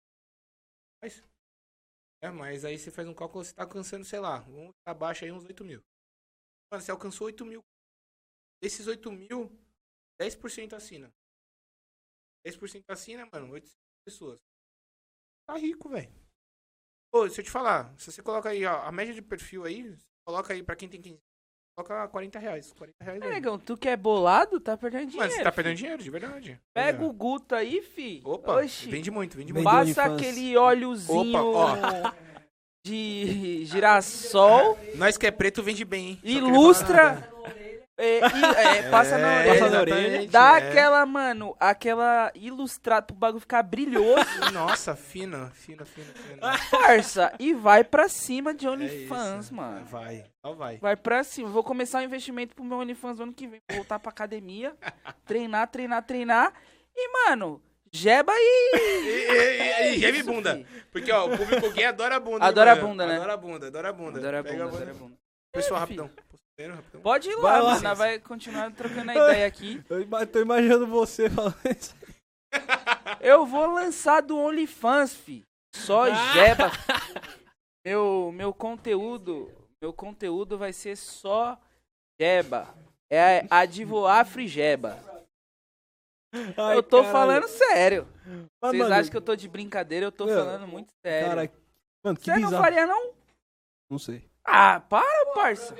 [SPEAKER 2] Mas aí você faz um cálculo, você tá alcançando, sei lá, vamos estar baixo aí uns 8 mil. Mano, você alcançou 8 mil. Desses 8 mil, 10% assina. 10% assina, mano, 800 pessoas. Tá rico, velho. Pô, se eu te falar, se você coloca aí, ó, a média de perfil aí, coloca aí pra quem tem 15, coloca 40 reais. 40 reais aí.
[SPEAKER 1] Negão, tu que é bolado, tá perdendo dinheiro.
[SPEAKER 2] Mano, você tá
[SPEAKER 1] fi.
[SPEAKER 2] perdendo dinheiro, de verdade.
[SPEAKER 1] Pega
[SPEAKER 2] Aí, ó.
[SPEAKER 1] o Guto aí, fi.
[SPEAKER 2] Opa,
[SPEAKER 1] Oxi.
[SPEAKER 2] vende muito, vende
[SPEAKER 3] Vende
[SPEAKER 2] muito.
[SPEAKER 3] muito.
[SPEAKER 1] Passa
[SPEAKER 3] OnlyFans.
[SPEAKER 1] aquele óleozinho
[SPEAKER 2] Opa,
[SPEAKER 1] de girassol,
[SPEAKER 2] Nós que é preto vende bem, hein? Só queria
[SPEAKER 1] ilustra,
[SPEAKER 2] falar.
[SPEAKER 1] passa na orelha.
[SPEAKER 3] Passa na orelha.
[SPEAKER 2] exatamente,
[SPEAKER 1] Dá
[SPEAKER 2] é.
[SPEAKER 1] aquela, mano, aquela ilustrada pro bagulho ficar brilhoso,
[SPEAKER 2] Nossa, fino.
[SPEAKER 1] parça. E vai pra cima de
[SPEAKER 2] É
[SPEAKER 1] OnlyFans,
[SPEAKER 2] isso.
[SPEAKER 1] mano.
[SPEAKER 2] Vai, só vai.
[SPEAKER 1] Vai pra cima. Vou começar o investimento pro meu OnlyFans ano que vem. Vou voltar pra academia, treinar. E, mano, jeba
[SPEAKER 2] E geme
[SPEAKER 1] Isso,
[SPEAKER 2] bunda.
[SPEAKER 1] fi.
[SPEAKER 2] Porque, ó, o público gay adora bunda.
[SPEAKER 1] Adora
[SPEAKER 2] hein, mano?
[SPEAKER 1] bunda, né?
[SPEAKER 2] Adora bunda.
[SPEAKER 1] Adora
[SPEAKER 2] Pega
[SPEAKER 1] bunda.
[SPEAKER 2] Pessoal,
[SPEAKER 1] É,
[SPEAKER 2] rapidão. Posso ver, rapidão?
[SPEAKER 1] Pode ir
[SPEAKER 3] Vai
[SPEAKER 1] lá,
[SPEAKER 3] lá.
[SPEAKER 1] mano. Nós vai continuar trocando a ideia aqui.
[SPEAKER 3] Eu tô imaginando você falando isso.
[SPEAKER 1] Eu vou lançar do OnlyFans, fi. Só jeba. Meu conteúdo vai ser só jeba. É a Divo Afrijeba.
[SPEAKER 3] Ai,
[SPEAKER 1] Eu tô
[SPEAKER 3] caralho.
[SPEAKER 1] falando sério.
[SPEAKER 3] Mas,
[SPEAKER 1] Vocês
[SPEAKER 3] mano,
[SPEAKER 1] acham que eu tô de brincadeira? Eu tô
[SPEAKER 3] Meu,
[SPEAKER 1] falando muito sério.
[SPEAKER 3] Cara, mano, que
[SPEAKER 1] Você não
[SPEAKER 3] bizarro.
[SPEAKER 1] faria, não?
[SPEAKER 3] Não sei.
[SPEAKER 1] Ah, para, parça.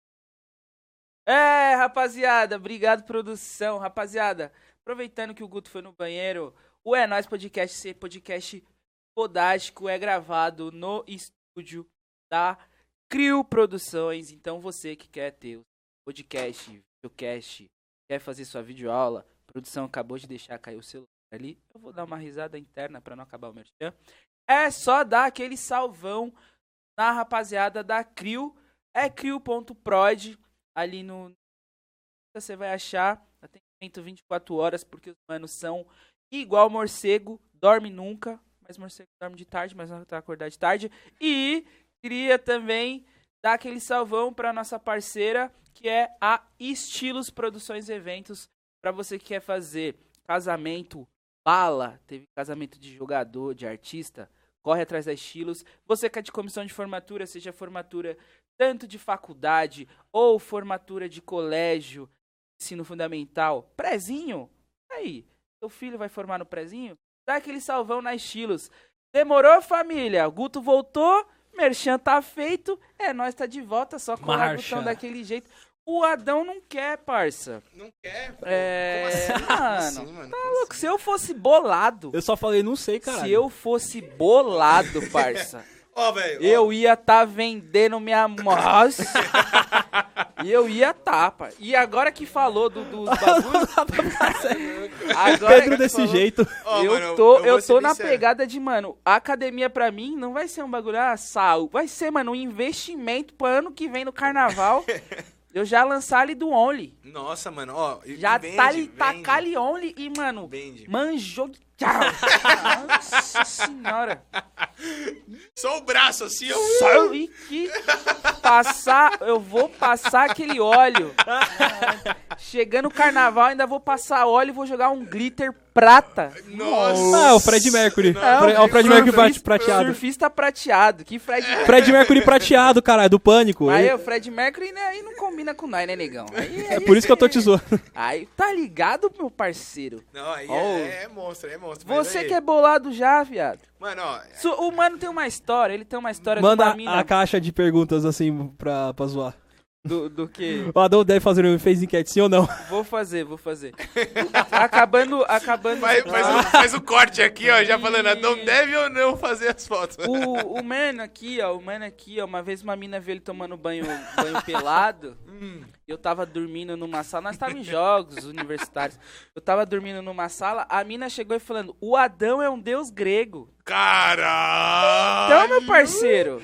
[SPEAKER 1] Rapaziada, obrigado, produção. Rapaziada, aproveitando que o Guto foi no banheiro, o É Nóis Podcast, esse podcast podástico, é gravado no estúdio da Crio Produções. Então você que quer ter o podcast, videocast, quer fazer sua videoaula, a produção acabou de deixar cair o celular ali, eu vou dar uma risada interna pra não acabar o merchan. É só dar aquele salvão na rapaziada da CRIO, é crio.prod, ali no... Você vai achar atendimento 24 horas, porque os manos são igual morcego, dorme nunca, mas morcego dorme de tarde, mas não tá acordar de tarde. E queria também dar aquele salvão pra nossa parceira, que é a Estilos Produções e Eventos, pra você que quer fazer casamento, bala, teve casamento de jogador, de artista, corre atrás da Estilos. Você que é de comissão de formatura, seja formatura tanto de faculdade ou formatura de colégio, ensino fundamental, prezinho, aí, seu filho vai formar no prezinho, dá aquele salvão na Estilos. Demorou, família? O Guto voltou, merchan tá feito, nós tá de volta, só com o Gutão daquele jeito. O Adão não quer, parça.
[SPEAKER 2] Não quer? Pô.
[SPEAKER 1] Mano, tá louco. Se eu fosse bolado...
[SPEAKER 3] Eu só falei, não sei, cara.
[SPEAKER 1] Se eu fosse bolado, parça...
[SPEAKER 2] Ó, velho.
[SPEAKER 1] Eu ia tá vendendo minha... Nossa! E eu ia tá, pá. E agora que falou dos bagulhos... Agora
[SPEAKER 3] Pedro desse
[SPEAKER 1] falou,
[SPEAKER 3] jeito.
[SPEAKER 1] Eu tô na pegada de, mano, a academia pra mim não vai ser um bagulho, saúde. Vai ser, mano, um investimento pro ano que vem no carnaval. Eu já lançar ali do Only.
[SPEAKER 2] Nossa, mano, ó.
[SPEAKER 1] Já
[SPEAKER 2] vende,
[SPEAKER 1] tá ali, tacar ali Only e, mano,
[SPEAKER 2] vende.
[SPEAKER 1] manjou. Tchau. Nossa senhora.
[SPEAKER 2] Só o braço assim, ó.
[SPEAKER 1] Só e que passar, eu vou passar aquele óleo. Chegando o carnaval, ainda vou passar óleo e vou jogar um glitter prata.
[SPEAKER 2] Nossa.
[SPEAKER 3] O Fred Mercury.
[SPEAKER 1] Não,
[SPEAKER 3] o Fred Mercury prateado.
[SPEAKER 1] Surfista prateado. Que Fred Mercury.
[SPEAKER 3] Fred Mercury prateado, caralho, do Pânico.
[SPEAKER 1] Aí o Fred Mercury, né, aí não combina com nós, né, negão?
[SPEAKER 3] É por isso que eu tô te zoando.
[SPEAKER 1] Aí, tá ligado, meu parceiro?
[SPEAKER 2] Não, aí é monstro, é monstro.
[SPEAKER 1] Você
[SPEAKER 2] aí...
[SPEAKER 1] que é bolado já, viado.
[SPEAKER 2] Mano, ó...
[SPEAKER 1] O mano tem uma história, ele tem uma história de
[SPEAKER 3] Manda
[SPEAKER 1] uma mina...
[SPEAKER 3] a caixa de perguntas, assim, pra zoar.
[SPEAKER 1] Do que?
[SPEAKER 3] O Adão deve fazer, fez enquete, sim ou não?
[SPEAKER 1] Vou fazer. Acabando...
[SPEAKER 2] Faz o corte aqui, ó, já falando, Adão deve ou não fazer as fotos.
[SPEAKER 1] O mano aqui, ó, uma vez uma mina viu ele tomando banho pelado, eu tava dormindo numa sala, nós tava em jogos universitários, eu tava dormindo numa sala, a mina chegou e falando, o Adão é um deus grego.
[SPEAKER 2] Caralho!
[SPEAKER 1] Então, meu parceiro,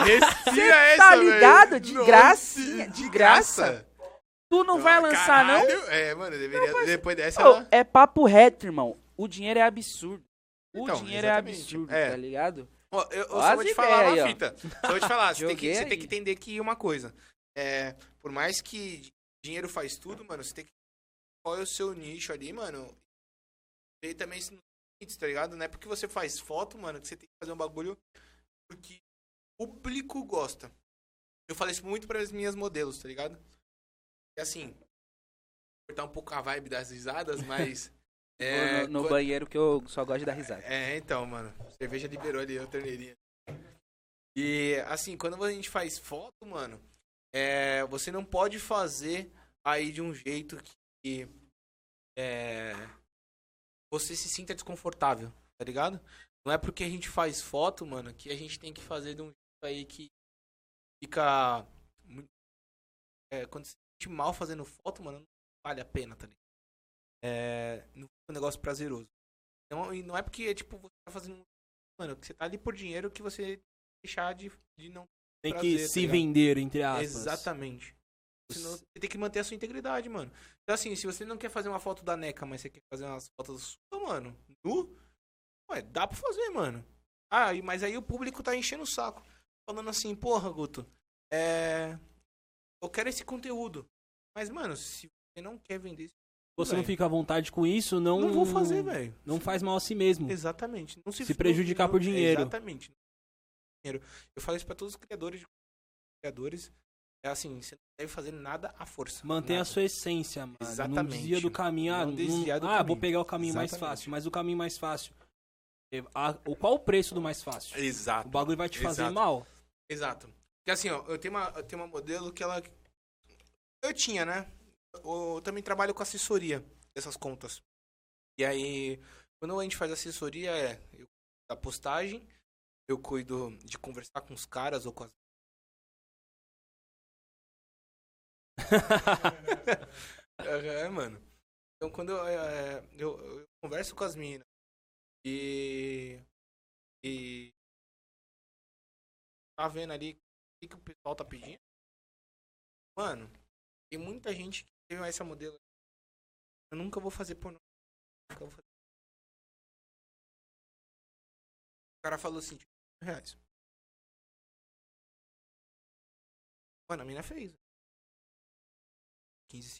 [SPEAKER 2] você
[SPEAKER 1] tá ligado?
[SPEAKER 2] Véio.
[SPEAKER 1] De
[SPEAKER 2] Nossa,
[SPEAKER 1] gracinha, de graça. Tu não vai lançar,
[SPEAKER 2] caralho.
[SPEAKER 1] não?
[SPEAKER 2] É, mano, deveria, depois dessa...
[SPEAKER 1] É papo reto, irmão. O dinheiro é absurdo.
[SPEAKER 2] Então,
[SPEAKER 1] dinheiro
[SPEAKER 2] exatamente.
[SPEAKER 1] é absurdo,
[SPEAKER 2] É.
[SPEAKER 1] tá ligado?
[SPEAKER 2] Ó, eu só vou te falar
[SPEAKER 1] aí,
[SPEAKER 2] uma
[SPEAKER 1] ó.
[SPEAKER 2] fita. Só vou te falar, você tem
[SPEAKER 1] Joguei
[SPEAKER 2] que entender que uma coisa. Por mais que dinheiro faz tudo, mano, você tem que... Qual é o seu nicho ali, mano? E também, tá ligado? Não é porque você faz foto, mano, que você tem que fazer um bagulho porque o público gosta. Eu falei isso muito para as minhas modelos, tá ligado? E assim, cortar um pouco a vibe das risadas, mas...
[SPEAKER 1] no banheiro que eu só gosto de dar risada.
[SPEAKER 2] Então, mano, cerveja liberou ali, a torneirinha. E assim, quando a gente faz foto, mano, você não pode fazer aí de um jeito que você se sinta desconfortável, tá ligado? Não é porque a gente faz foto, mano, que a gente tem que fazer de um jeito aí que fica muito... quando você se sente mal fazendo foto, mano, não vale a pena, tá ligado? Não é um negócio prazeroso. Então, e não é porque, tipo, você tá fazendo... Mano, que você tá ali por dinheiro que você deixar de não...
[SPEAKER 3] Tem
[SPEAKER 2] prazer,
[SPEAKER 3] que
[SPEAKER 2] tá
[SPEAKER 3] se
[SPEAKER 2] ligado?
[SPEAKER 3] vender, entre aspas.
[SPEAKER 2] Exatamente. Senão você tem que manter a sua integridade, mano. Então, assim, se você não quer fazer uma foto da NECA, mas você quer fazer umas fotos suas, mano, dá pra fazer, mano. Mas aí o público tá enchendo o saco. Falando assim, porra, Guto, eu quero esse conteúdo. Mas, mano, se você não quer vender esse
[SPEAKER 3] Você
[SPEAKER 2] véio,
[SPEAKER 3] não fica à vontade com isso, não
[SPEAKER 2] vou fazer, velho.
[SPEAKER 3] Não faz mal a si mesmo.
[SPEAKER 2] Exatamente. Não
[SPEAKER 3] se prejudicar por dinheiro.
[SPEAKER 2] Exatamente. Eu falo isso pra todos os criadores. É assim, você não deve fazer nada à força.
[SPEAKER 3] Mantenha
[SPEAKER 2] nada.
[SPEAKER 3] a sua essência, mano.
[SPEAKER 2] Exatamente.
[SPEAKER 3] Não desvia do caminho.
[SPEAKER 2] Não desviar do caminho.
[SPEAKER 3] Vou pegar o caminho mais fácil. Mas o caminho mais fácil... Qual o preço do mais fácil?
[SPEAKER 2] Exato.
[SPEAKER 3] O bagulho vai te fazer mal.
[SPEAKER 2] Exato. Porque assim, ó, eu tenho uma modelo que ela... Eu tinha, né? Eu também trabalho com assessoria dessas contas. E aí, quando a gente faz assessoria, eu cuido da postagem, eu cuido de conversar com os caras ou com as... É, mano. Então, quando eu converso com as minas e tá vendo ali o que o pessoal tá pedindo, mano, tem muita gente que tem essa modelo. Eu nunca vou fazer pornô. Nunca vou fazer. O cara falou assim, tipo, R$100. Mano, a mina fez. 15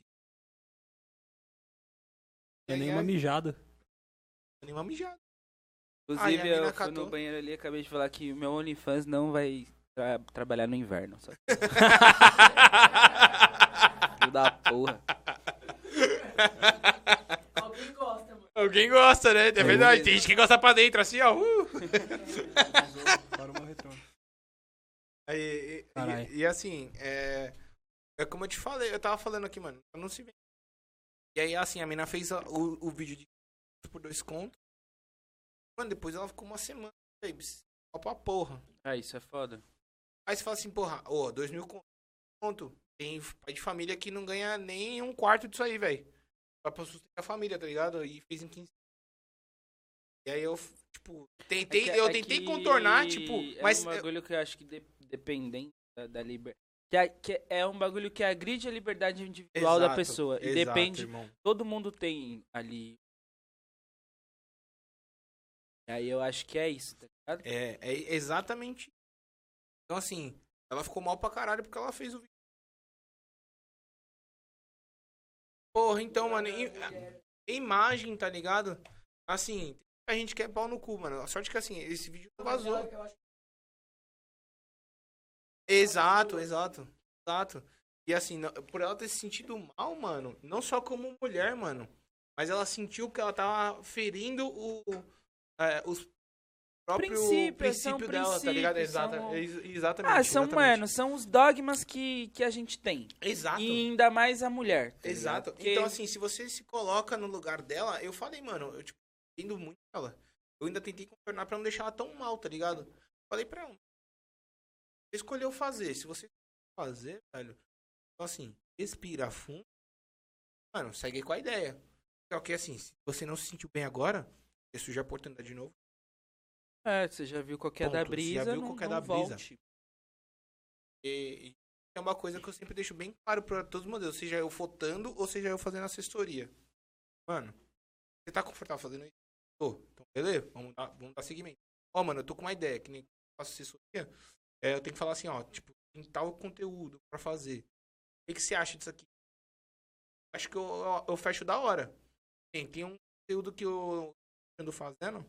[SPEAKER 3] É nem uma mijada.
[SPEAKER 2] nem uma mijada.
[SPEAKER 1] Inclusive,
[SPEAKER 2] Aí a mina
[SPEAKER 1] eu fui
[SPEAKER 2] catou.
[SPEAKER 1] no banheiro ali e acabei de falar que o meu OnlyFans não vai trabalhar no inverno. Só filho da porra.
[SPEAKER 4] Alguém gosta, mano.
[SPEAKER 2] Alguém gosta, né? É verdade. Tem gente que gosta pra dentro, assim, ó.
[SPEAKER 3] Para uma retorno.
[SPEAKER 2] E assim, é como eu te falei, eu tava falando aqui, mano. Eu não se vê. E aí, assim, a mina fez o vídeo de por 2 contos. Mano, depois ela ficou uma semana, só pra porra.
[SPEAKER 1] Ah, isso é foda.
[SPEAKER 2] Aí você fala assim, porra, 2.000 conto. Tem pai de família que não ganha nem um quarto disso aí, velho. Pra sustentar a família, tá ligado? E fez em 15. E aí eu, tipo, tentei contornar, tipo, mas.
[SPEAKER 1] É um bagulho que eu acho que dependendo da liberdade. Que é um bagulho que agride a liberdade individual da pessoa. E depende.
[SPEAKER 2] Irmão.
[SPEAKER 1] Todo mundo tem ali. E aí eu acho que é isso, tá ligado?
[SPEAKER 2] É exatamente. Então, assim, ela ficou mal pra caralho porque ela fez o vídeo. Porra, então, mano, imagem, tá ligado? Assim, a gente quer pau no cu, mano. A sorte que, assim, esse vídeo não vazou. Exato. E, assim, por ela ter se sentido mal, mano, não só como mulher, mano, mas ela sentiu que ela tava ferindo os próprios princípios dela, tá ligado? Exatamente.
[SPEAKER 1] Mano, são os dogmas que a gente tem.
[SPEAKER 2] Exato.
[SPEAKER 1] E ainda mais a mulher. Tá
[SPEAKER 2] Exato.
[SPEAKER 1] ligado? Porque...
[SPEAKER 2] Então, assim, se você se coloca no lugar dela, eu falei, mano, eu, tipo, entendo muito ela. Eu ainda tentei contornar pra não deixar ela tão mal, tá ligado? Falei pra ela, você escolheu fazer. Se você fazer, velho, então, assim, respira fundo, mano, segue com a ideia. Só que, assim, se você não se sentiu bem agora, você surge a oportunidade de novo.
[SPEAKER 1] Você já viu qualquer da
[SPEAKER 2] Ponto.
[SPEAKER 1] brisa,
[SPEAKER 2] Já viu
[SPEAKER 1] não,
[SPEAKER 2] qualquer
[SPEAKER 1] não
[SPEAKER 2] da brisa.
[SPEAKER 1] volte.
[SPEAKER 2] E é uma coisa que eu sempre deixo bem claro pra todos os modelos, seja eu fotando ou seja eu fazendo assessoria. Mano, você tá confortável fazendo isso? Tô. Então, beleza? Vamos dar seguimento. Mano, eu tô com uma ideia, que nem eu faço assessoria. Eu tenho que falar assim, tipo, tem tal conteúdo pra fazer. O que você acha disso aqui? Acho que eu fecho da hora. Tem um conteúdo que eu ando fazendo,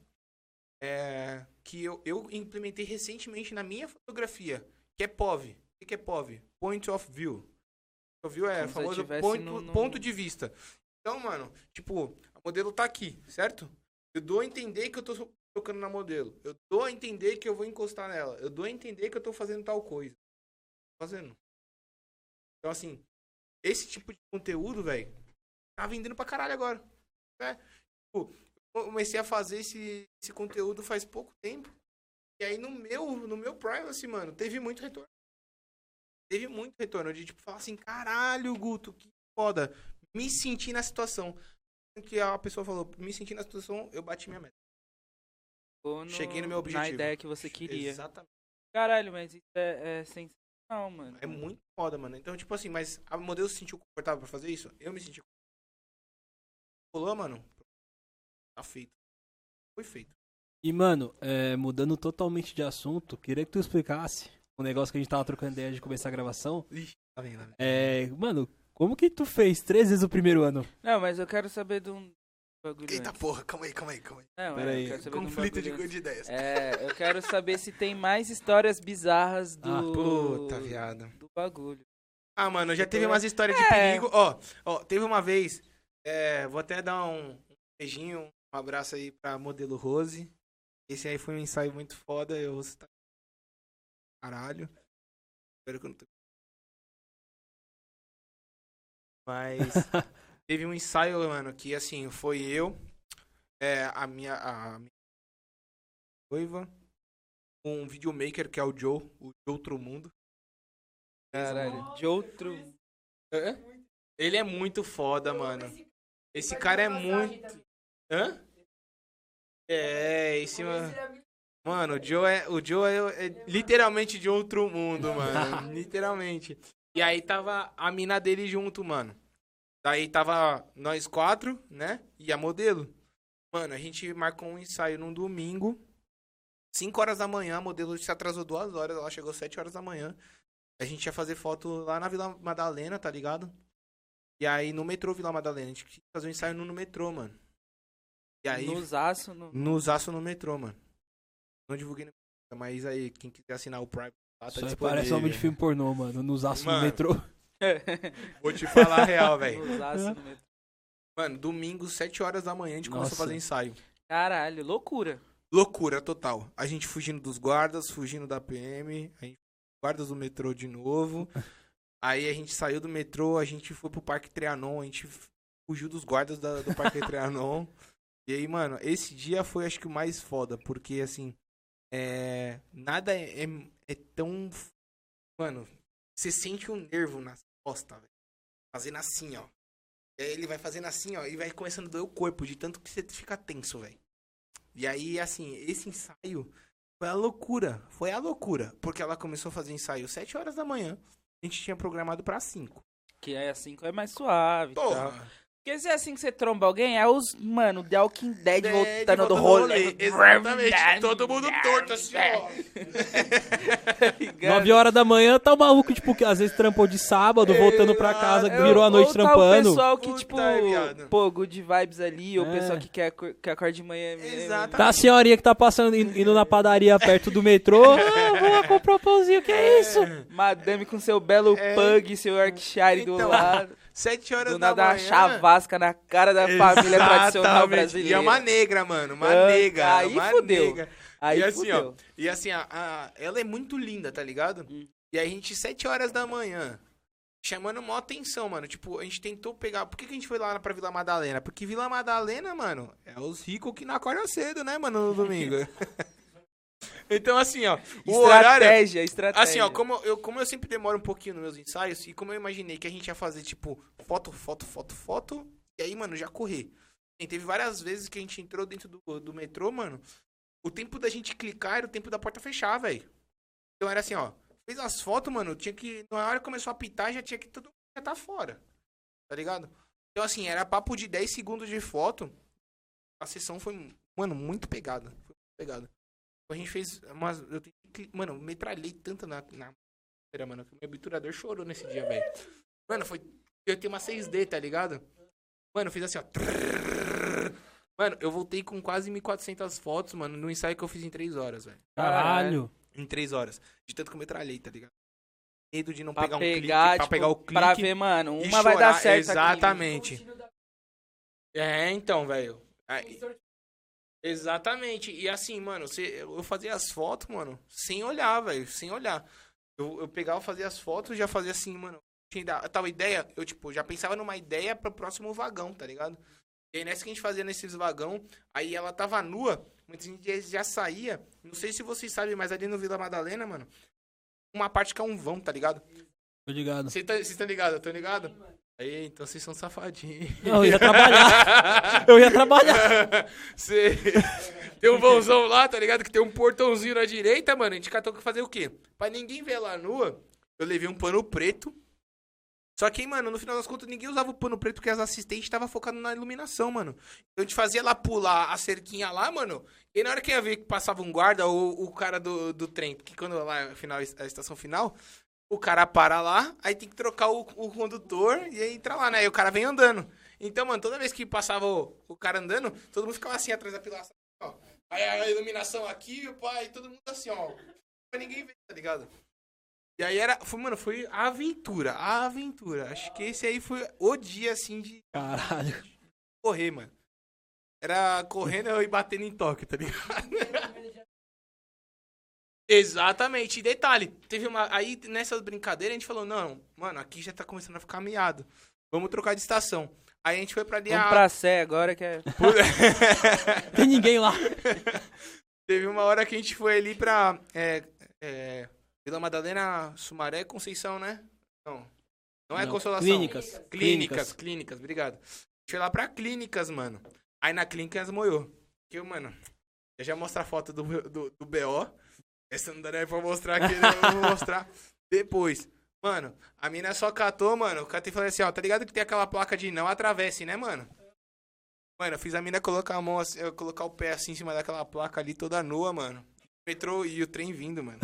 [SPEAKER 2] que eu implementei recentemente na minha fotografia, que é POV. O que é POV? Point of View. Point of View é o famoso ponto de vista. Então, mano, tipo, a modelo tá aqui, certo? Eu dou a entender que eu tô tocando na modelo. Eu dou a entender que eu vou encostar nela. Eu dou a entender que eu tô fazendo tal coisa. Fazendo. Então, assim, esse tipo de conteúdo, velho, tá vendendo pra caralho agora. Né? Tipo, eu comecei a fazer esse conteúdo faz pouco tempo. E aí no meu privacy, mano, teve muito retorno. Teve muito retorno de, tipo, falar assim, caralho, Guto, que foda. Me senti na situação que a pessoa falou. Me senti na situação, eu bati minha meta. Cheguei no meu objetivo.
[SPEAKER 1] Na ideia que você queria.
[SPEAKER 2] Exatamente.
[SPEAKER 1] Caralho, mas isso é sensacional, mano.
[SPEAKER 2] É muito foda, mano. Então, tipo assim, mas a modelo se sentiu confortável pra fazer isso? Eu me senti confortável. Rolou, mano? Tá feito. Foi feito.
[SPEAKER 3] E, mano, mudando totalmente de assunto, queria que tu explicasse o negócio que a gente tava trocando ideia de começar a gravação.
[SPEAKER 2] Ixi, tá vendo?
[SPEAKER 3] Mano, como que tu fez 3 vezes o primeiro ano?
[SPEAKER 1] Não, mas eu quero saber de um bagulho
[SPEAKER 2] Eita
[SPEAKER 1] antes.
[SPEAKER 2] porra, calma aí.
[SPEAKER 1] Não,
[SPEAKER 3] Pera aí.
[SPEAKER 1] eu quero saber
[SPEAKER 2] Conflito
[SPEAKER 1] de um bagulho
[SPEAKER 2] de ideias.
[SPEAKER 1] antes. Eu quero saber se tem mais histórias bizarras do...
[SPEAKER 2] Puta, viado.
[SPEAKER 1] do bagulho.
[SPEAKER 2] Ah, mano, já teve umas histórias de perigo. Ó, teve uma vez, vou até dar um beijinho, um abraço aí pra modelo Rose. Esse aí foi um ensaio muito foda, eu tá... Caralho. Espero que eu não tô... Mas teve um ensaio, mano, que assim, foi eu, a minha noiva, um videomaker que é o Joe Outro Mundo.
[SPEAKER 1] Caralho, de outro...
[SPEAKER 2] Ele é muito foda, mano. Esse cara é muito... Hã? Esse, mano... Mano, o Joe é literalmente de outro mundo, mano. Literalmente. E aí tava a mina dele junto, mano. Daí tava nós 4, né? E a modelo. Mano, a gente marcou um ensaio num domingo. 5 horas da manhã, a modelo se atrasou 2 horas. Ela chegou 7 horas da manhã. A gente ia fazer foto lá na Vila Madalena, tá ligado? E aí no metrô Vila Madalena. A gente quis fazer um ensaio no metrô, mano. E aí...
[SPEAKER 1] No Zaço, no...
[SPEAKER 2] No Zaço no metrô, mano. Não divulguei no... Mas aí, quem quiser assinar o Prime, lá tá
[SPEAKER 3] Isso
[SPEAKER 2] disponível.
[SPEAKER 3] parece nome de filme pornô, mano. Nos aços no metrô.
[SPEAKER 2] Vou te falar a real, velho.
[SPEAKER 1] No Zaço, no metrô.
[SPEAKER 2] Mano, domingo, 7 horas da manhã, a gente começou a fazer ensaio.
[SPEAKER 1] Caralho, loucura.
[SPEAKER 2] Loucura total. A gente fugindo dos guardas, fugindo da PM, a gente guardas do metrô de novo. Aí a gente saiu do metrô, a gente foi pro Parque Trianon, a gente fugiu dos guardas do Parque Trianon. E aí, mano, esse dia foi acho que o mais foda, porque assim, nada é tão... Mano, você sente um nervo nas costas, velho. Fazendo assim, ó. E aí ele vai fazendo assim, ó, e vai começando a doer o corpo, de tanto que você fica tenso, velho. E aí, assim, esse ensaio foi a loucura. Foi a loucura. Porque ela começou a fazer ensaio 7 horas da manhã. A gente tinha programado pra 5.
[SPEAKER 1] Que aí a 5 é mais suave e tal.
[SPEAKER 2] Porra.
[SPEAKER 1] Porque se é assim que você tromba alguém, é os, mano, The Walking Dead voltando do
[SPEAKER 2] volta
[SPEAKER 1] rolê.
[SPEAKER 2] Exatamente. Todo mundo torto, assim, ó.
[SPEAKER 3] 9 horas da manhã, tá o maluco, tipo, que às vezes trampou de sábado, voltando pra casa, virou a noite
[SPEAKER 1] ou tá o
[SPEAKER 3] trampando.
[SPEAKER 1] pessoal que,
[SPEAKER 2] Puta,
[SPEAKER 1] tipo,
[SPEAKER 2] viado.
[SPEAKER 1] pô, good vibes ali, ou o
[SPEAKER 3] É.
[SPEAKER 1] pessoal que acorda de manhã mesmo.
[SPEAKER 2] Exatamente.
[SPEAKER 3] Tá a senhorinha que tá passando, indo na padaria perto do metrô. Ah, vou lá comprar um pãozinho, que é isso?
[SPEAKER 1] Madame com seu belo pug, seu Yorkshire do
[SPEAKER 2] Então,
[SPEAKER 1] lado.
[SPEAKER 2] 7 horas
[SPEAKER 1] Do
[SPEAKER 2] da
[SPEAKER 1] nada uma
[SPEAKER 2] manhã.
[SPEAKER 1] chavasca na cara da família tradicional
[SPEAKER 2] Exatamente.
[SPEAKER 1] brasileira.
[SPEAKER 2] E é uma negra, mano. Uma
[SPEAKER 1] Ah,
[SPEAKER 2] negra.
[SPEAKER 1] aí
[SPEAKER 2] uma
[SPEAKER 1] fudeu.
[SPEAKER 2] negra.
[SPEAKER 1] Aí
[SPEAKER 2] e assim,
[SPEAKER 1] fudeu.
[SPEAKER 2] ó. E assim, ela é muito linda, tá ligado? E aí a gente, 7 horas da manhã, chamando mó atenção, mano. Tipo, a gente tentou pegar... Por que a gente foi lá pra Vila Madalena? Porque Vila Madalena, mano, é os ricos que não acordam cedo, né, mano, no domingo. Então, assim, ó, o horário...
[SPEAKER 1] Estratégia.
[SPEAKER 2] Assim, ó, como eu sempre demoro um pouquinho nos meus ensaios, e como eu imaginei que a gente ia fazer, tipo, foto, e aí, mano, já correr. E teve várias vezes que a gente entrou dentro do metrô, mano, o tempo da gente clicar era o tempo da porta fechar, velho. Então era assim, ó, fez as fotos, mano, tinha que, na hora que começou a apitar, já tinha que todo mundo já tá fora, tá ligado? Então, assim, era papo de 10 segundos de foto, a sessão foi, mano, muito pegada, A gente fez umas... Mano, eu metralhei tanto na mano, que o meu obturador chorou nesse dia, velho. Mano, foi... Eu tenho uma 6D, tá ligado? Mano, eu fiz assim, ó. Mano, eu voltei com quase 1.400 fotos, mano, no ensaio que eu fiz em 3 horas, velho.
[SPEAKER 3] Caralho.
[SPEAKER 2] Em 3 horas. De tanto que eu metralhei, tá ligado? Medo de não
[SPEAKER 1] Pra
[SPEAKER 2] pegar um clique,
[SPEAKER 1] pegar,
[SPEAKER 2] pra
[SPEAKER 1] tipo,
[SPEAKER 2] pegar o clique.
[SPEAKER 1] pra ver, mano,
[SPEAKER 2] e
[SPEAKER 1] uma vai dar
[SPEAKER 2] chorar.
[SPEAKER 1] certo
[SPEAKER 2] Exatamente. Então, velho. Exatamente. E assim, mano, eu fazia as fotos, mano, sem olhar, velho. Sem olhar. Eu pegava, fazia as fotos, já fazia assim, mano. Tinha tal ideia, eu, tipo, já pensava numa ideia pro próximo vagão, tá ligado? E aí, nessa que a gente fazia nesses vagão, aí ela tava nua, muita gente já saía. Não sei se vocês sabem, mas ali no Vila Madalena, mano, uma parte que é um vão, tá ligado?
[SPEAKER 3] Tô ligado.
[SPEAKER 2] Vocês estão ligados? Estão ligados? Aí, então vocês são safadinhos.
[SPEAKER 3] Não, eu ia trabalhar. Eu ia trabalhar.
[SPEAKER 2] Cê... Tem um vãozão lá, tá ligado? Que tem um portãozinho na direita, mano. A gente catou que fazer o quê? Pra ninguém ver lá nua, eu levei um pano preto. Só que, mano, no final das contas, ninguém usava o pano preto porque as assistentes estavam focadas na iluminação, mano. Então a gente fazia ela pular a cerquinha lá, mano. E na hora que ia ver que passava um guarda ou o cara do trem, porque quando lá, final, a estação final, o cara para lá, aí tem que trocar o condutor e aí entra lá, né? E o cara vem andando. Então, mano, toda vez que passava o cara andando, todo mundo ficava assim atrás da pilastra, ó. Aí a iluminação aqui, pai, todo mundo assim, ó. Pra ninguém ver, tá ligado? E aí foi a aventura. Acho que esse aí foi o dia, assim, de
[SPEAKER 3] Caralho.
[SPEAKER 2] correr, mano. Era correndo e batendo em toque, tá ligado? Exatamente. E detalhe, teve uma... Aí, nessa brincadeira, a gente falou, não, mano, aqui já tá começando a ficar miado. Vamos trocar de estação. Aí a gente foi pra ali...
[SPEAKER 1] Vamos pra Sé agora, que é...
[SPEAKER 3] Tem ninguém lá.
[SPEAKER 2] Teve uma hora que a gente foi ali pra... Vila Madalena, Sumaré, Conceição, né? Não. Não é
[SPEAKER 3] Não.
[SPEAKER 2] consolação. Clínicas, obrigado. Fui lá pra clínicas, mano. Aí na clínicas moiou. Porque, mano, eu já mostro a foto do BO. Essa não dá nem pra mostrar aqui, né? Eu vou mostrar depois. Mano, a mina só catou, mano. O cara falou assim, ó, tá ligado que tem aquela placa de não atravesse, né, mano? Mano, eu fiz a mina colocar a mão assim, colocar o pé assim em cima daquela placa ali toda nua, mano. O metrô e o trem vindo, mano.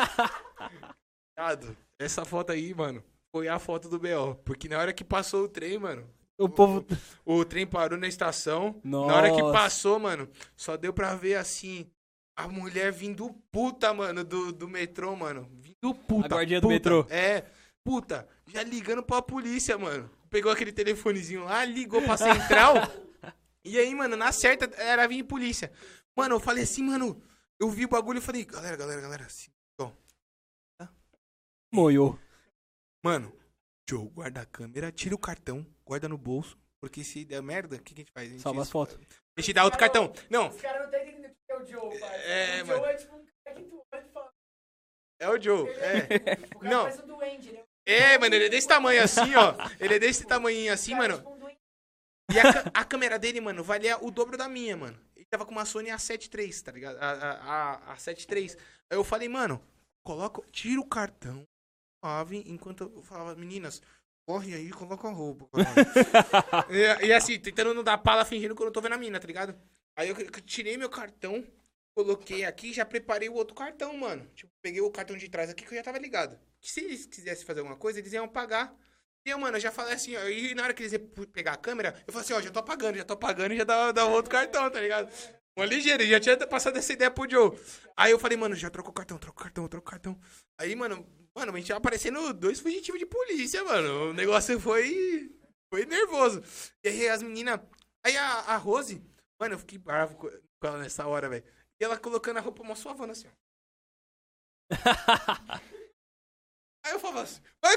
[SPEAKER 2] Essa foto aí, mano, foi a foto do BO. Porque na hora que passou o trem, mano,
[SPEAKER 3] O povo...
[SPEAKER 2] o trem parou na estação.
[SPEAKER 3] Nossa.
[SPEAKER 2] Na hora que passou, mano, só deu pra ver assim, a mulher vindo puta, mano, do metrô, mano. Vindo puta.
[SPEAKER 3] A guardinha do
[SPEAKER 2] puta.
[SPEAKER 3] metrô.
[SPEAKER 2] É, puta. Já ligando pra polícia, mano. Pegou aquele telefonezinho lá, ligou pra central. E aí, mano, na certa era vir polícia. Mano, eu falei assim, mano, eu vi o bagulho e falei, galera, assim, ó.
[SPEAKER 3] Moiou.
[SPEAKER 2] Mano, Joe, guarda a câmera, tira o cartão, guarda no bolso, porque se der merda, o que a gente faz? A gente
[SPEAKER 3] Salva as fotos.
[SPEAKER 2] A gente dá outro cartão. Não,
[SPEAKER 4] Os caras não estão entendendo o que é o Joe, pai.
[SPEAKER 2] É,
[SPEAKER 4] o
[SPEAKER 2] mano.
[SPEAKER 4] Joe é tipo um cara que tu olha e fala.
[SPEAKER 2] é o Joe, é.
[SPEAKER 4] O cara
[SPEAKER 2] Não.
[SPEAKER 4] parece um duende, né?
[SPEAKER 2] É, mano, ele é desse tamanho assim, ó. Ele é desse tamanhinho assim,
[SPEAKER 4] O cara é
[SPEAKER 2] mano.
[SPEAKER 4] tipo um duende.
[SPEAKER 2] E a câmera dele, mano, valia o dobro da minha, mano. Ele tava com uma Sony A7 III, tá ligado? A 7 III. Aí eu falei, mano, tira o cartão, suave, enquanto eu falava, meninas, corre aí e coloca a roupa. e assim, tentando não dar pala, fingindo que eu não tô vendo a mina, tá ligado? Aí eu tirei meu cartão, coloquei aqui e já preparei o outro cartão, mano. Tipo, peguei o cartão de trás aqui que eu já tava ligado. Que se eles quisessem fazer alguma coisa, eles iam pagar. E eu, mano, eu já falei assim, ó, e na hora que eles iam pegar a câmera, eu falei assim, ó, já tô apagando e já dá o outro cartão, tá ligado? Uma ligeira, já tinha passado essa ideia pro Joe. Aí eu falei, mano, já troca o cartão. Aí, mano, a gente tava aparecendo 2 fugitivos de polícia, mano. O negócio foi nervoso. E aí as meninas, aí a Rose, mano, eu fiquei bravo com ela nessa hora, velho. E ela colocando a roupa mó suavona assim, ó. Aí eu falava assim, vai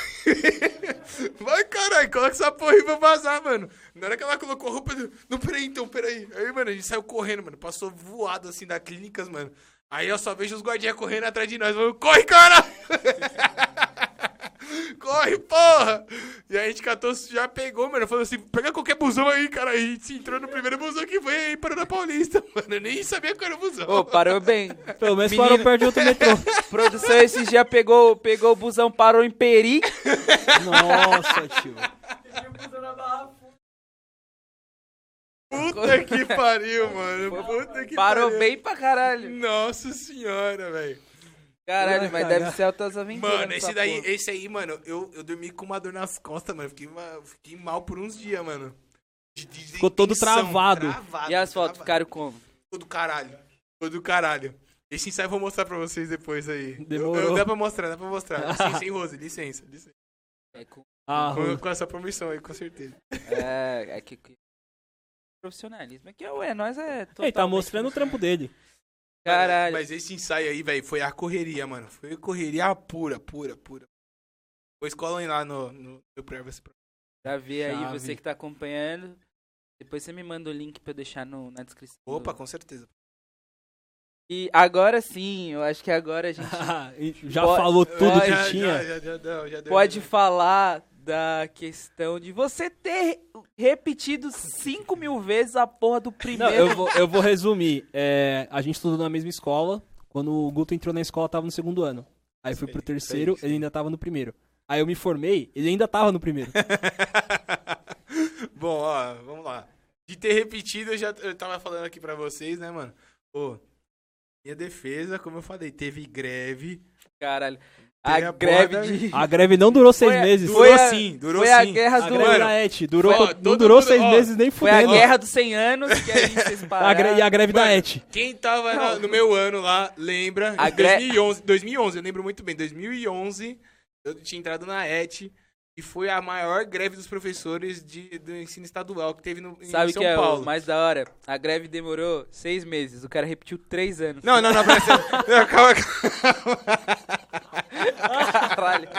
[SPEAKER 2] caralho, coloca essa porra aí pra vazar, mano. Na hora que ela colocou a roupa, não, peraí. Aí, mano, a gente saiu correndo, mano, passou voado assim da clínicas, mano. Aí eu só vejo os guardinhas correndo atrás de nós, mano, corre, caralho! Corre, porra! E aí a gente catou, já pegou, mano, falou assim, pega qualquer busão aí, cara. Aí a gente entrou no primeiro busão que foi aí, parou na Paulista, mano, eu nem sabia qual era o busão.
[SPEAKER 1] Ô, parou bem.
[SPEAKER 3] Pelo menos
[SPEAKER 1] Menino.
[SPEAKER 3] parou perto de outro metrô.
[SPEAKER 1] Produção esses dias pegou o busão, parou em Peri.
[SPEAKER 3] Nossa, tio.
[SPEAKER 4] Ele usando a barra funda.
[SPEAKER 2] Puta que pariu, mano, puta que
[SPEAKER 1] Parou
[SPEAKER 2] pariu.
[SPEAKER 1] bem pra caralho.
[SPEAKER 2] Nossa senhora, velho.
[SPEAKER 1] Caralho, mas
[SPEAKER 3] Cagar.
[SPEAKER 1] deve ser altas aventuras.
[SPEAKER 2] Mano,
[SPEAKER 1] nessa porra.
[SPEAKER 2] esse aí, mano, eu dormi com uma dor nas costas, mano. Fiquei mal por uns dias, mano.
[SPEAKER 3] Ficou todo travado.
[SPEAKER 1] E as fotos ficaram como?
[SPEAKER 2] Todo caralho. Esse ensaio eu vou mostrar pra vocês depois aí.
[SPEAKER 3] Demorou.
[SPEAKER 2] Dá pra mostrar. Licença, hein, Rose, licença.
[SPEAKER 1] É, com...
[SPEAKER 3] Ah,
[SPEAKER 2] Com essa permissão aí, com certeza.
[SPEAKER 1] é que profissionalismo. Aqui nós é
[SPEAKER 3] ele tá
[SPEAKER 1] totalmente
[SPEAKER 3] mostrando o trampo dele.
[SPEAKER 1] Caralho.
[SPEAKER 2] Mas esse ensaio aí, velho, foi a correria, mano. Foi correria pura. Depois colem lá no meu Privacy.
[SPEAKER 1] Pra ver aí,
[SPEAKER 3] Chave.
[SPEAKER 1] você que tá acompanhando. Depois você me manda o link pra eu deixar na descrição.
[SPEAKER 2] Opa, com certeza.
[SPEAKER 1] E agora sim, eu acho que agora a gente
[SPEAKER 3] Já
[SPEAKER 1] Pode-
[SPEAKER 3] falou tudo
[SPEAKER 1] pode-
[SPEAKER 3] que tinha.
[SPEAKER 2] Já deu.
[SPEAKER 1] pode falar da questão de você ter repetido 5.000 vezes a porra do
[SPEAKER 3] Não,
[SPEAKER 1] primeiro.
[SPEAKER 3] eu vou resumir. A gente estudou na mesma escola. Quando o Guto entrou na escola, tava no segundo ano. Aí fui pro terceiro,
[SPEAKER 2] isso aí.
[SPEAKER 3] ele ainda tava no primeiro. Aí eu me formei, ele ainda tava no primeiro.
[SPEAKER 2] Bom, ó, vamos lá. De ter repetido, eu tava falando aqui pra vocês, né, mano? Pô, minha defesa, como eu falei, teve greve.
[SPEAKER 1] Caralho.
[SPEAKER 2] Teve
[SPEAKER 1] A
[SPEAKER 2] a
[SPEAKER 1] greve
[SPEAKER 2] porra
[SPEAKER 1] de.
[SPEAKER 3] A greve não durou 6 meses.
[SPEAKER 2] Durou sim.
[SPEAKER 1] Foi a guerra
[SPEAKER 3] A
[SPEAKER 1] do.
[SPEAKER 3] greve
[SPEAKER 2] Mano,
[SPEAKER 3] da ET durou,
[SPEAKER 2] ó,
[SPEAKER 3] não
[SPEAKER 2] todo
[SPEAKER 3] durou
[SPEAKER 2] mundo-
[SPEAKER 3] 6
[SPEAKER 2] ó,
[SPEAKER 3] meses nem
[SPEAKER 1] Foi a
[SPEAKER 3] fudendo.
[SPEAKER 1] guerra dos 100 anos que aí vocês pararam.
[SPEAKER 3] E a greve da
[SPEAKER 2] Mano,
[SPEAKER 3] ET.
[SPEAKER 2] Quem tava no meu ano lá, lembra?
[SPEAKER 1] A
[SPEAKER 2] Em 2011, eu lembro muito bem. 2011, eu tinha entrado na ET e foi a maior greve dos professores do ensino estadual que teve em
[SPEAKER 1] Sabe o
[SPEAKER 2] São
[SPEAKER 1] que é
[SPEAKER 2] Paulo.
[SPEAKER 1] o mais da hora? A greve demorou 6 meses. O cara repetiu 3 anos.
[SPEAKER 2] Não, presta não, calma.
[SPEAKER 1] Caralho.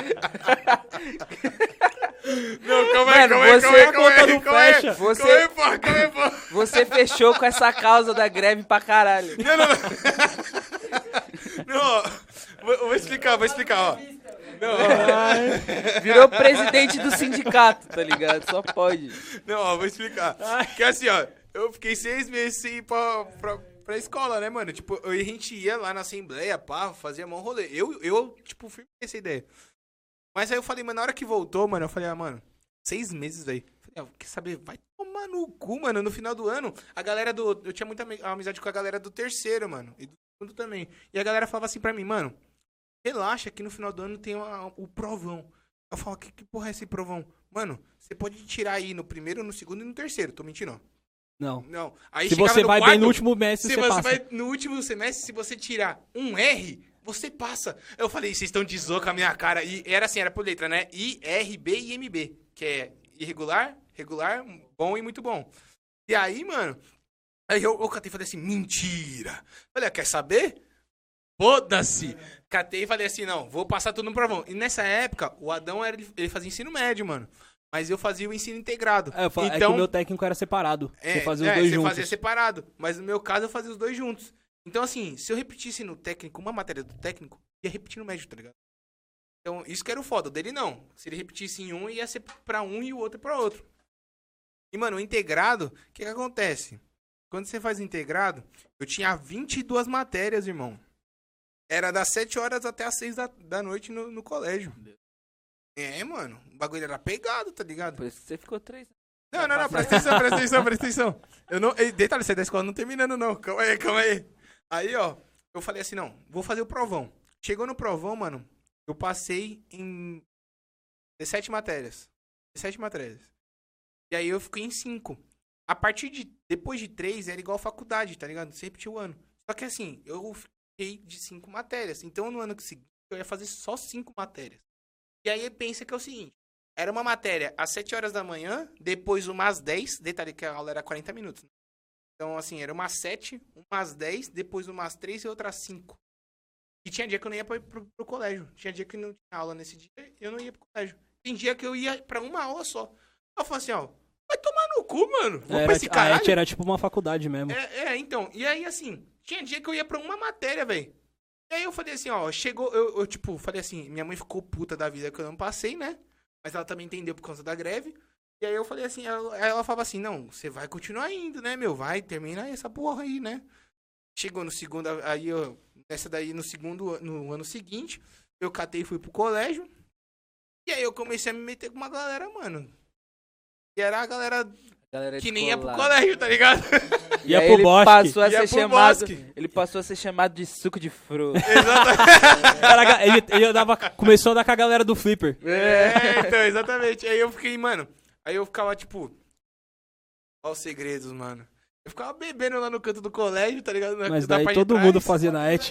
[SPEAKER 2] Não, calma
[SPEAKER 1] Mano,
[SPEAKER 2] aí,
[SPEAKER 1] você-
[SPEAKER 3] conta não fecha.
[SPEAKER 1] Você-
[SPEAKER 2] Calma aí, pô.
[SPEAKER 1] Você fechou com essa causa da greve pra caralho.
[SPEAKER 2] Não, vou explicar, ó.
[SPEAKER 1] Virou presidente do sindicato, tá ligado? Só pode.
[SPEAKER 2] Não, ó, vou explicar. Que assim, ó, eu fiquei 6 meses sem ir pra escola, né, mano? Tipo, a gente ia lá na assembleia, pá, fazia mó rolê. Eu tipo, fui com essa ideia. Mas aí eu falei, mano, na hora que voltou, mano, eu falei, mano, 6 meses, velho. Falei, quer saber? Vai tomar no cu, mano. No final do ano, a galera do... Eu tinha muita amizade com a galera do terceiro, mano. E do segundo também. E a galera falava assim pra mim, mano, relaxa que no final do ano tem o provão. Eu falo, que porra é esse provão? Mano, você pode tirar aí no primeiro, no segundo e no terceiro. Tô mentindo, ó.
[SPEAKER 3] Não.
[SPEAKER 2] Aí
[SPEAKER 3] Se
[SPEAKER 2] chegava
[SPEAKER 3] você
[SPEAKER 2] no
[SPEAKER 3] vai
[SPEAKER 2] quarto,
[SPEAKER 3] bem no último semestre,
[SPEAKER 2] se
[SPEAKER 3] você
[SPEAKER 2] você
[SPEAKER 3] passa.
[SPEAKER 2] vai no último semestre, se você tirar um R, você passa. Eu falei, vocês estão de zoa com a minha cara. E era assim, era por letra, né? I, R, B e MB. Que é irregular, regular, bom e muito bom. E aí, mano, aí eu catei e falei assim, mentira. Falei, quer saber? Foda-se. Catei e falei assim, não, vou passar tudo no provão. E nessa época, o Adão, ele fazia ensino médio, mano. Mas eu fazia o ensino integrado.
[SPEAKER 3] É que o meu técnico era separado. Você fazia os dois juntos.
[SPEAKER 2] Você fazia separado. Mas no meu caso, eu fazia os dois juntos. Então, assim, se eu repetisse no técnico uma matéria do técnico, ia repetir no médio, tá ligado? Então, isso que era o foda. O dele, não. Se ele repetisse em um, ia ser pra um e o outro pra outro. E, mano, o integrado, o que acontece? Quando você faz o integrado, eu tinha 22 matérias, irmão. Era das 7 horas até as 6 da noite no colégio. É, mano. O bagulho era pegado, tá ligado?
[SPEAKER 1] Por isso que você ficou 3 anos.
[SPEAKER 2] Não, presta atenção. Eu não... Detalhe, saí da escola não terminando, não. Calma aí. Aí, ó, eu falei assim, não, vou fazer o provão. Chegou no provão, mano, eu passei em 17 matérias. 17 matérias. E aí eu fiquei em 5. A partir de... Depois de 3, era igual faculdade, tá ligado? Você repetiu o ano. Só que assim, eu fiquei de 5 matérias. Então, no ano seguinte, eu ia fazer só 5 matérias. E aí, pensa que é o seguinte. Era uma matéria às 7 horas da manhã, depois umas 10. Detalhe que a aula era 40 minutos. Então, assim, era umas 7, umas 10, depois umas 3 e outras 5. E tinha dia que eu não ia pro colégio. Tinha dia que não tinha aula nesse dia, eu não ia pro colégio. Tem dia que eu ia pra uma aula só. Eu falei assim, ó, vai tomar no cu, mano. Vou pra esse caralho.
[SPEAKER 3] A ET era tipo uma faculdade mesmo.
[SPEAKER 2] Então. E aí, assim, tinha dia que eu ia pra uma matéria, velho. E aí eu falei assim, ó, chegou, eu tipo, falei assim, minha mãe ficou puta da vida que eu não passei, né? Mas ela também entendeu por causa da greve. E aí eu falei assim, ela falava assim, não, você vai continuar indo, né, meu? Vai, termina essa porra aí, né? Chegou no segundo, aí eu, nessa daí no ano seguinte, eu catei e fui pro colégio. E aí eu comecei a me meter com uma galera, mano. E era a galera que nem ia pro colégio, tá ligado?
[SPEAKER 1] E aí ele passou a
[SPEAKER 2] Ia
[SPEAKER 1] ser
[SPEAKER 2] pro
[SPEAKER 1] chamado.
[SPEAKER 2] bosque.
[SPEAKER 1] Ele passou a ser chamado de suco de fruta.
[SPEAKER 2] Exatamente.
[SPEAKER 3] Caraca, ele começou a dar com a galera do Flipper.
[SPEAKER 2] Então, exatamente. Aí eu fiquei, mano. Aí eu ficava, tipo. Ó os segredos, mano. Eu ficava bebendo lá no canto do colégio, tá ligado?
[SPEAKER 3] Mas daí todo mundo fazia na ET.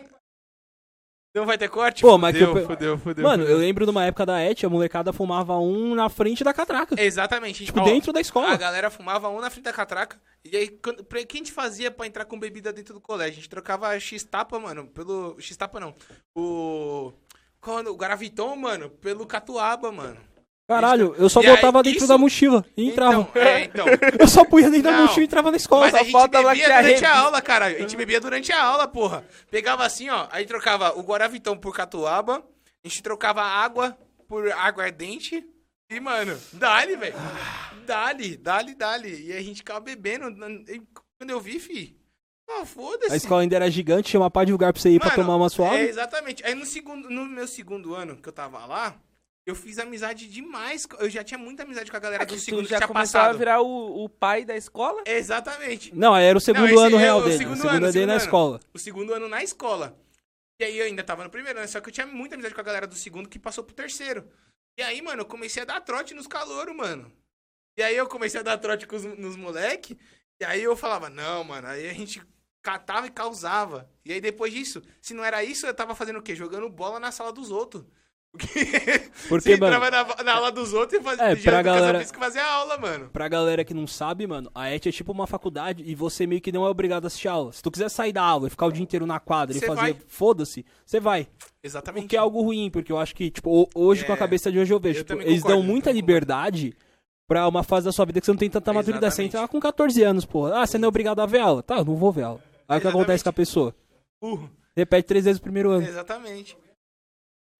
[SPEAKER 2] Não vai ter corte?
[SPEAKER 3] Pô, mas
[SPEAKER 2] Fudeu.
[SPEAKER 3] Mano, eu lembro de uma época da ET, a molecada fumava um na frente da catraca.
[SPEAKER 2] Exatamente.
[SPEAKER 3] Tipo, dentro da escola.
[SPEAKER 2] A galera fumava um na frente da catraca. E aí, o que a gente fazia pra entrar com bebida dentro do colégio? A gente trocava X-Tapa, mano, pelo... X-Tapa não. O Garaviton, mano, pelo Catuaba, mano.
[SPEAKER 3] Caralho, eu só
[SPEAKER 2] E
[SPEAKER 3] botava
[SPEAKER 2] aí,
[SPEAKER 3] dentro
[SPEAKER 2] isso-
[SPEAKER 3] da mochila e entrava.
[SPEAKER 2] Então.
[SPEAKER 3] Eu só punha dentro da
[SPEAKER 2] Não.
[SPEAKER 3] mochila e entrava na escola.
[SPEAKER 2] Mas a gente
[SPEAKER 1] falta lá
[SPEAKER 2] bebia
[SPEAKER 1] que a
[SPEAKER 2] durante a
[SPEAKER 1] revista.
[SPEAKER 2] aula, caralho. A gente bebia durante a aula, porra. Pegava assim, ó. Aí trocava o Guaravitão por Catuaba. A gente trocava água por aguardente. E, mano, dali, velho. Dali. E aí a gente ficava bebendo. E quando eu vi, fi. Ah, foda-se.
[SPEAKER 3] A escola ainda era gigante, tinha uma pá de lugar pra você ir pra
[SPEAKER 2] Mano,
[SPEAKER 3] tomar uma suave.
[SPEAKER 2] Exatamente. Aí no meu segundo ano que eu tava lá, eu fiz amizade demais. Eu já tinha muita amizade com a galera do
[SPEAKER 1] Tu
[SPEAKER 2] segundo que
[SPEAKER 1] já
[SPEAKER 2] tinha
[SPEAKER 1] começou a
[SPEAKER 2] passado.
[SPEAKER 1] virar o pai da escola?
[SPEAKER 2] Exatamente.
[SPEAKER 3] Não, aí era o segundo
[SPEAKER 2] Não, esse
[SPEAKER 3] ano
[SPEAKER 2] é
[SPEAKER 3] real
[SPEAKER 2] o
[SPEAKER 3] dele.
[SPEAKER 2] segundo
[SPEAKER 3] O segundo
[SPEAKER 2] ano,
[SPEAKER 3] ano dele na
[SPEAKER 2] segundo
[SPEAKER 3] escola.
[SPEAKER 2] O segundo ano na escola. E aí eu ainda tava no primeiro, né? Só que eu tinha muita amizade com a galera do segundo que passou pro terceiro. E aí, mano, eu comecei a dar trote nos calouros, mano. E aí eu comecei a dar trote nos moleque. E aí eu falava, não, mano. Aí a gente catava e causava. E aí depois disso, se não era isso, eu tava fazendo o quê? Jogando bola na sala dos outros.
[SPEAKER 3] Porque,
[SPEAKER 2] Você
[SPEAKER 3] mano,
[SPEAKER 2] entrava na aula dos outros e fazia
[SPEAKER 3] pra galera-
[SPEAKER 2] que fazia aula, mano.
[SPEAKER 3] pra galera que não sabe, mano, a ET é tipo uma faculdade e você meio que não é obrigado a assistir aula. Se tu quiser sair da aula e ficar o dia inteiro na quadra
[SPEAKER 2] Você
[SPEAKER 3] e fazer
[SPEAKER 2] vai.
[SPEAKER 3] foda-se, você vai.
[SPEAKER 2] Exatamente.
[SPEAKER 3] O que é algo ruim, porque eu acho que, tipo, hoje com a cabeça de hoje eu vejo,
[SPEAKER 2] eu
[SPEAKER 3] tipo,
[SPEAKER 2] também
[SPEAKER 3] eles
[SPEAKER 2] concordo,
[SPEAKER 3] dão muita
[SPEAKER 2] eu também
[SPEAKER 3] liberdade pra uma fase da sua vida que você não tem tanta maturidade. Você entra lá com 14 anos, pô. Ah, você não é obrigado a ver aula. Tá, eu não vou ver aula. Aí o que acontece com a pessoa?
[SPEAKER 2] Burro.
[SPEAKER 3] Repete 3 vezes o primeiro ano.
[SPEAKER 2] Exatamente.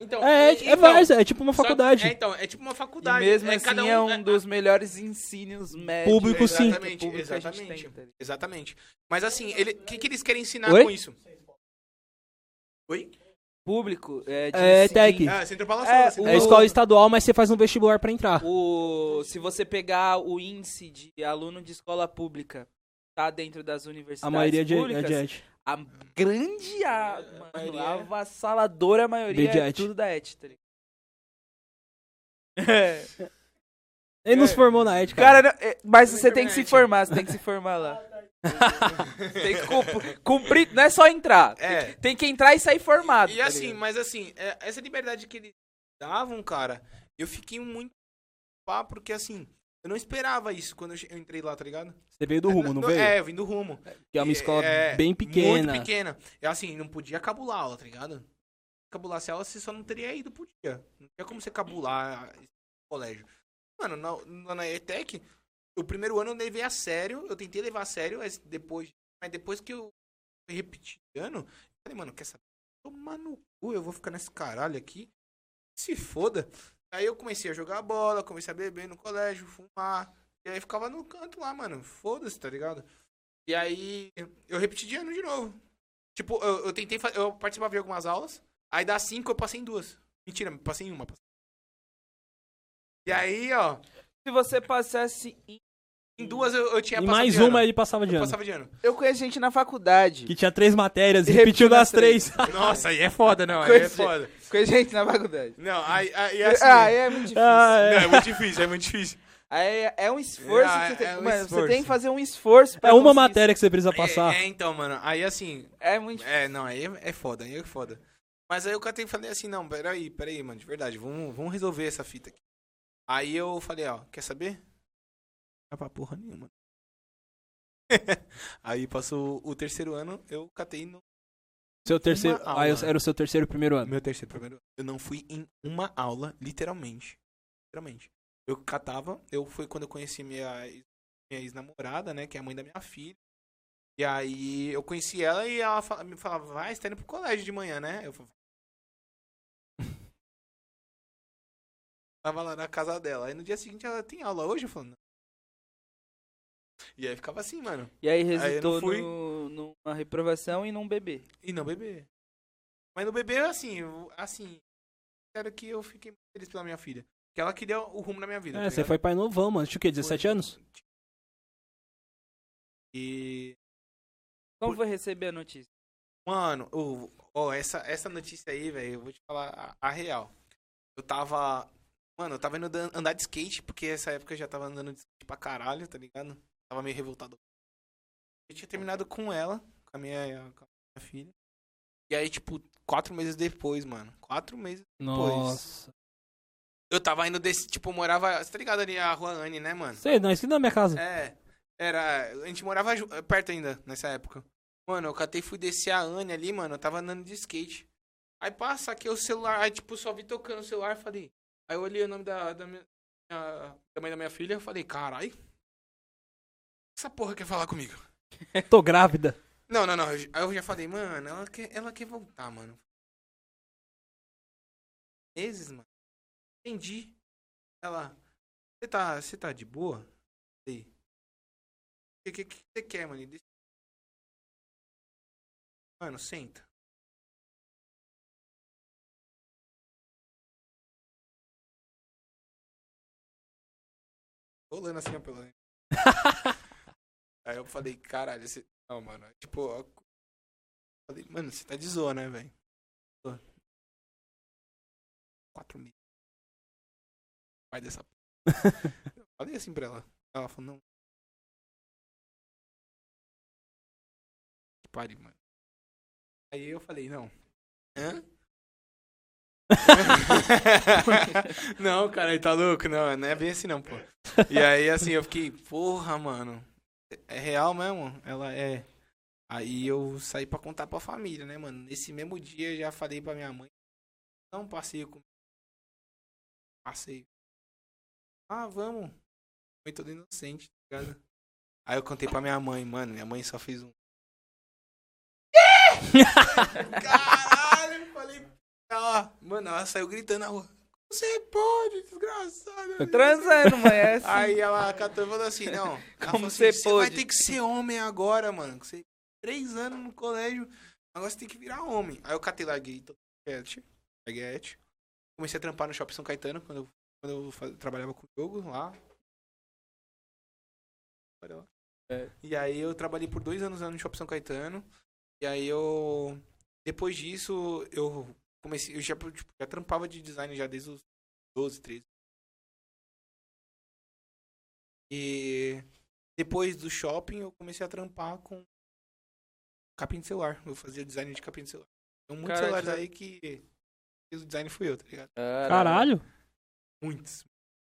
[SPEAKER 2] Então,
[SPEAKER 3] É tipo uma
[SPEAKER 2] só-
[SPEAKER 3] faculdade.
[SPEAKER 2] É tipo uma
[SPEAKER 1] E
[SPEAKER 2] faculdade.
[SPEAKER 1] mesmo
[SPEAKER 2] cada
[SPEAKER 1] assim é um dos melhores ensínios médios.
[SPEAKER 3] Público, sim.
[SPEAKER 2] Exatamente,
[SPEAKER 1] público que a gente
[SPEAKER 2] exatamente.
[SPEAKER 1] tem, tá ligado?
[SPEAKER 2] Exatamente. Mas assim, o que eles querem ensinar
[SPEAKER 3] Oi?
[SPEAKER 2] com isso? Oi?
[SPEAKER 1] Público
[SPEAKER 3] É, Tec.
[SPEAKER 2] Ah, você entrou pra
[SPEAKER 1] É,
[SPEAKER 2] Laçola,
[SPEAKER 3] É escola estadual, mas você faz um vestibular pra entrar.
[SPEAKER 1] Se você pegar o índice de aluno de escola pública, tá dentro das universidades
[SPEAKER 3] A maioria
[SPEAKER 1] públicas,
[SPEAKER 3] é de ET.
[SPEAKER 1] a grande, mano, a avassaladora maioria é
[SPEAKER 3] Bediet.
[SPEAKER 1] tudo da ET, tá ligado? É.
[SPEAKER 3] Ele não se formou na ética.
[SPEAKER 1] Cara, mas você
[SPEAKER 2] Na
[SPEAKER 1] tem que se
[SPEAKER 2] internet.
[SPEAKER 1] formar, você tem que se formar lá. Tem que cumprir, não é só entrar.
[SPEAKER 2] É.
[SPEAKER 1] Tem que entrar e sair formado.
[SPEAKER 2] E
[SPEAKER 1] tá
[SPEAKER 2] assim,
[SPEAKER 1] ligado?
[SPEAKER 2] mas assim, essa liberdade que eles davam, cara, eu fiquei muito pá, porque assim, eu não esperava isso quando eu entrei lá, tá ligado?
[SPEAKER 3] Você veio do rumo, não veio?
[SPEAKER 2] É, eu vim do rumo.
[SPEAKER 3] Que é uma escola
[SPEAKER 2] É,
[SPEAKER 3] bem pequena.
[SPEAKER 2] Muito pequena. É assim, não podia cabular a aula, tá ligado? Cabulasse a aula, você só não teria ido pro dia. Não tinha como você cabular esse colégio. Mano, na ETEC, o primeiro ano eu levei a sério, eu tentei levar a sério, mas depois que eu repeti ano, eu falei, mano, quer saber? Tomar no cu, eu vou ficar nesse caralho aqui. Se foda. Aí eu comecei a jogar bola, comecei a beber no colégio, fumar. E aí ficava no canto lá, mano. Foda-se, tá ligado? E aí eu repeti de ano de novo. Tipo, eu tentei eu participava de algumas aulas. Aí das 5 eu passei em 2. Mentira, passei em 1. E aí, ó,
[SPEAKER 1] Se você passasse
[SPEAKER 2] em 2 eu tinha
[SPEAKER 3] E
[SPEAKER 2] passado
[SPEAKER 3] mais
[SPEAKER 2] de ano.
[SPEAKER 3] uma ele passava de
[SPEAKER 2] Eu
[SPEAKER 3] ano.
[SPEAKER 2] passava de ano.
[SPEAKER 1] Eu conheço gente na faculdade.
[SPEAKER 3] Que tinha 3 matérias e
[SPEAKER 1] E
[SPEAKER 3] repetiu
[SPEAKER 1] repetiu
[SPEAKER 3] nas
[SPEAKER 1] nas três.
[SPEAKER 3] 3.
[SPEAKER 2] Nossa, aí é foda, não. Aí
[SPEAKER 1] Coisa
[SPEAKER 2] é foda.
[SPEAKER 1] Conheço gente na faculdade.
[SPEAKER 2] Não, aí assim...
[SPEAKER 1] Aí é muito difícil.
[SPEAKER 2] Não, é muito difícil, é muito difícil.
[SPEAKER 1] Aí é um esforço
[SPEAKER 2] Ah,
[SPEAKER 1] que você tem.
[SPEAKER 2] é um
[SPEAKER 1] Mano,
[SPEAKER 2] esforço.
[SPEAKER 1] você tem que fazer um esforço pra
[SPEAKER 3] É uma
[SPEAKER 1] conseguir
[SPEAKER 3] matéria que você precisa passar.
[SPEAKER 2] Então, mano, aí assim...
[SPEAKER 1] É muito difícil.
[SPEAKER 2] Não, aí é foda, aí é foda. Mas aí eu catei e falei assim, não, peraí, mano, de verdade, vamos resolver essa fita aqui. Aí eu falei, ó, quer saber? Não é pra porra nenhuma. Aí passou o terceiro ano, eu catei no
[SPEAKER 3] Seu terceiro.
[SPEAKER 2] Uma aula.
[SPEAKER 3] Era o seu terceiro e primeiro ano.
[SPEAKER 2] meu terceiro primeiro ano. Eu não fui em uma aula, literalmente. Literalmente. Eu catava, foi quando eu conheci minha ex-namorada, né, que é a mãe da minha filha. E aí eu conheci ela e ela me falava, vai, você tá indo pro colégio de manhã, né? Eu falava, tava lá na casa dela. Aí no dia seguinte ela tem aula hoje? Eu falei, não. E aí ficava assim, mano.
[SPEAKER 1] E aí
[SPEAKER 2] eu não
[SPEAKER 1] resultou
[SPEAKER 2] fui.
[SPEAKER 1] numa reprovação e num bebê.
[SPEAKER 2] E não beber. Mas no bebê, assim, quero que eu fiquei muito feliz pela minha filha. Porque ela queria o rumo da minha vida.
[SPEAKER 3] É,
[SPEAKER 2] tá
[SPEAKER 3] você
[SPEAKER 2] ligado?
[SPEAKER 3] foi pai novão, mano. Tinha o quê? 17
[SPEAKER 2] Foi.
[SPEAKER 3] anos?
[SPEAKER 2] E.
[SPEAKER 1] Como foi receber a notícia?
[SPEAKER 2] Mano, essa notícia aí, velho, eu vou te falar a real. Eu tava. Mano, eu tava indo andar de skate, porque essa época eu já tava andando de skate pra caralho, tá ligado? Tava meio revoltado. Eu tinha terminado com ela, com a minha filha. E aí, tipo, 4 meses depois, mano. 4 meses depois.
[SPEAKER 3] Nossa.
[SPEAKER 2] Eu tava indo desse, tipo, eu morava. Você tá ligado ali a Rua Anne, né, mano?
[SPEAKER 3] Sei, não, isso na minha casa.
[SPEAKER 2] A gente morava perto ainda, nessa época. Mano, eu catei e fui descer a Anne ali, mano. Eu tava andando de skate. Aí passa aqui o celular, aí tipo, só vi tocando o celular e falei. Aí eu olhei o nome da mãe da minha filha e falei, carai. Essa porra quer falar comigo?
[SPEAKER 3] Tô grávida.
[SPEAKER 2] Não. Aí eu já falei, mano, ela quer voltar, mano. Meses, mano. Entendi. Ela. Você tá de boa? Aí. O que você quer, mano? Mano, senta. Rolando assim, ó, pelo. Aí eu falei, caralho, você. Não, mano. Tipo, ó. Falei, mano, você tá de zoa, né, velho? 4 meses. Vai dessa. Eu falei assim pra ela. Ela falou, não. Que pare, mano. Aí eu falei, não. Hã? Não, cara, ele tá louco? Não é bem assim não, pô. E aí, assim, eu fiquei, porra, mano. É real mesmo? Ela é. Aí eu saí pra contar pra família, né, mano? Nesse mesmo dia eu já falei pra minha mãe. Não, passeio com. Passeio. Ah, vamos. Foi todo inocente, tá ligado? Aí eu contei pra minha mãe, mano. Minha mãe só fez um. Caralho, eu falei. Ó, Mano, ela saiu gritando na rua. Você pode, desgraçado.
[SPEAKER 1] Transando, mãe, é assim.
[SPEAKER 2] Aí ela catou e falou assim, não. Ela
[SPEAKER 1] Como
[SPEAKER 2] falou
[SPEAKER 1] você
[SPEAKER 2] assim, você vai
[SPEAKER 1] pode?
[SPEAKER 2] ter que ser homem agora, mano. Você 3 anos no colégio, agora você tem que virar homem. Aí eu catei, larguei Larguete. Comecei a trampar no Shopping São Caetano, quando eu trabalhava com o jogo lá. E aí eu trabalhei por 2 anos lá no Shopping São Caetano. E aí depois disso, eu comecei, eu já trampava de design já desde os 12, 13. E depois do shopping, eu comecei a trampar com capinha de celular. Eu fazia design de capinha de celular. Então, muitos
[SPEAKER 1] Cara,
[SPEAKER 2] celulares
[SPEAKER 1] já-
[SPEAKER 2] aí que fez o design fui eu, tá ligado?
[SPEAKER 3] Caralho.
[SPEAKER 2] Muitos.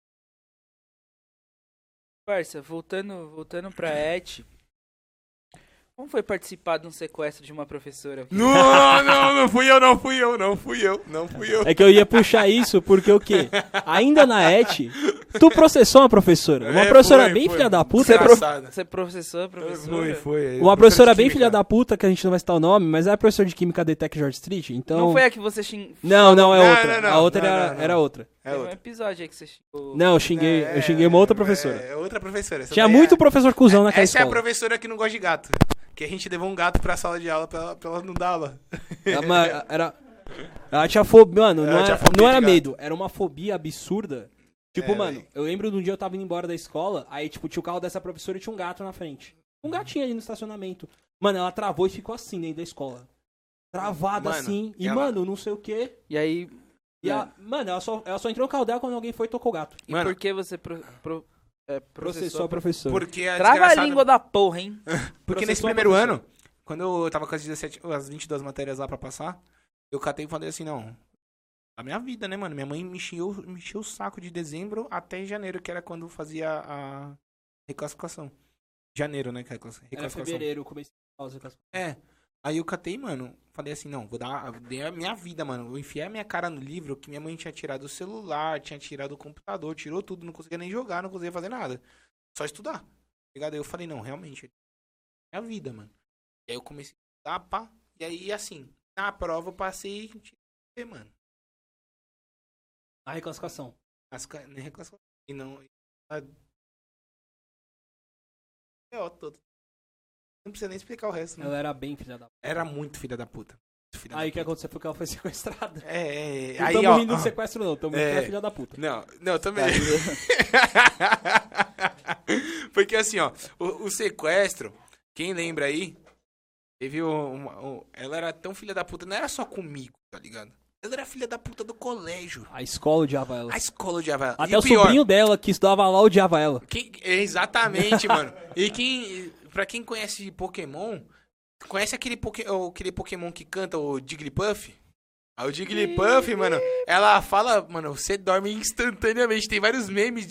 [SPEAKER 1] Parça, voltando pra Et. Como foi participar de um sequestro de uma professora?
[SPEAKER 2] Não fui eu.
[SPEAKER 3] É que eu ia puxar isso porque o quê? Ainda na ET, tu processou uma professora. Uma professora bem filha da puta.
[SPEAKER 1] Você,
[SPEAKER 2] Engraçado.
[SPEAKER 1] você processou a professora?
[SPEAKER 2] Foi.
[SPEAKER 3] Uma professora bem filha da puta, que a gente não vai citar o nome, mas é a professora de Química da Tech George Street, então...
[SPEAKER 1] Não foi a que você xingou?
[SPEAKER 3] Não, é
[SPEAKER 2] Não,
[SPEAKER 3] outra.
[SPEAKER 2] não,
[SPEAKER 3] A outra
[SPEAKER 2] não.
[SPEAKER 3] era outra.
[SPEAKER 2] É
[SPEAKER 1] Teve um
[SPEAKER 2] outra.
[SPEAKER 1] episódio aí que você xingou.
[SPEAKER 3] Não, eu xinguei uma outra professora.
[SPEAKER 2] É outra professora. Essa
[SPEAKER 3] Tinha
[SPEAKER 2] daí
[SPEAKER 3] muito professor cuzão naquela
[SPEAKER 2] Essa é a
[SPEAKER 3] escola.
[SPEAKER 2] professora que não gosta de gato. Que a gente levou um gato pra sala de aula pra ela não dar aula.
[SPEAKER 3] Ela tinha fobia, mano,
[SPEAKER 2] Ela
[SPEAKER 3] não,
[SPEAKER 2] tinha
[SPEAKER 3] era,
[SPEAKER 2] fobia
[SPEAKER 3] não
[SPEAKER 2] de
[SPEAKER 3] era
[SPEAKER 2] gato.
[SPEAKER 3] medo, era uma fobia absurda. Tipo,
[SPEAKER 2] É,
[SPEAKER 3] mano,
[SPEAKER 2] véi.
[SPEAKER 3] eu lembro de um dia eu tava indo embora da escola, aí, tipo, tinha o carro dessa professora e tinha um gato na frente. Um gatinho ali no estacionamento. Mano, ela travou e ficou assim dentro da escola. Travada
[SPEAKER 2] Mano,
[SPEAKER 3] assim. E,
[SPEAKER 2] ela-
[SPEAKER 3] mano, não sei o quê.
[SPEAKER 1] E aí,
[SPEAKER 3] E mano, ela só entrou no carro dela quando alguém foi e tocou o gato.
[SPEAKER 1] e
[SPEAKER 2] Mano.
[SPEAKER 1] por que você
[SPEAKER 3] Processou a professora.
[SPEAKER 2] Porque a
[SPEAKER 1] Trava a
[SPEAKER 2] desgraçada-
[SPEAKER 1] língua da porra, hein?
[SPEAKER 2] Porque nesse
[SPEAKER 3] processou a
[SPEAKER 2] primeiro
[SPEAKER 3] professora.
[SPEAKER 2] ano, quando eu tava com as 22 matérias lá pra passar, eu catei e falei assim, não, a minha vida, né, mano? Minha mãe me encheu o saco de dezembro até janeiro, que era quando fazia a reclassificação. Janeiro, né, que é a
[SPEAKER 3] Era
[SPEAKER 2] reclassificação.
[SPEAKER 3] fevereiro, eu comecei a fazer com
[SPEAKER 2] É. Aí eu catei, mano, falei assim, não, dei a minha vida, mano. Eu enfiei a minha cara no livro, que minha mãe tinha tirado o celular, tinha tirado o computador, tirou tudo, não conseguia nem jogar, não conseguia fazer nada. Só estudar. Tá ligado? Aí eu falei, não, realmente, é a vida, mano. E aí eu comecei a estudar, pá. E aí, assim, na prova eu passei, mano.
[SPEAKER 3] a reclassificação.
[SPEAKER 2] Nem reclassificação. E não. Todo. Não precisa nem explicar o resto, né?
[SPEAKER 3] Ela era bem filha da puta.
[SPEAKER 2] Era muito filha da puta. Muito filha
[SPEAKER 3] Aí o
[SPEAKER 2] da
[SPEAKER 3] que
[SPEAKER 2] puta.
[SPEAKER 3] aconteceu foi que ela foi sequestrada.
[SPEAKER 2] Não
[SPEAKER 3] Não tamo rindo do sequestro, não. Tamo rindo
[SPEAKER 2] É.
[SPEAKER 3] da filha da puta.
[SPEAKER 2] Não, também. Porque assim, ó, o sequestro, quem lembra aí, teve ela era tão filha da puta, não era só comigo, tá ligado? Ela era filha da puta do colégio.
[SPEAKER 3] A escola odiava ela.
[SPEAKER 2] A escola odiava ela.
[SPEAKER 3] Até
[SPEAKER 2] E
[SPEAKER 3] o
[SPEAKER 2] pior,
[SPEAKER 3] sobrinho dela, que estudava lá, odiava ela.
[SPEAKER 2] exatamente, mano. Pra quem conhece Pokémon, conhece aquele Pokémon que canta, o Jigglypuff? Ah, o Jigglypuff, mano, ela fala, mano, você dorme instantaneamente. Tem vários memes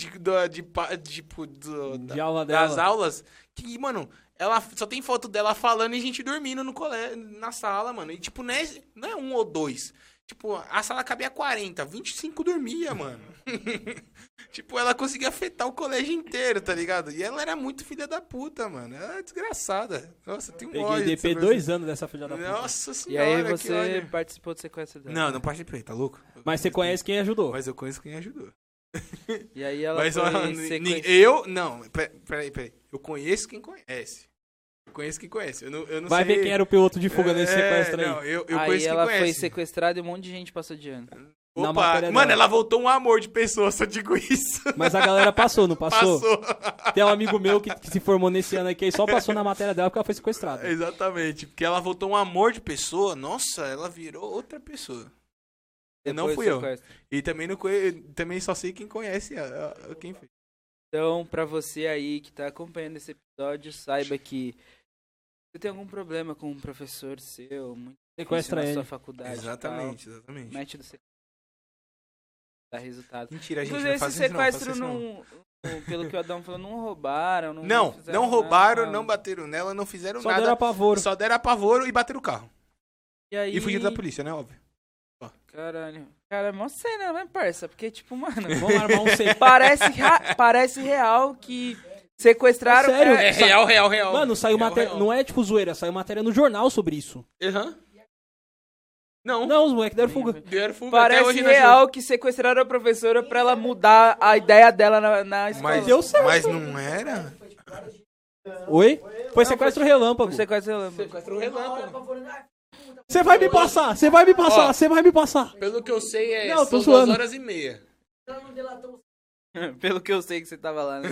[SPEAKER 3] De aula dela.
[SPEAKER 2] das aulas que, mano, ela só tem foto dela falando e a gente dormindo no colégio, na sala, mano. E, tipo, não é 1 ou 2. Tipo, a sala cabia 40, 25 dormia, mano. Tipo, ela conseguia afetar o colégio inteiro, tá ligado? E ela era muito filha da puta, mano. Ela é desgraçada. Nossa, tem um
[SPEAKER 3] Peguei
[SPEAKER 2] ódio
[SPEAKER 3] DP
[SPEAKER 2] dessa
[SPEAKER 3] 2 anos dessa filha da
[SPEAKER 2] pessoa.
[SPEAKER 3] puta.
[SPEAKER 2] Nossa
[SPEAKER 1] E
[SPEAKER 2] senhora,
[SPEAKER 1] aí
[SPEAKER 2] que
[SPEAKER 1] você
[SPEAKER 2] ódio.
[SPEAKER 1] participou do sequestro dela.
[SPEAKER 2] Não participei, tá louco?
[SPEAKER 3] Mas você conhece quem ajudou.
[SPEAKER 2] Mas eu conheço quem ajudou.
[SPEAKER 1] E aí ela
[SPEAKER 2] Mas
[SPEAKER 1] foi
[SPEAKER 2] ó,
[SPEAKER 1] sequestrada.
[SPEAKER 2] não, peraí. Eu conheço quem conhece. Eu não
[SPEAKER 3] Vai
[SPEAKER 2] sei.
[SPEAKER 3] ver quem era o piloto de fuga nesse sequestro aí.
[SPEAKER 2] Não, eu
[SPEAKER 1] Aí
[SPEAKER 2] conheço
[SPEAKER 1] ela
[SPEAKER 2] quem
[SPEAKER 1] foi
[SPEAKER 2] conhece.
[SPEAKER 1] sequestrada e um monte de gente passou de ano.
[SPEAKER 3] Na
[SPEAKER 2] Opa,
[SPEAKER 3] matéria
[SPEAKER 2] mano,
[SPEAKER 3] dela.
[SPEAKER 2] ela voltou um amor de pessoa, só digo isso.
[SPEAKER 3] Mas a galera passou, não passou?
[SPEAKER 2] Passou.
[SPEAKER 3] Tem um amigo meu que se formou nesse ano aqui e só passou na matéria dela porque ela foi sequestrada.
[SPEAKER 2] Exatamente, porque ela voltou um amor de pessoa. Nossa, ela virou outra pessoa. E não
[SPEAKER 1] Depois
[SPEAKER 2] fui
[SPEAKER 1] do
[SPEAKER 2] eu.
[SPEAKER 1] sequestro.
[SPEAKER 2] E também também só sei quem conhece quem fez.
[SPEAKER 1] Então, pra você aí que tá acompanhando esse episódio, saiba que você tem algum problema com um professor seu, muito
[SPEAKER 3] Sequestra
[SPEAKER 1] difícil na
[SPEAKER 3] ele.
[SPEAKER 1] sua faculdade.
[SPEAKER 2] Exatamente.
[SPEAKER 1] Tal, mete do sequestro. Dá resultado.
[SPEAKER 2] Mentira, a gente
[SPEAKER 1] Inclusive,
[SPEAKER 2] não faz
[SPEAKER 1] esse
[SPEAKER 2] isso não. faça
[SPEAKER 1] sequestro
[SPEAKER 2] isso não.
[SPEAKER 1] pelo que o Adão falou, não roubaram.
[SPEAKER 2] Não
[SPEAKER 1] fizeram
[SPEAKER 2] roubaram,
[SPEAKER 1] nada.
[SPEAKER 2] não bateram nela, não fizeram
[SPEAKER 3] Só
[SPEAKER 2] nada.
[SPEAKER 3] deram apavoro.
[SPEAKER 2] Só deram apavoro e bateram o carro.
[SPEAKER 1] E aí...
[SPEAKER 2] E fugiram da polícia, né? Óbvio.
[SPEAKER 1] Caralho. Cara, é mó cena, né, parça? Porque, tipo, mano...
[SPEAKER 3] Vamos armar um sequestro.
[SPEAKER 1] parece real que sequestraram...
[SPEAKER 3] É sério?
[SPEAKER 2] É real.
[SPEAKER 3] Mano, saiu
[SPEAKER 2] Real,
[SPEAKER 3] matéria.
[SPEAKER 2] real.
[SPEAKER 3] Não é tipo zoeira, saiu matéria no jornal sobre isso.
[SPEAKER 2] Aham. Não,
[SPEAKER 3] Não, os moleques deram fuga.
[SPEAKER 2] deram fuga até
[SPEAKER 1] Parece
[SPEAKER 2] hoje na
[SPEAKER 1] real que sequestraram a professora pra ela mudar a ideia dela na escola.
[SPEAKER 2] Mas
[SPEAKER 3] Deu certo.
[SPEAKER 2] Mas não era?
[SPEAKER 3] Oi? Foi sequestro relâmpago.
[SPEAKER 1] Você quase lembra.
[SPEAKER 2] Sequestrou o relâmpago.
[SPEAKER 3] Você vai me passar, você vai me passar,
[SPEAKER 2] Ó.
[SPEAKER 3] você vai me passar.
[SPEAKER 2] Pelo que eu sei,
[SPEAKER 3] Não, tô
[SPEAKER 2] são
[SPEAKER 3] zoando.
[SPEAKER 2] 2h30.
[SPEAKER 1] Pelo que eu sei que você tava lá, né?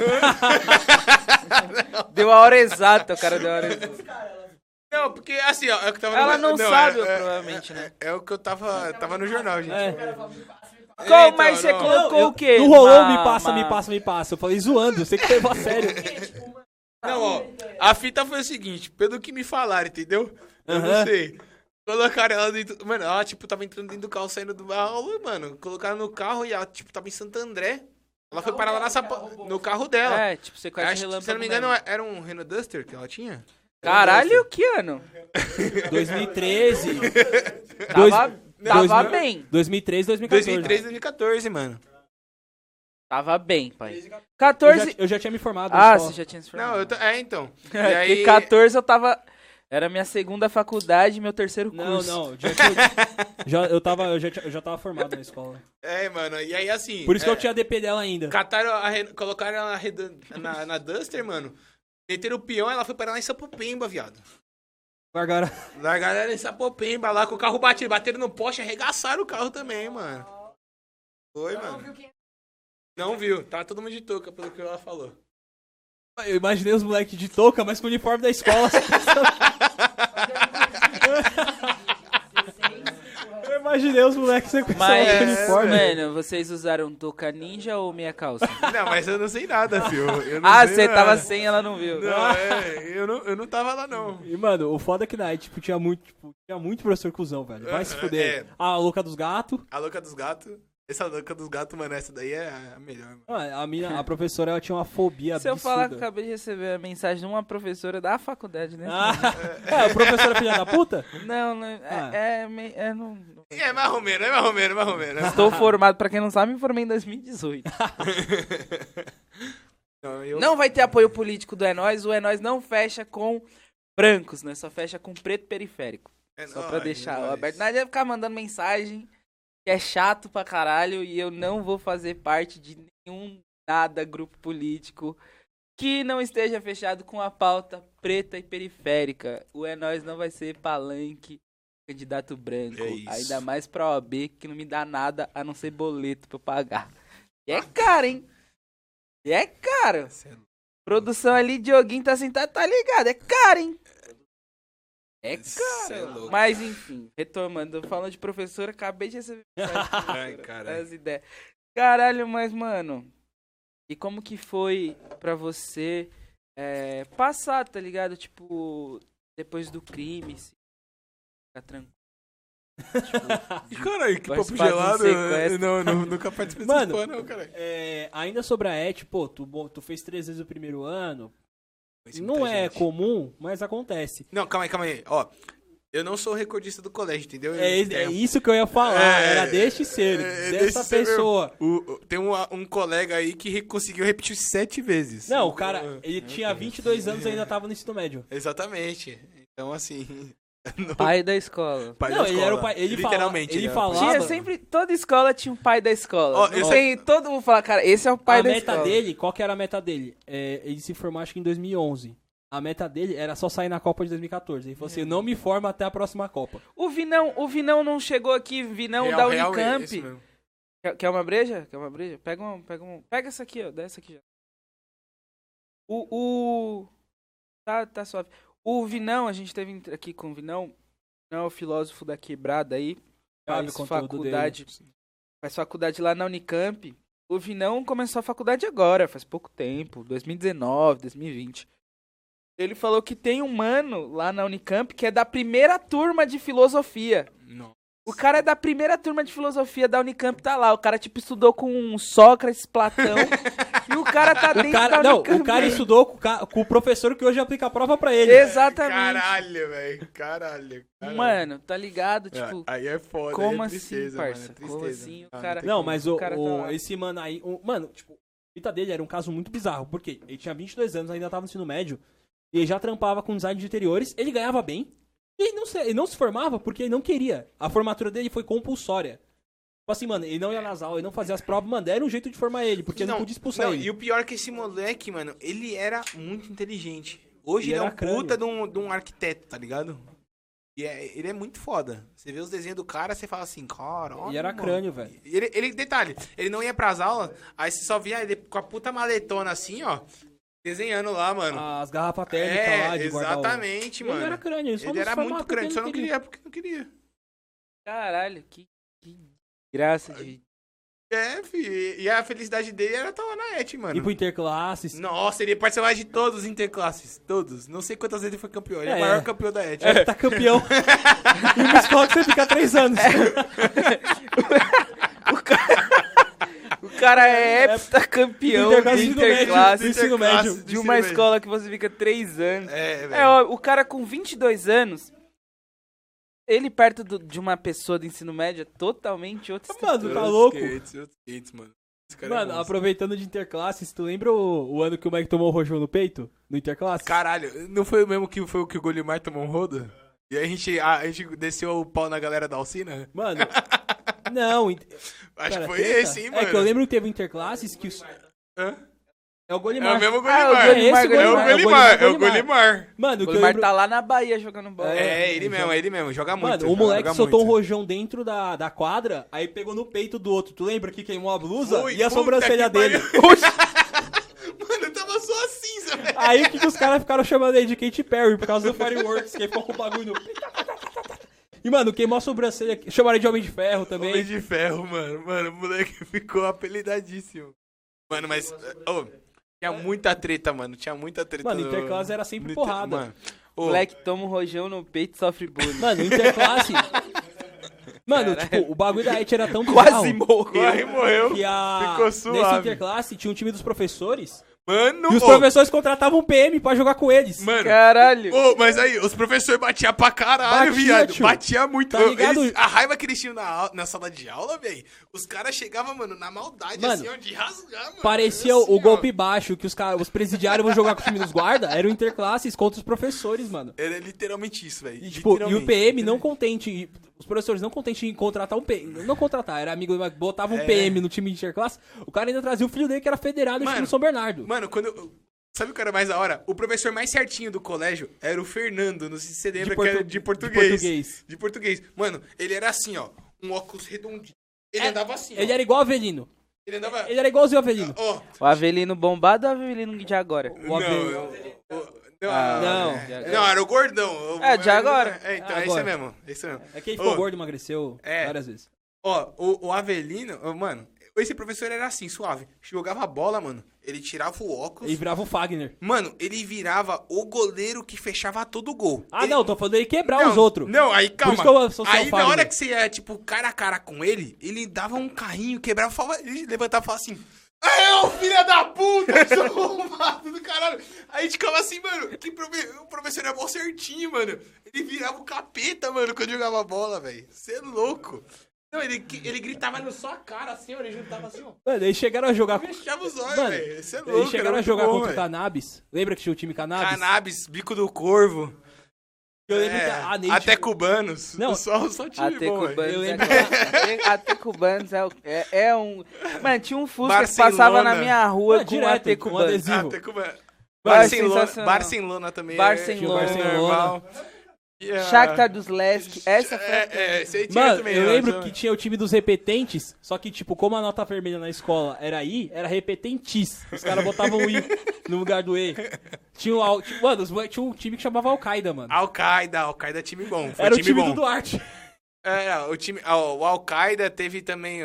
[SPEAKER 1] Deu a hora exata, o cara deu a hora exata.
[SPEAKER 2] Não, porque assim, ó, é o que tava
[SPEAKER 1] Ela não sabe,
[SPEAKER 2] é,
[SPEAKER 1] provavelmente, né?
[SPEAKER 2] É o que eu tava no jornal, gente.
[SPEAKER 3] É.
[SPEAKER 1] Qual, mas você
[SPEAKER 2] não.
[SPEAKER 1] colocou o quê?
[SPEAKER 3] Não rolou,
[SPEAKER 1] Uma-
[SPEAKER 3] me passa,
[SPEAKER 1] uma-
[SPEAKER 3] me passa, me passa. Eu falei zoando, você que levou a sério.
[SPEAKER 2] Não, ó, a fita foi o seguinte, pelo que me falaram, entendeu? Eu não
[SPEAKER 3] Aham.
[SPEAKER 2] sei. Colocaram ela dentro. Mano, ela, tipo, tava entrando dentro do carro, saindo da aula, mano. Colocaram no carro e ela, tipo, tava em Santo André. Ela foi parar lá no carro dela.
[SPEAKER 1] É, tipo, você quase
[SPEAKER 2] Acho,
[SPEAKER 1] relâmpago.
[SPEAKER 2] se eu não me engano,
[SPEAKER 1] mesmo.
[SPEAKER 2] era um Renault Duster que ela tinha?
[SPEAKER 1] Caralho, que ano?
[SPEAKER 3] 2013.
[SPEAKER 1] Tava, tava
[SPEAKER 3] 2000.
[SPEAKER 1] bem.
[SPEAKER 3] 2013, 2014.
[SPEAKER 2] 2013, 2014, mano.
[SPEAKER 1] Tava bem, pai.
[SPEAKER 3] Eu
[SPEAKER 1] 14...
[SPEAKER 3] já tinha me formado na
[SPEAKER 1] Ah,
[SPEAKER 3] escola.
[SPEAKER 1] você já tinha se
[SPEAKER 2] Não,
[SPEAKER 1] formado.
[SPEAKER 2] então. E
[SPEAKER 1] E
[SPEAKER 2] aí...
[SPEAKER 1] 14 eu tava... Era minha segunda faculdade, meu terceiro curso.
[SPEAKER 3] Não, eu já tava formado na escola.
[SPEAKER 2] É, mano, e aí assim...
[SPEAKER 3] Por isso que eu tinha DP dela ainda.
[SPEAKER 2] Colocaram ela na Duster, mano. Meteram o peão, ela foi parar lá em Sapopemba, viado.
[SPEAKER 3] Largaram.
[SPEAKER 2] Largaram ela em Sapopemba lá com o carro batido. Bateram no poste e arregaçaram o carro também, mano. Foi, mano. Não viu. Tá todo mundo de touca, pelo que ela falou.
[SPEAKER 3] Eu imaginei os moleques de touca, mas com o uniforme da escola. Eu imaginei os moleques sequestrados com
[SPEAKER 1] Mas,
[SPEAKER 3] uniforme.
[SPEAKER 1] mano, vocês usaram touca ninja ou meia calça?
[SPEAKER 2] Não, mas eu não sei nada, filho. Eu não
[SPEAKER 1] Ah,
[SPEAKER 2] sei
[SPEAKER 1] você
[SPEAKER 2] nada.
[SPEAKER 1] tava sem, ela não viu.
[SPEAKER 2] Não, eu não tava lá, não.
[SPEAKER 3] E, mano, o foda é que na tipo, tinha muito professor cuzão, velho. Vai se fuder.
[SPEAKER 2] É.
[SPEAKER 3] A louca dos gatos.
[SPEAKER 2] A louca dos gatos. Essa louca dos gatos, mano, essa daí é a melhor, mano.
[SPEAKER 3] A professora, ela tinha uma fobia
[SPEAKER 1] Se eu
[SPEAKER 3] absurda.
[SPEAKER 1] falar que eu acabei de receber a mensagem de uma professora da faculdade, né?
[SPEAKER 3] O professor é filha da puta?
[SPEAKER 1] Não, não,
[SPEAKER 3] Ah.
[SPEAKER 1] não.
[SPEAKER 2] É mais ou menos.
[SPEAKER 1] Estou formado, pra quem não sabe, me formei em 2018.
[SPEAKER 2] Não, eu...
[SPEAKER 1] Não vai ter apoio político do É Nóis, o É Nóis não fecha com brancos, né? Só fecha com preto periférico. Só pra deixar o aberto. Não adianta ficar mandando mensagem que é chato pra caralho e eu não vou fazer parte de nenhum grupo político que não esteja fechado com a pauta preta e periférica. O É Nóis não vai ser palanque, candidato branco.
[SPEAKER 2] É isso.
[SPEAKER 1] Ainda mais pra OAB que não me dá nada a não ser boleto pra eu pagar. E é caro, hein? E é caro. Produção ali, Dioguinho tá sentado, tá ligado. É caro, hein? É
[SPEAKER 2] Cê é
[SPEAKER 1] caro.
[SPEAKER 2] louco.
[SPEAKER 1] Mas enfim, retomando, falando de professora, acabei de receber mensagem de
[SPEAKER 2] Ai,
[SPEAKER 1] professora,
[SPEAKER 2] caralho.
[SPEAKER 1] as ideias. Caralho, mas mano, e como que foi pra você passar, tá ligado? Tipo, depois do crime, se ficar tranquilo.
[SPEAKER 2] Caralho, que papo
[SPEAKER 1] participar de um
[SPEAKER 2] gelado.
[SPEAKER 1] sequestro.
[SPEAKER 2] Não, nunca participei
[SPEAKER 3] Mano,
[SPEAKER 2] dessa porra, não, caralho.
[SPEAKER 3] Ainda sobre a ET, pô, tu fez 3 vezes o primeiro ano.
[SPEAKER 2] Conheci
[SPEAKER 3] Não
[SPEAKER 2] muita
[SPEAKER 3] é
[SPEAKER 2] gente.
[SPEAKER 3] comum, mas acontece.
[SPEAKER 2] Não, calma aí. Ó, eu não sou recordista do colégio, entendeu?
[SPEAKER 3] É isso que eu ia falar.
[SPEAKER 2] É,
[SPEAKER 3] Era deixe ser. Dessa
[SPEAKER 2] deixe ser
[SPEAKER 3] pessoa.
[SPEAKER 2] Tem um colega aí que conseguiu repetir 7 vezes.
[SPEAKER 3] Não, o cara, ele tinha 22 anos e ainda tava no ensino médio.
[SPEAKER 2] Exatamente. Então, assim...
[SPEAKER 1] Pai da escola.
[SPEAKER 2] pai
[SPEAKER 3] Não,
[SPEAKER 2] da
[SPEAKER 3] ele era o
[SPEAKER 2] escola.
[SPEAKER 3] pai. Ele
[SPEAKER 2] Literalmente.
[SPEAKER 3] Ele
[SPEAKER 2] ele era o pai.
[SPEAKER 3] falava.
[SPEAKER 1] Tinha sempre, toda escola tinha um pai da escola.
[SPEAKER 2] Ó,
[SPEAKER 1] Não
[SPEAKER 2] eu
[SPEAKER 1] tem, todo mundo fala, cara, esse é o pai
[SPEAKER 3] A
[SPEAKER 1] da
[SPEAKER 3] meta
[SPEAKER 1] escola.
[SPEAKER 3] dele, qual que era a meta dele? Ele se formou acho que em 2011. A meta dele era só sair na Copa de 2014. Ele falou assim, não me forma até a próxima Copa.
[SPEAKER 1] O Vinão não chegou aqui, Vinão da
[SPEAKER 2] Real,
[SPEAKER 1] Unicamp.
[SPEAKER 2] isso mesmo.
[SPEAKER 1] Quer uma breja? Pega essa aqui, ó. Dá essa aqui já. Tá suave. O Vinão, a gente teve aqui com o Vinão. Não é o filósofo da quebrada aí.
[SPEAKER 3] Sabe o
[SPEAKER 1] Faz
[SPEAKER 3] conteúdo
[SPEAKER 1] faculdade.
[SPEAKER 3] dele.
[SPEAKER 1] Faz faculdade lá na Unicamp. O Vinão começou a faculdade agora, faz pouco tempo. 2019, 2020. Ele falou que tem um mano lá na Unicamp que é da primeira turma de filosofia.
[SPEAKER 2] Não.
[SPEAKER 1] O cara é da primeira turma de filosofia da Unicamp, tá lá. O cara, tipo, estudou com Sócrates, Platão. E o cara tá dentro da Unicamp.
[SPEAKER 3] O cara estudou com o professor que hoje aplica a prova pra ele.
[SPEAKER 1] Exatamente.
[SPEAKER 2] Caralho, velho. Caralho.
[SPEAKER 1] Mano, tá ligado? Tipo,
[SPEAKER 2] Aí é foda.
[SPEAKER 1] como
[SPEAKER 2] é
[SPEAKER 1] assim,
[SPEAKER 2] tristeza,
[SPEAKER 1] parça?
[SPEAKER 2] Mano, é
[SPEAKER 1] Como
[SPEAKER 2] tristeza.
[SPEAKER 1] assim o
[SPEAKER 2] Ah,
[SPEAKER 1] cara...
[SPEAKER 2] tem
[SPEAKER 3] Não,
[SPEAKER 2] como.
[SPEAKER 3] mas
[SPEAKER 1] O cara tá lá.
[SPEAKER 3] esse mano aí... Mano, tipo, a vida dele era um caso muito bizarro. Porque ele tinha 22 anos, ainda tava no ensino médio. E ele já trampava com design de interiores. Ele ganhava bem. Ele não se formava porque ele não queria. A formatura dele foi compulsória. Tipo assim, mano, ele não ia nas aulas, ele não fazia as provas, mano, era um jeito de formar ele, porque não podia expulsar ele.
[SPEAKER 2] E o pior é que esse moleque, mano, ele era muito inteligente. Hoje
[SPEAKER 3] E
[SPEAKER 2] ele é
[SPEAKER 3] era
[SPEAKER 2] um puta de um arquiteto, tá ligado? E ele é muito foda. Você vê os desenhos do cara, você fala assim, caralho.
[SPEAKER 3] E era
[SPEAKER 2] mano.
[SPEAKER 3] crânio, velho.
[SPEAKER 2] Detalhe, ele não ia pras aulas, aí você só via ele com a puta maletona assim, ó, desenhando lá, mano.
[SPEAKER 3] As garrafas térmicas lá de guardar
[SPEAKER 2] exatamente, mano.
[SPEAKER 3] Ele era crânio, ele só
[SPEAKER 2] Ele
[SPEAKER 3] não
[SPEAKER 2] era
[SPEAKER 3] se formava
[SPEAKER 2] muito
[SPEAKER 3] porque
[SPEAKER 2] crânio, só não
[SPEAKER 3] queria.
[SPEAKER 2] queria, porque não queria.
[SPEAKER 1] Caralho, que graça de...
[SPEAKER 2] É, fi. E a felicidade dele era estar lá na ET, mano.
[SPEAKER 3] Ir pro Interclasses.
[SPEAKER 2] Nossa, ele participava de todos os interclasses. Todos. Não sei quantas vezes ele foi campeão. Ele é o
[SPEAKER 3] É.
[SPEAKER 2] maior campeão da ET.
[SPEAKER 3] Tá campeão. E uma escola que você fica 3 anos.
[SPEAKER 1] O cara é heptacampeão
[SPEAKER 3] Interclasse
[SPEAKER 1] de
[SPEAKER 3] do ensino médio,
[SPEAKER 1] interclasse
[SPEAKER 3] do ensino médio.
[SPEAKER 1] de uma escola que você fica 3 anos.
[SPEAKER 2] É, velho.
[SPEAKER 1] É, ó, o cara com 22 anos, ele perto de uma pessoa do ensino médio é totalmente outra
[SPEAKER 3] Mano, tá
[SPEAKER 2] Outros
[SPEAKER 3] louco?
[SPEAKER 2] 500, mano. Esse cara é
[SPEAKER 3] Mano,
[SPEAKER 2] monstro.
[SPEAKER 3] aproveitando de Interclasses, tu lembra o ano que o Mike tomou o rojão no peito? No Interclasses?
[SPEAKER 2] Caralho, não foi o mesmo que foi o que o Golimar tomou um rodo? E aí a gente desceu o pau na galera da Alcina?
[SPEAKER 3] Mano, não.
[SPEAKER 2] Acho
[SPEAKER 3] Pera,
[SPEAKER 2] que foi
[SPEAKER 3] treta?
[SPEAKER 2] esse, hein, mano?
[SPEAKER 3] É que eu lembro que teve Interclasses que os...
[SPEAKER 2] Hã?
[SPEAKER 3] É o
[SPEAKER 2] É
[SPEAKER 3] Golimar.
[SPEAKER 2] o mesmo
[SPEAKER 1] Ah,
[SPEAKER 2] Golimar.
[SPEAKER 1] o Golimar,
[SPEAKER 3] esse
[SPEAKER 2] É o
[SPEAKER 3] Golimar,
[SPEAKER 2] Golimar, é o
[SPEAKER 3] Golimar.
[SPEAKER 2] Golimar.
[SPEAKER 3] Mano,
[SPEAKER 1] O
[SPEAKER 3] que eu
[SPEAKER 1] Golimar
[SPEAKER 3] lembro...
[SPEAKER 1] tá lá na Bahia jogando bola.
[SPEAKER 2] É, ele mesmo, joga muito.
[SPEAKER 3] Mano, o moleque
[SPEAKER 2] joga
[SPEAKER 3] soltou um
[SPEAKER 2] muito.
[SPEAKER 3] rojão dentro da quadra, aí pegou no peito do outro. Tu lembra que queimou a blusa
[SPEAKER 2] Ui,
[SPEAKER 3] e a
[SPEAKER 2] puta
[SPEAKER 3] sobrancelha
[SPEAKER 2] que
[SPEAKER 3] dele?
[SPEAKER 2] pariu. Mano, tava só a cinza, velho.
[SPEAKER 3] Aí o que os caras ficaram chamando ele de Katy Perry por causa do Fireworks, que ele ficou com o bagulho no... E, mano, queimou a sobrancelha, chamaram ele de Homem de Ferro também.
[SPEAKER 2] Homem de ferro, mano. Mano, o moleque ficou apelidadíssimo. Mano, mas... ô, tinha muita treta, mano. Tinha muita treta.
[SPEAKER 3] Mano,
[SPEAKER 2] no-
[SPEAKER 3] Interclasse era sempre
[SPEAKER 2] no
[SPEAKER 3] porrada.
[SPEAKER 2] Mano,
[SPEAKER 1] O
[SPEAKER 2] ô,
[SPEAKER 1] moleque toma um rojão no peito e sofre bullying.
[SPEAKER 3] Mano, Interclasse... Mano, tipo, o bagulho da ET era tão bizarro
[SPEAKER 1] Quase morreu.
[SPEAKER 2] quase morreu.
[SPEAKER 3] que
[SPEAKER 2] Ficou
[SPEAKER 3] nesse
[SPEAKER 2] suave.
[SPEAKER 3] Interclasse tinha um time dos professores
[SPEAKER 2] Mano,
[SPEAKER 3] e os
[SPEAKER 2] ô,
[SPEAKER 3] professores contratavam um PM pra jogar com eles.
[SPEAKER 2] Mano,
[SPEAKER 1] Caralho.
[SPEAKER 2] ô, mas aí, os professores batiam pra caralho,
[SPEAKER 3] Batia,
[SPEAKER 2] viado.
[SPEAKER 3] tio.
[SPEAKER 2] Batia muito.
[SPEAKER 3] Tá ligado?
[SPEAKER 2] A raiva que eles tinham na sala de aula, velho. Os caras chegavam, mano, na maldade,
[SPEAKER 3] Mano,
[SPEAKER 2] assim, ó, de rasgar, mano.
[SPEAKER 3] Parecia
[SPEAKER 2] Assim,
[SPEAKER 3] o
[SPEAKER 2] ó.
[SPEAKER 3] golpe baixo que os presidiários vão jogar com o time dos guarda. Era o Interclasses contra os professores, mano.
[SPEAKER 2] Era literalmente isso, velho.
[SPEAKER 3] E, tipo, e o PM não contente, os professores não contentes em contratar um PM, não contratar, era amigo, botava um PM no time de Interclasse, o cara ainda trazia o filho dele que era federado no time
[SPEAKER 2] Mano,
[SPEAKER 3] de São Bernardo.
[SPEAKER 2] Mano, sabe o que era mais da hora? O professor mais certinho do colégio era o Fernando, não sei se você lembra, que era de português. De português. Mano, ele era assim, ó, um óculos redondinho. Ele andava assim,
[SPEAKER 3] Ele
[SPEAKER 2] ó.
[SPEAKER 3] era igual o Avelino.
[SPEAKER 2] Ele andava...
[SPEAKER 3] Ele era igualzinho o Avelino.
[SPEAKER 2] Ó,
[SPEAKER 1] O Avelino bombado ou o Avelino de agora?
[SPEAKER 3] O Avelino.
[SPEAKER 2] Não, era o gordão.
[SPEAKER 1] De agora.
[SPEAKER 2] É, então,
[SPEAKER 3] Agora.
[SPEAKER 2] é esse mesmo. É esse mesmo.
[SPEAKER 3] É que ele ficou
[SPEAKER 2] Ô,
[SPEAKER 3] gordo, emagreceu
[SPEAKER 2] É.
[SPEAKER 3] várias vezes.
[SPEAKER 2] Ó, o Avelino, mano, esse professor era assim, suave. Jogava bola, mano. Ele tirava o óculos.
[SPEAKER 3] Ele virava o Fagner.
[SPEAKER 2] Mano, ele virava o goleiro que fechava todo gol.
[SPEAKER 3] Ah,
[SPEAKER 2] Ele-
[SPEAKER 3] não, tô falando ele quebrar
[SPEAKER 2] Não,
[SPEAKER 3] os outros.
[SPEAKER 2] Não, aí calma.
[SPEAKER 3] isso que eu sou seu
[SPEAKER 2] aí na
[SPEAKER 3] Fagner.
[SPEAKER 2] hora que você ia, tipo, cara a cara com ele, ele dava um carrinho, quebrava, ele levantava e falava assim: "É, ô filha da puta, seu arrombado do caralho." Aí a gente ficava assim, mano, o professor era bom certinho, mano. Ele virava o capeta, mano, quando jogava bola, velho. Você é louco. Não, ele gritava na sua cara assim, ó, ele juntava assim, ó.
[SPEAKER 3] Mano, eles chegaram a jogar...
[SPEAKER 2] Fechava os olhos,
[SPEAKER 3] Mano,
[SPEAKER 2] velho. Você é louco.
[SPEAKER 3] Eles chegaram
[SPEAKER 2] era
[SPEAKER 3] a jogar
[SPEAKER 2] muito bom,
[SPEAKER 3] contra o
[SPEAKER 2] velho.
[SPEAKER 3] Cannabis. Lembra que tinha o time Cannabis?
[SPEAKER 2] Cannabis, Bico do Corvo.
[SPEAKER 3] Eu lembro que
[SPEAKER 2] É,
[SPEAKER 3] a Nate...
[SPEAKER 2] até cubanos.
[SPEAKER 3] Não.
[SPEAKER 2] Só time
[SPEAKER 1] Até
[SPEAKER 2] bom, velho.
[SPEAKER 1] Cubanos.
[SPEAKER 3] Eu lembro-
[SPEAKER 1] Até Cubanos é um. Mano, tinha um Fusca que
[SPEAKER 2] Barcelona.
[SPEAKER 1] passava na minha rua
[SPEAKER 3] Não,
[SPEAKER 1] com
[SPEAKER 3] direto,
[SPEAKER 1] AT
[SPEAKER 3] com
[SPEAKER 1] Cubanos.
[SPEAKER 3] adesivo.
[SPEAKER 2] Até Cubanos.
[SPEAKER 1] Vai,
[SPEAKER 2] Barcelona,
[SPEAKER 1] sensacional.
[SPEAKER 2] Barcelona também.
[SPEAKER 1] Barcelona.
[SPEAKER 2] Normal.
[SPEAKER 1] Shakhtar dos Lesk. Essa foi.
[SPEAKER 2] Esse aí tinha
[SPEAKER 3] Mano,
[SPEAKER 2] também.
[SPEAKER 3] eu
[SPEAKER 2] né?
[SPEAKER 3] lembro que tinha o time dos repetentes, só que, tipo, como a nota vermelha na escola era I, era repetentis. Os caras botavam o I no lugar do E. Tinha um time que chamava Al-Qaeda, mano.
[SPEAKER 2] Al-Qaeda é time bom. Foi
[SPEAKER 3] Era o
[SPEAKER 2] time
[SPEAKER 3] time
[SPEAKER 2] bom.
[SPEAKER 3] do Duarte.
[SPEAKER 2] O Al-Qaeda teve também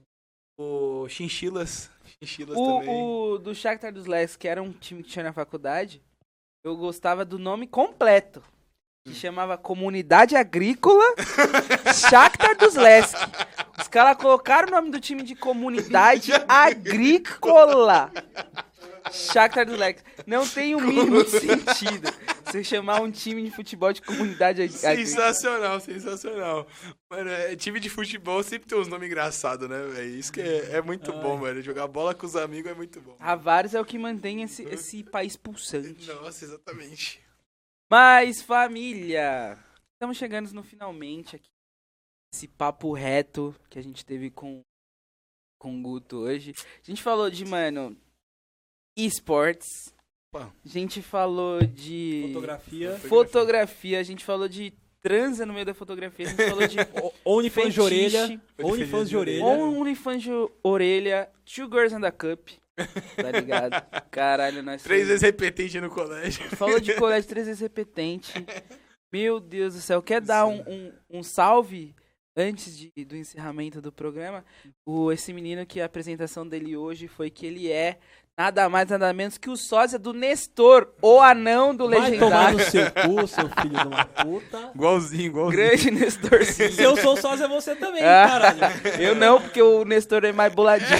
[SPEAKER 2] o Chinchilas. Chinchilas também.
[SPEAKER 1] O do Shakhtar dos Lesk, que era um time que tinha na faculdade, eu gostava do nome completo. Que chamava Comunidade Agrícola Shakhtar dos Lesk. Os caras colocaram o nome do time de Comunidade Agrícola Shakhtar dos Lesk. Não tem o mínimo sentido você chamar um time de futebol de Comunidade Agrícola.
[SPEAKER 2] Sensacional. Mano, time de futebol sempre tem uns nomes engraçados, né, velho? Isso que é muito bom, mano. Jogar bola com os amigos é muito bom.
[SPEAKER 1] A Vários é o que mantém esse país pulsante.
[SPEAKER 2] Nossa, exatamente.
[SPEAKER 1] Mas, família, Estamos chegando no finalmente aqui. Esse papo reto que a gente teve com o Guto hoje. A gente falou de, mano, esportes.
[SPEAKER 2] Opa.
[SPEAKER 1] A gente falou de
[SPEAKER 3] Fotografia.
[SPEAKER 1] A gente falou de transa no meio da fotografia. A gente falou de
[SPEAKER 3] OnlyFans de orelha.
[SPEAKER 1] fetiche,
[SPEAKER 3] OnlyFans de orelha.
[SPEAKER 1] OnlyFans de orelha, Two Girls and a Cup. Tá ligado? Caralho, nós
[SPEAKER 2] 3 vezes repetente no colégio.
[SPEAKER 1] falou de colégio 3 vezes repetente. Meu Deus do céu. Quer dar um salve antes do encerramento do programa? Esse menino que a apresentação dele hoje foi que ele é nada mais, nada menos que o sósia do Nestor, o anão do
[SPEAKER 3] Vai tomar
[SPEAKER 1] Legendário.
[SPEAKER 3] no seu cu, seu filho de uma puta.
[SPEAKER 2] Igualzinho.
[SPEAKER 1] Grande Nestorzinho.
[SPEAKER 3] Se eu sou sósia, é você também,
[SPEAKER 1] Ah,
[SPEAKER 3] caralho.
[SPEAKER 1] Eu não, porque o Nestor é mais boladinho.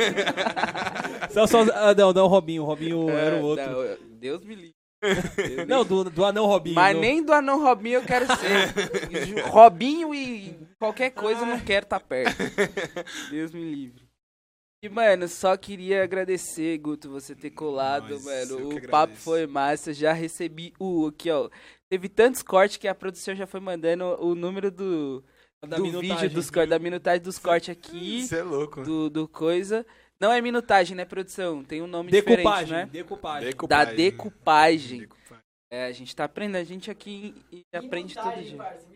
[SPEAKER 3] Se eu sou sósia... não, o Robinho. O Robinho era o outro.
[SPEAKER 1] Não, Deus me livre.
[SPEAKER 3] Não, do anão Robinho.
[SPEAKER 1] Mas
[SPEAKER 3] não.
[SPEAKER 1] nem do anão Robinho eu quero ser. Robinho e qualquer coisa eu não quero estar perto. Deus me livre. E, mano, só queria agradecer, Guto, você ter colado,
[SPEAKER 2] Nossa,
[SPEAKER 1] mano.
[SPEAKER 2] eu que
[SPEAKER 1] O papo
[SPEAKER 2] agradeço.
[SPEAKER 1] foi massa. Já recebi aqui, ó. Teve tantos cortes que a produção já foi mandando o número do vídeo dos cortes, da minutagem dos cortes aqui,
[SPEAKER 2] Isso é louco.
[SPEAKER 1] do coisa. Não é minutagem, né, produção? Tem um nome diferente, né?
[SPEAKER 3] Decupagem.
[SPEAKER 1] Da decupagem.
[SPEAKER 2] Decupagem.
[SPEAKER 1] É, a gente tá aprendendo. A gente aqui aprende todo
[SPEAKER 4] Minutagem,
[SPEAKER 1] dia.
[SPEAKER 4] parça.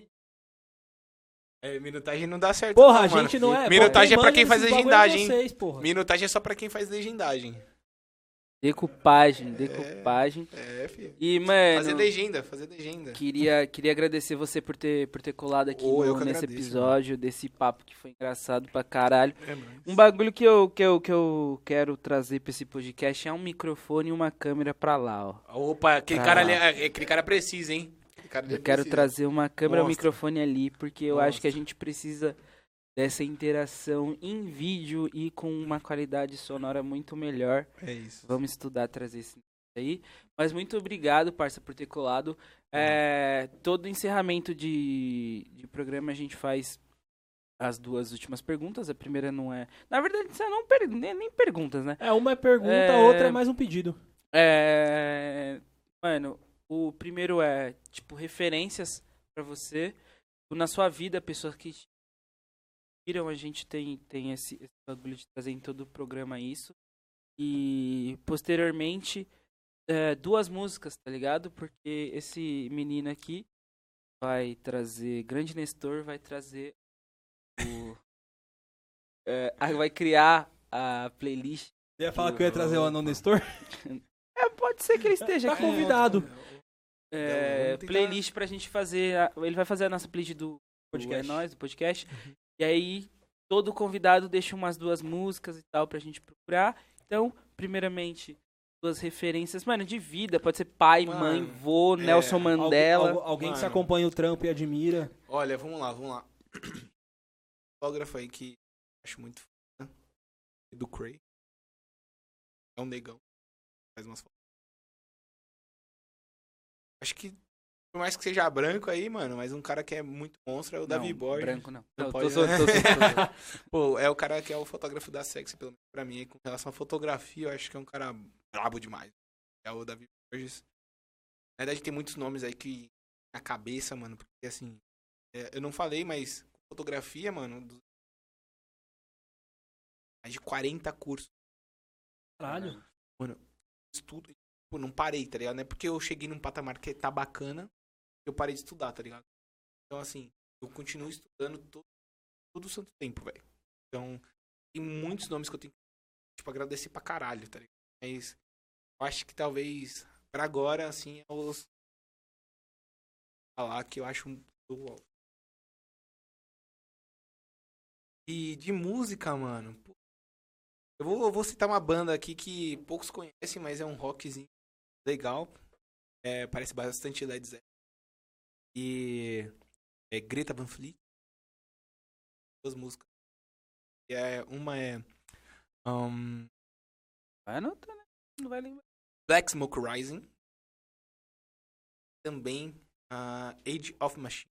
[SPEAKER 2] Minutagem não dá certo.
[SPEAKER 3] Porra,
[SPEAKER 2] não,
[SPEAKER 3] a gente
[SPEAKER 2] mano.
[SPEAKER 3] não é...
[SPEAKER 2] Minutagem é pra
[SPEAKER 3] manda
[SPEAKER 2] quem faz
[SPEAKER 3] esses bagulho
[SPEAKER 2] legendagem, hein?
[SPEAKER 3] vocês, porra.
[SPEAKER 2] Minutagem é só pra quem faz legendagem.
[SPEAKER 1] Decupagem.
[SPEAKER 2] É, filho.
[SPEAKER 1] E, mano,
[SPEAKER 2] Fazer legenda.
[SPEAKER 1] queria agradecer você por ter colado aqui
[SPEAKER 2] Ô, eu que
[SPEAKER 1] nesse
[SPEAKER 2] agradeço,
[SPEAKER 1] episódio, desse papo que foi engraçado pra caralho.
[SPEAKER 2] É, mano.
[SPEAKER 1] Um bagulho que eu quero trazer pra esse podcast é um microfone e uma câmera pra lá, ó.
[SPEAKER 2] Opa, aquele
[SPEAKER 1] Pra
[SPEAKER 2] cara
[SPEAKER 1] lá.
[SPEAKER 2] ali, aquele cara precisa, hein? Aquele cara ali
[SPEAKER 1] Eu quero
[SPEAKER 2] precisa.
[SPEAKER 1] trazer uma câmera e um
[SPEAKER 2] Mostra.
[SPEAKER 1] microfone ali, porque eu acho que a
[SPEAKER 2] Mostra.
[SPEAKER 1] gente precisa dessa interação em vídeo e com uma qualidade sonora muito melhor.
[SPEAKER 2] É isso.
[SPEAKER 1] Vamos estudar, trazer isso aí. Mas muito obrigado, parça, por ter colado. Todo encerramento de programa a gente faz as duas últimas perguntas. A primeira não é... Na verdade, são não nem perguntas, né?
[SPEAKER 3] É, uma é pergunta, a outra é mais um pedido.
[SPEAKER 1] Mano, o primeiro é, tipo, referências pra você. Na sua vida, pessoas que te inspiram. A gente tem esse bagulho de trazer em todo o programa isso. E, posteriormente, 2 músicas, tá ligado? Porque esse menino aqui vai trazer... Grande Nestor vai trazer vai criar a playlist.
[SPEAKER 3] Você ia falar que eu ia trazer o anão Nestor?
[SPEAKER 1] Pode ser que ele esteja
[SPEAKER 3] Tá
[SPEAKER 1] aqui.
[SPEAKER 3] convidado.
[SPEAKER 2] Vamos tentar-
[SPEAKER 1] Playlist pra gente fazer. Ele vai fazer a nossa playlist do
[SPEAKER 3] Podcast.
[SPEAKER 1] É Nóis, do podcast. E aí, todo convidado deixa umas 2 músicas e tal pra gente procurar. Então, primeiramente, 2 referências, mano, de vida. Pode ser pai,
[SPEAKER 2] Mano,
[SPEAKER 1] mãe, vô, Nelson Mandela.
[SPEAKER 3] Alguém que se
[SPEAKER 2] Mano.
[SPEAKER 3] acompanha o trampo e admira.
[SPEAKER 2] Olha, vamos lá. Fotógrafo aí que eu acho muito foda. Do Cray. É um negão. Faz umas fotos. Acho que, por mais que seja branco aí, mano, mas um cara que é muito monstro é o Davi
[SPEAKER 1] Não,
[SPEAKER 2] Borges.
[SPEAKER 1] branco não.
[SPEAKER 2] Não
[SPEAKER 1] Não,
[SPEAKER 2] pode,
[SPEAKER 1] tô zoando.
[SPEAKER 2] Pô, é o cara que é o fotógrafo da Sexy, pelo menos pra mim. E com relação à fotografia, eu acho que é um cara brabo demais. É o Davi Borges. Na verdade, tem muitos nomes aí que na cabeça, mano, porque assim, eu não falei, mas fotografia, mano, mais de 40 cursos.
[SPEAKER 3] Caralho.
[SPEAKER 2] Estudo, tipo, não parei, tá ligado? Não é porque eu cheguei num patamar que tá bacana, que eu parei de estudar, tá ligado? Então, assim, eu continuo estudando todo o santo tempo, velho. Então, tem muitos nomes que eu tenho que, tipo, agradecer pra caralho, tá ligado? Mas eu acho que talvez, pra agora, assim, é os... falar que eu acho um... E de música, mano, pô, eu vou citar uma banda aqui que poucos conhecem, mas é um rockzinho legal. Parece bastante Led Zeppelin. E é Greta Van Fleet. 2 músicas. Uma é
[SPEAKER 1] Vai anotar, né? Não vai lembrar.
[SPEAKER 2] Black Smoke Rising. Também Age of Machine.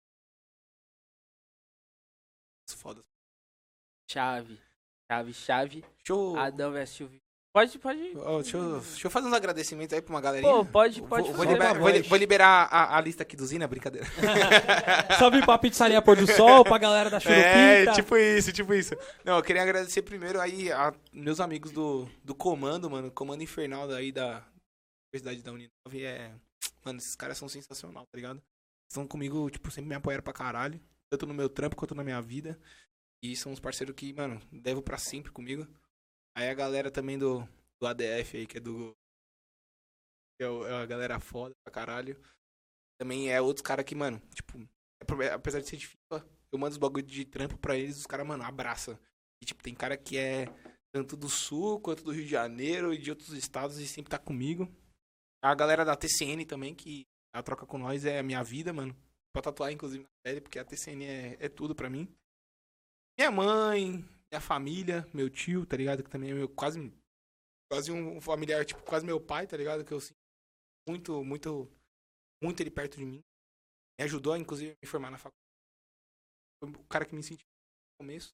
[SPEAKER 2] Foda.
[SPEAKER 1] Chave.
[SPEAKER 2] Show.
[SPEAKER 1] Adão vs. Pode.
[SPEAKER 2] Ó, deixa eu fazer uns agradecimentos aí pra uma galerinha.
[SPEAKER 1] Pô, pode
[SPEAKER 2] Vou
[SPEAKER 1] fazer.
[SPEAKER 2] liberar,
[SPEAKER 3] pra voz.
[SPEAKER 2] vou liberar a lista aqui do Zina, brincadeira.
[SPEAKER 3] Salve pra Pizzaria Pôr do Sol, pra galera da Churupita.
[SPEAKER 2] tipo isso. Não, eu queria agradecer primeiro aí a meus amigos do Comando, mano. Comando Infernal daí da Universidade da Uninove. Mano, esses caras são sensacional, tá ligado? Estão comigo, tipo, sempre me apoiaram pra caralho. Tanto no meu trampo quanto na minha vida. E são uns parceiros que, mano, devo pra sempre comigo. Aí a galera também do ADF aí, que é do... Que é a galera foda pra caralho. Também é outros caras que, mano, tipo... Apesar de ser difícil, eu mando os bagulho de trampo pra eles, os caras, mano, abraçam. E, tipo, tem cara que é tanto do Sul, quanto do Rio de Janeiro e de outros estados e sempre tá comigo. A galera da TCN também, que a troca com nós é a minha vida, mano. Pra tatuar, inclusive, na pele, porque a TCN é tudo pra mim. Minha mãe, minha família, meu tio, tá ligado? Que também é meu quase um familiar, tipo, quase meu pai, tá ligado? Que eu sinto muito ele perto de mim. Me ajudou, inclusive, a me formar na faculdade. Foi o cara que me sentiu no começo.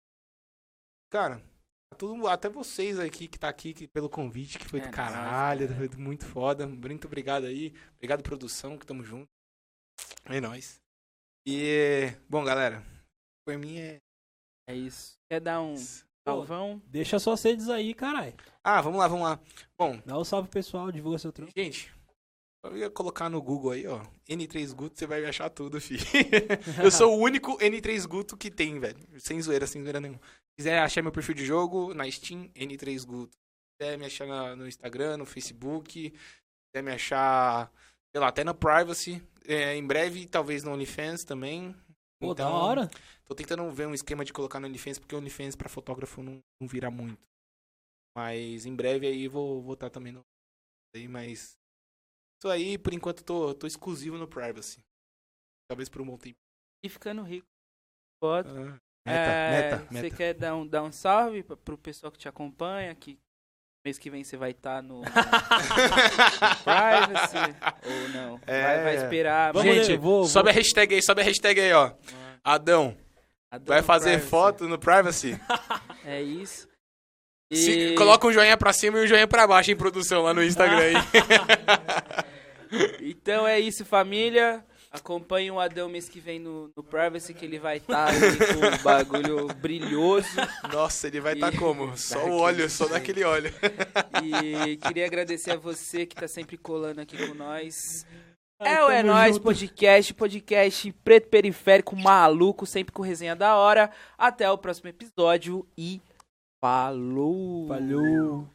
[SPEAKER 2] Cara, até vocês aqui que tá aqui pelo convite, que foi do caralho,
[SPEAKER 1] nóis,
[SPEAKER 2] foi muito foda. Muito obrigado aí. Obrigado, produção, que tamo junto. É nóis. E, bom, galera, por mim
[SPEAKER 1] É isso. Quer dar um salvão?
[SPEAKER 3] Deixa suas redes aí, caralho.
[SPEAKER 2] vamos lá. Bom,
[SPEAKER 3] Dá um salve pessoal, divulga seu trampo.
[SPEAKER 2] gente, eu ia colocar no Google aí, ó. N3 Guto, você vai achar tudo, fi. Eu sou o único N3 Guto que tem, velho. Sem zoeira nenhuma. Se quiser achar meu perfil de jogo, na Steam, N3 Guto. Se quiser me achar no Instagram, no Facebook. Se quiser me achar, sei lá, até no Privacy. Em breve, talvez no OnlyFans também.
[SPEAKER 3] Pô, da hora.
[SPEAKER 2] Tô tentando ver um esquema de colocar no OnlyFans, porque o OnlyFans pra fotógrafo não vira muito. Mas em breve aí vou estar também no... Mas isso aí, por enquanto, tô exclusivo no Privacy. Talvez por um bom tempo.
[SPEAKER 1] E ficando rico. Pode.
[SPEAKER 2] Meta.
[SPEAKER 1] Você quer dar um salve pro pessoal que te acompanha? Que mês que vem você vai estar no Privacy? Ou não? Vai esperar.
[SPEAKER 3] Vamos
[SPEAKER 2] Gente, sobe a hashtag aí, ó. Adão vai fazer
[SPEAKER 1] Privacy.
[SPEAKER 2] foto no Privacy?
[SPEAKER 1] É isso.
[SPEAKER 2] Coloca um joinha pra cima e um joinha pra baixo em produção lá no Instagram aí.
[SPEAKER 1] Então é isso, família. Acompanhe o Adão mês que vem no Privacy, que ele vai estar ali com um bagulho brilhoso.
[SPEAKER 2] Nossa, ele vai estar como? Só o óleo, só daquele óleo.
[SPEAKER 1] E queria agradecer a você que tá sempre colando aqui com nós.
[SPEAKER 3] Tamo
[SPEAKER 1] É Nóis
[SPEAKER 3] junto.
[SPEAKER 1] podcast preto periférico, maluco, sempre com resenha da hora. Até o próximo episódio e falou!
[SPEAKER 3] Falou.